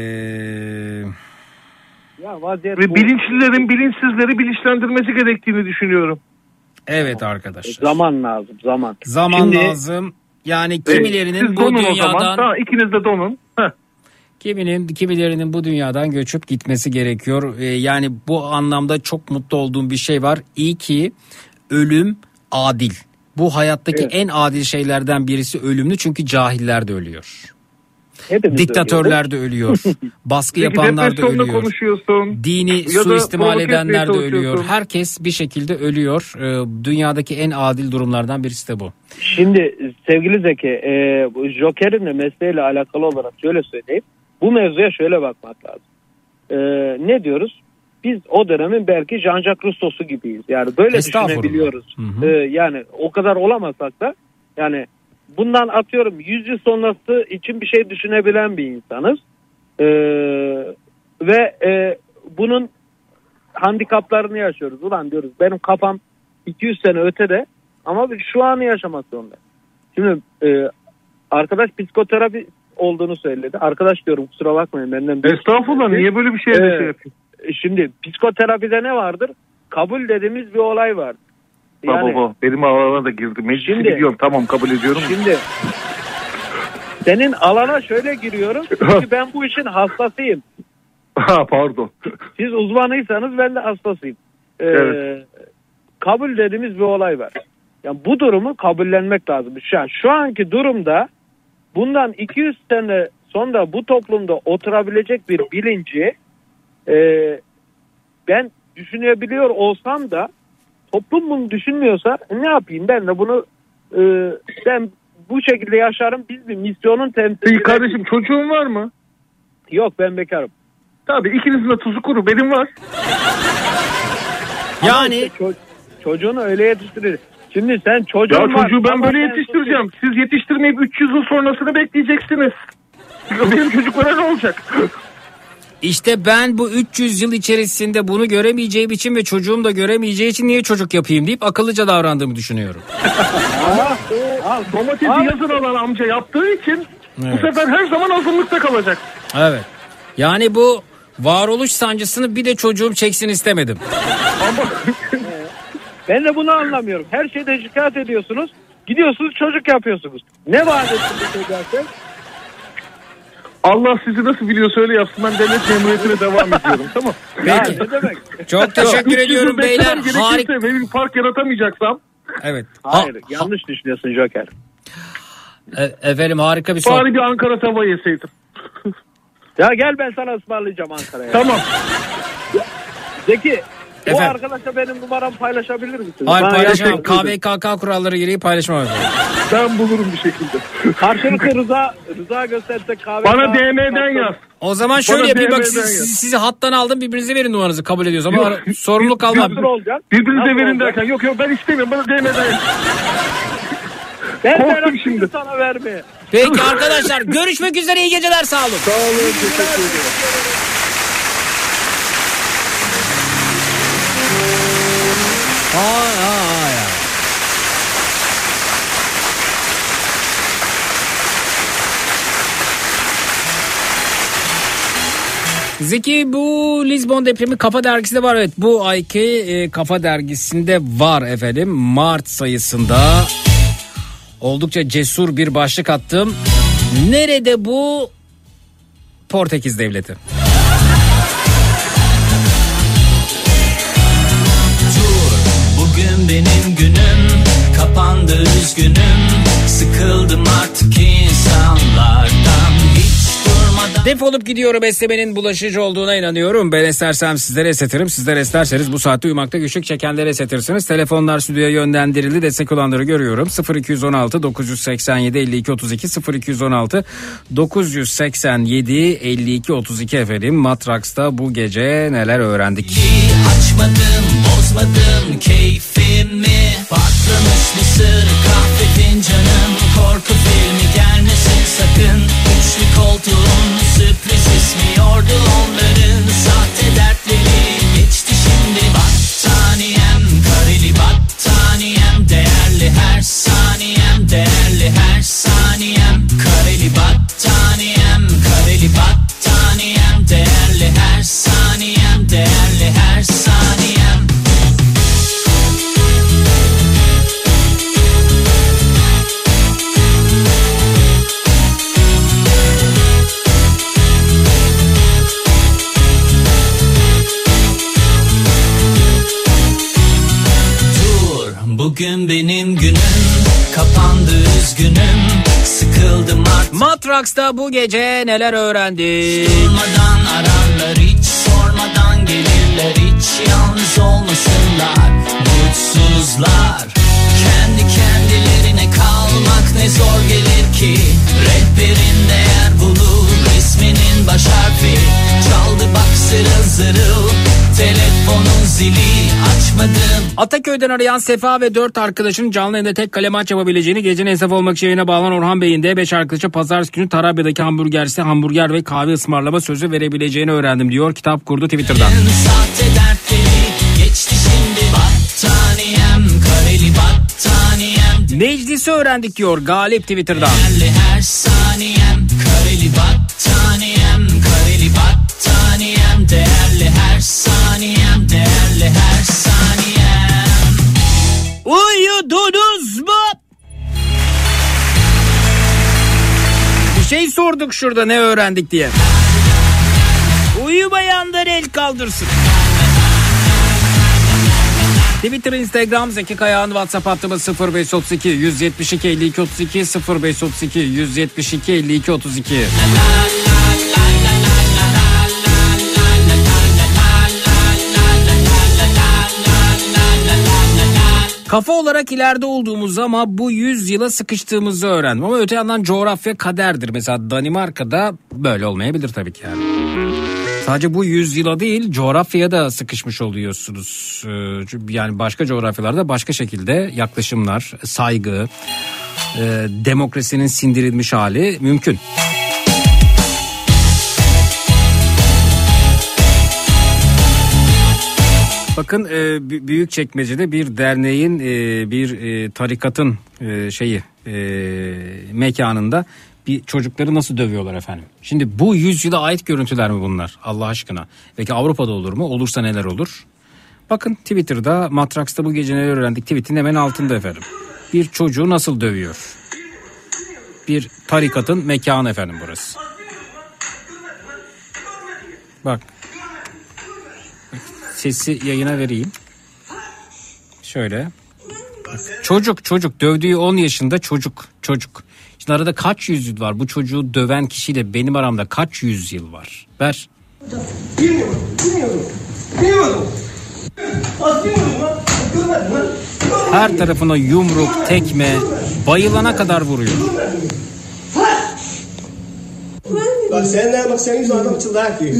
S17: Ve bilinçlilerin bilinçsizleri bilinçlendirmesi gerektiğini düşünüyorum.
S3: Evet arkadaşlar.
S16: Zaman lazım, zaman.
S3: Zaman lazım. Yani kimilerinin
S17: siz
S3: bu
S17: donun
S3: dünyadan...
S17: o zaman. Tamam, ikiniz de donun.
S3: Kimilerinin bu dünyadan göçüp gitmesi gerekiyor. Yani bu anlamda çok mutlu olduğum bir şey var. İyi ki ölüm adil. Bu hayattaki en adil şeylerden birisi ölümlü, çünkü cahiller de ölüyor. Diktatörler de ölüyor. Baskı yapanlar da ölüyor. Dini suistimal edenler de ölüyor. Herkes bir şekilde ölüyor. Dünyadaki en adil durumlardan birisi de bu.
S16: Şimdi sevgili Zeki, Joker'in de mesleğiyle alakalı olarak şöyle söyleyeyim. Bu mevzuya şöyle bakmak lazım. Ne diyoruz? Biz o dönemin belki Jean-Jacques Rousseau'su gibiyiz. Yani böyle düşünebiliyoruz. Yani o kadar olamasak da yani bundan atıyorum 100 yıl sonrası için bir şey düşünebilen bir insanız. Ve bunun handikaplarını yaşıyoruz. Ulan diyoruz, benim kafam 200 sene ötede ama şu anı yaşamak zorunda. Şimdi arkadaş psikoterapi olduğunu söyledi. Arkadaş diyorum, kusura bakmayın benden.
S17: Estağfurullah, niye böyle bir şey yapayım?
S16: Şimdi psikoterapide ne vardır? Kabul dediğimiz bir olay var.
S17: Yani, baba benim alana da girdi. Meclisi biliyorum, tamam, kabul ediyorum.
S16: Şimdi senin alana şöyle giriyorum. Çünkü ben bu işin hastasıyım.
S17: Pardon.
S16: Siz uzmanıysanız ben de hastasıyım.
S17: Evet.
S16: Kabul dediğimiz bir olay var. Yani bu durumu kabullenmek lazım. Şu anki durumda bundan 200 sene sonra bu toplumda oturabilecek bir bilinci ben düşünebiliyor olsam da toplum bunu düşünmüyorsa ne yapayım, ben de bunu ben bu şekilde yaşarım. Biz bir misyonun temsilcisi.
S17: Kardeşim, çocuğun var mı?
S16: Yok, ben bekarım.
S17: Tabii ikinizin de tuzu kuru, benim var.
S3: Yani
S16: işte çocuğunu öyle yetiştirir. Şimdi sen çocuğun
S17: var. Ya çocuğu ben böyle yetiştireceğim. Siz yetiştirmeyip 300 yıl sonrasını bekleyeceksiniz. Benim çocuklara ne olacak?
S3: İşte ben bu 300 yıl içerisinde bunu göremeyeceğim için ve çocuğum da göremeyeceği için niye çocuk yapayım deyip akıllıca davrandığımı düşünüyorum.
S17: Domatesi yazın alan amca yaptığı için bu sefer her zaman azınlıkta kalacak.
S3: Evet. Yani bu varoluş sancısını bir de çocuğum çeksin istemedim.
S16: Ben de bunu anlamıyorum. Her şeyde şikayet ediyorsunuz. Gidiyorsunuz çocuk yapıyorsunuz. Ne vaat ettin bu çocuğa sen?
S17: Allah sizi nasıl biliyorsa öyle yapsın. Ben devlet memuriyetine devam ediyorum. Tamam.
S3: Peki.
S16: Ne demek?
S3: Çok teşekkür ediyorum beyler.
S17: Harika. Benim fark yaratamayacaksam.
S3: Evet.
S16: Hayır, yanlış düşünüyorsun Joker.
S3: Efendim, harika bir soru.
S17: Bari bir Ankara tava yeseydim.
S16: Ya gel, ben sana ısmarlayacağım Ankara'ya.
S17: Tamam.
S16: Zeki, bu arkadaşa benim numaramı paylaşabilir misin?
S3: Hayır, paylaşamam. KVKK kuralları gereği paylaşmam.
S17: Ben bulurum bir şekilde.
S16: Karşılıklı rıza göstersek KVKK...
S17: Bana DM'den yaz.
S3: O zaman şöyle yapayım, bak sizi hattan aldım, birbirinize verin numaranızı, kabul ediyoruz ama sorumluluk kalmam.
S17: Birbirinize verin derken yok ben istemiyorum, bana DM'den yaz.
S16: Korktum şimdi sana vermeye.
S3: Peki arkadaşlar, görüşmek üzere, iyi geceler, sağ olun.
S17: Sağ olun, teşekkür ederim.
S3: Zeki, bu Lizbon depremi Kafa Dergisi'nde var. Evet, bu ayki Kafa Dergisi'nde var efendim. Mart sayısında oldukça cesur bir başlık attım. Nerede bu Portekiz devleti?
S18: Bugün benim günüm, kapandı üzgünüm. Sıkıldım artık insanlardan.
S3: Defolup gidiyorum esnemenin bulaşıcı olduğuna inanıyorum. Ben estersem sizlere esnetirim. Sizler esterseniz bu saatte uyumakta güçlük çekenlere esnetirsiniz. Telefonlar stüdyoya yönlendirildi. Destek olanları görüyorum. 0216 987 52 32 0216 987 52 32 efendim. Matraks'ta bu gece neler öğrendik?
S7: Açmadım, bozmadım keyfimi. Patlamış mısır kahve fincanım. Korku filmi gelmesin sakın. Üçlü koltuğun sürpriz ismiyordu onların. Sahte dertleri geçti şimdi. Battaniyem, kareli battaniyem. Değerli her saniyem, değerli her saniyem. Kareli battaniyem, kareli battaniyem. Değerli her saniyem, değerli her saniyem. Bugün benim günüm, kapandı üzgünüm, sıkıldım artık.
S3: Matraks'ta bu gece neler öğrendik?
S7: Durmadan ararlar hiç, sormadan gelirler hiç. Yalnız olmasınlar, mutsuzlar. Kendi kendilerine kalmak ne zor gelir ki. Rehberin değer bulur, isminin baş harfi. Çaldı bak zırıl zırıl, telefonun zili açmadım.
S3: Ataköy'den arayan Sefa ve 4 arkadaşın canlı yayında tek kale maç yapabileceğini, gecenin esnaf olmak için yayına bağlanan Orhan Bey'in de 5 arkadaşa pazartesi günü Tarabya'daki hamburgerse hamburger ve kahve ısmarlama sözü verebileceğini öğrendim diyor. Kitap kurdu Twitter'dan.
S7: Sahte dertleri geçti şimdi. Battaniyem, kareli battaniyem.
S3: Meclisi öğrendik diyor Galip Twitter'dan.
S7: Değerli her saniyem, kareli battaniyem, kareli battaniyem. Değerli her saniyem, değerli her saniyem.
S3: Uyudunuz mu? Bir şey sorduk şurada ne öğrendik diye. Uyumayanlar el kaldırsın. Twitter, Instagram, Zeki Kayağan, WhatsApp hattımız 0532 172 52 32 0532 172 52 32. Kafa olarak ileride olduğumuz ama bu 100 yıla sıkıştığımızı öğrendim. Ama öte yandan coğrafya kaderdir. Mesela Danimarka'da böyle olmayabilir tabii ki yani. Sadece bu 100 yıla değil, coğrafyaya da sıkışmış oluyorsunuz. Yani başka coğrafyalarda başka şekilde yaklaşımlar, saygı, demokrasinin sindirilmiş hali mümkün. Bakın Büyükçekmece'de bir derneğin, bir tarikatın mekanında bir çocukları nasıl dövüyorlar efendim. Şimdi bu 100 yıla ait görüntüler mi bunlar Allah aşkına? Peki Avrupa'da olur mu? Olursa neler olur? Bakın Twitter'da Matraks'ta bu gece neler öğrendik tweetin hemen altında efendim. Bir çocuğu nasıl dövüyor? Bir tarikatın mekanı efendim burası. Bak. Sesi yayına vereyim. Şöyle. Çocuk dövdüğü 10 yaşında çocuk. Şimdi arada kaç yüzyıl var? Bu çocuğu döven kişiyle benim aramda kaç yüzyıl var? Ver. Bilmiyorum. Her tarafına yumruk, tekme, bayılana kadar vuruyor.
S18: Bak senin yüzünden adam çıldırar ki.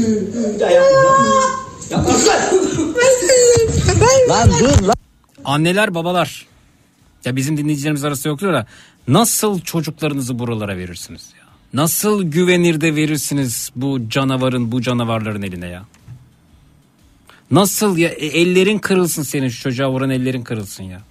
S3: Lan dur lan. Anneler babalar. Ya bizim dinleyicilerimiz arasında yoktur da nasıl çocuklarınızı buralara verirsiniz ya? Nasıl güvenir de verirsiniz bu canavarların eline ya? Nasıl ya ellerin kırılsın senin, şu çocuğa vuran ellerin kırılsın ya.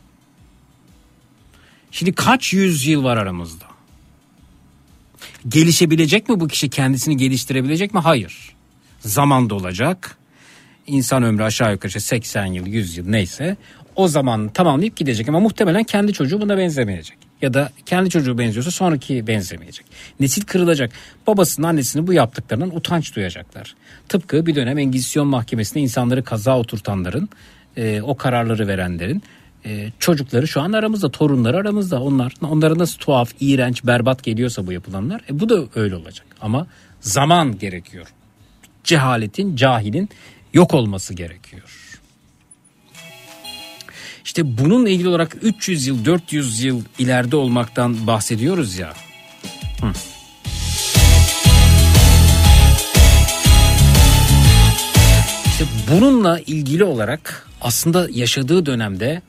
S3: Şimdi kaç yüzyıl var aramızda? Gelişebilecek mi bu kişi, kendisini geliştirebilecek mi? Hayır. Zaman da olacak. İnsan ömrü aşağı yukarı 80 yıl, 100 yıl neyse o zaman tamamlayıp gidecek ama muhtemelen kendi çocuğu buna benzemeyecek. Ya da kendi çocuğu benziyorsa sonraki benzemeyecek. Nesil kırılacak. Babasının, annesinin bu yaptıklarından utanç duyacaklar. Tıpkı bir dönem Engizisyon mahkemesinde insanları kaza oturtanların, o kararları verenlerin çocukları şu an aramızda, torunları aramızda. Onlara nasıl tuhaf, iğrenç, berbat geliyorsa bu yapılanlar, bu da öyle olacak. Ama zaman gerekiyor. Cehaletin, cahilin yok olması gerekiyor. İşte bununla ilgili olarak 300 yıl, 400 yıl ileride olmaktan bahsediyoruz ya. İşte bununla ilgili olarak aslında yaşadığı dönemde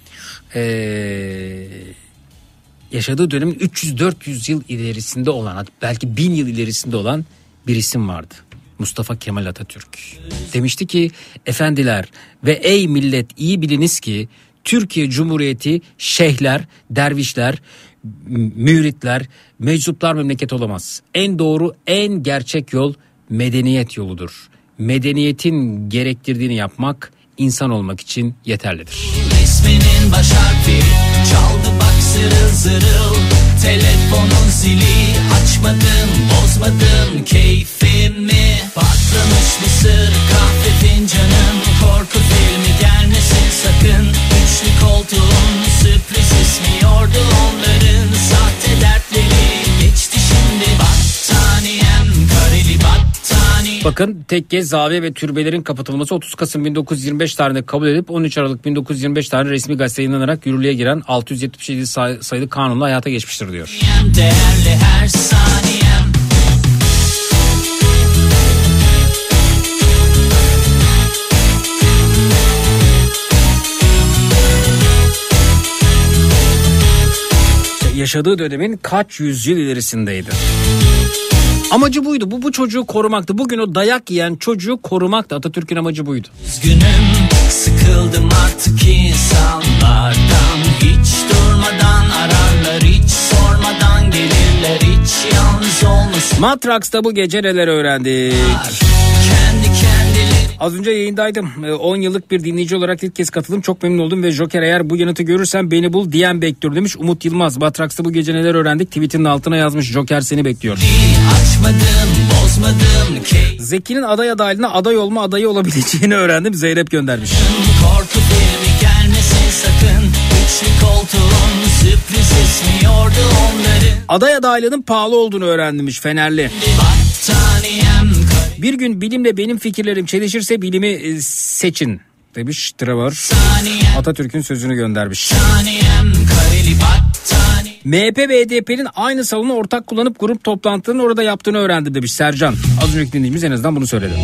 S3: yaşadığı dönemin 300-400 yıl ilerisinde olan, belki 1000 yıl ilerisinde olan bir isim vardı. Mustafa Kemal Atatürk. Demişti ki, efendiler ve ey millet, iyi biliniz ki Türkiye Cumhuriyeti şeyhler, dervişler, müritler, meczuplar memleket olamaz. En doğru, en gerçek yol medeniyet yoludur. Medeniyetin gerektirdiğini yapmak insan olmak için yeterlidir.
S7: İsminin baş harfi çaldı bak zırıl zırıl, telefonun zili açmadım, bozmadım keyfimi. Patlamış mısır kahve fincanım, korku filmi gelmesin sakın. Üçlü koltuğun sürpriz ismiyordu onların, sahte dertleri geçti şimdi. Battaniyem kareli battaniye.
S3: Bakın, tekke, zaviye ve türbelerin kapatılması 30 Kasım 1925 tarihinde kabul edilip 13 Aralık 1925 tarihinde resmi gazete yayınlanarak yürürlüğe giren 677 sayılı kanunla hayata geçmiştir diyor.
S7: Değerli her saniyem.
S3: Yaşadığı dönemin kaç yüzyıl ilerisindeydi. Amacı buydu. Bu çocuğu korumaktı. Bugün o dayak yiyen çocuğu korumaktı. Atatürk'ün amacı buydu.
S7: Üzgünüm, sıkıldım artık insanlardan. Hiç durmadan ararlar, hiç sormadan gelirler, hiç yalnız olmuş.
S3: Matrax'ta bu gece neler öğrendik? Az önce yayındaydım. 10 yıllık bir dinleyici olarak ilk kez katıldım. Çok memnun oldum ve Joker, eğer bu yanıtı görürsen beni bul diyen bekliyorum demiş Umut Yılmaz. Matrax'ta bu gece neler öğrendik? Tweetinin altına yazmış, Joker seni bekliyor.
S7: Açmadım, bozmadım
S3: Zeki'nin aday adaylığına aday olma adayı olabileceğini öğrendim. Zeynep göndermiş.
S7: Korku filmi gelmesin sakın. Üçlü koltuğun sürpriz ismiyordu onların.
S3: Aday adaylığının pahalı olduğunu öğrenmiş Fenerli. Bir gün bilimle benim fikirlerim çelişirse bilimi seçin demiş Trevor. Atatürk'ün sözünü göndermiş. MHP ve HDP'nin aynı salonu ortak kullanıp grup toplantılarını orada yaptığını öğrendim demiş Sercan. Az önceki dinlediğimiz en azından bunu söyledi.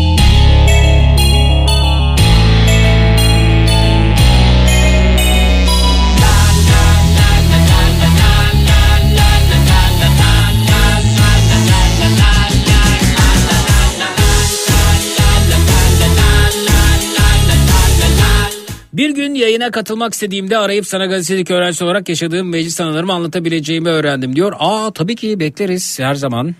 S3: Bir gün yayına katılmak istediğimde arayıp sana gazetecilik öğrencisi olarak yaşadığım meclis anılarımı anlatabileceğimi öğrendim diyor. Tabii ki bekleriz her zaman.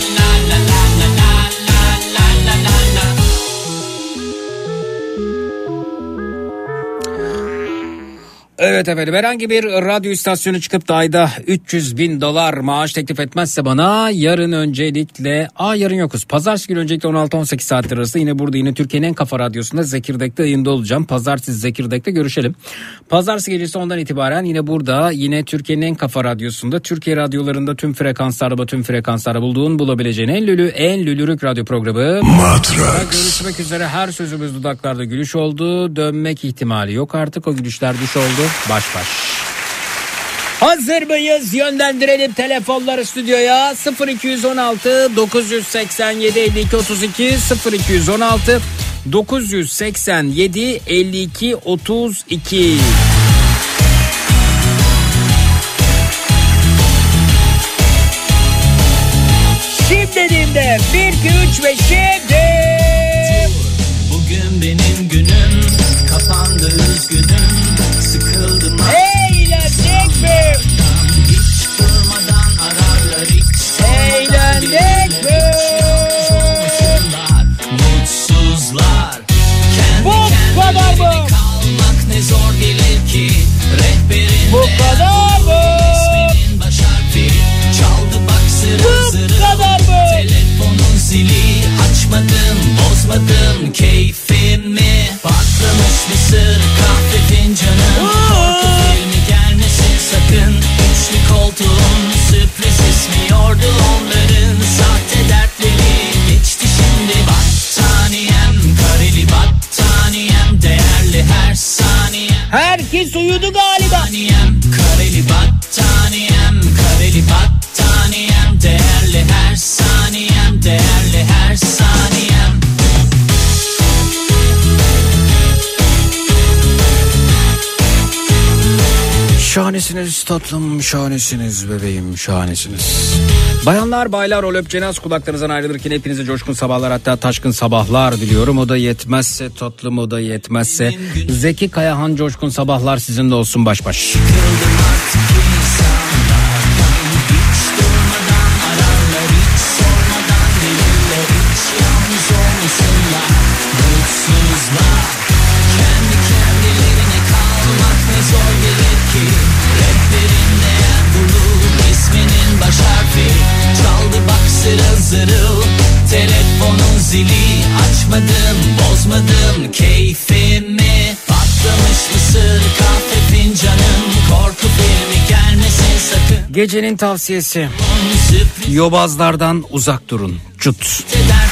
S3: Evet efendim, herhangi bir radyo istasyonu çıkıp da ayda $300.000 maaş teklif etmezse bana yarın öncelikle yarın yokuz. Pazartesi günü öncelikle 16-18 saatler arasında yine burada, yine Türkiye'nin en kafa radyosunda Zekirdek'te yayında olacağım. Pazartesi Zekirdek'te görüşelim. Pazartesi gecesi ondan itibaren yine burada, yine Türkiye'nin en kafa radyosunda, Türkiye radyolarında tüm frekanslarda bulabileceğin en lülürük radyo programı Matrax. Görüşmek üzere. Her sözümüz dudaklarda gülüş oldu. Dönmek ihtimali yok artık. O gülüşler düş oldu. Baş. Hazır mıyız? Yönlendirelim telefonları stüdyoya. 0216 987 52 32 0216 987 52 32. Şimdi dediğimde 1, 2, 3 ve şimdi.
S7: Bugün benim günüm, kapandı üzgünüm. Sıkıldım
S3: eğlendik mi?
S7: Hiç durmadan ararlar, hiç
S3: eğlendik mi?
S7: Mutsuzlar.
S3: Bu kadar mı?
S7: Kalmak ne zor gelir ki rehberinde.
S3: Bu kadar mı?
S7: İsminin baş harfi çaldı bak zırıl zırıl.
S3: Bu kadar mı?
S7: Telefonun zili açmadım, bozmadım keyfimi. Patlamış mısır kahve fincanım.
S3: Şahanesiniz tatlım, şahanesiniz bebeğim, şahanesiniz. Bayanlar baylar, o löpçenaz kulaklarınızdan ayrılırken hepinize coşkun sabahlar, hatta taşkın sabahlar diliyorum. O da yetmezse tatlım, o da yetmezse Zeki Kayahan coşkun sabahlar sizin de olsun baş baş.
S19: Zırıl, telefonun zili, açmadım, bozmadım keyfimi. Patlamış mısır kahve fincanım, korku filmi gelmesin sakın.
S3: Gecenin tavsiyesi: yobazlardan uzak durun. Cut.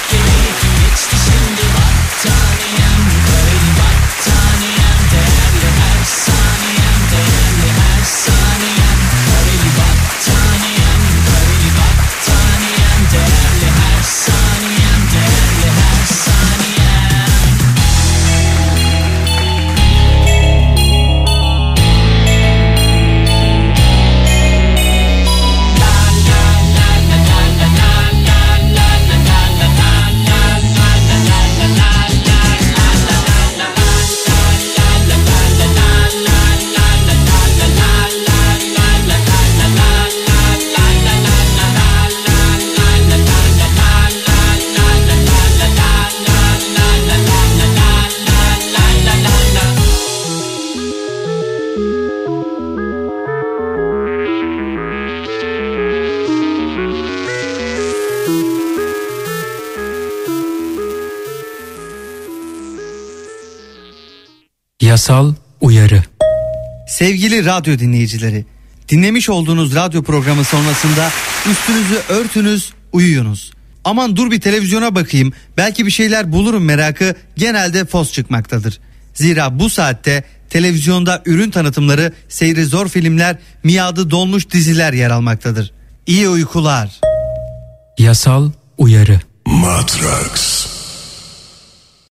S15: Yasal uyarı.
S20: Sevgili radyo dinleyicileri, dinlemiş olduğunuz radyo programı sonrasında üstünüzü örtünüz, uyuyunuz. Aman dur bir televizyona bakayım, belki bir şeyler bulurum merakı genelde fos çıkmaktadır. Zira bu saatte televizyonda ürün tanıtımları, seyri zor filmler, miadı dolmuş diziler yer almaktadır. İyi uykular.
S15: Yasal uyarı.
S21: Matrax.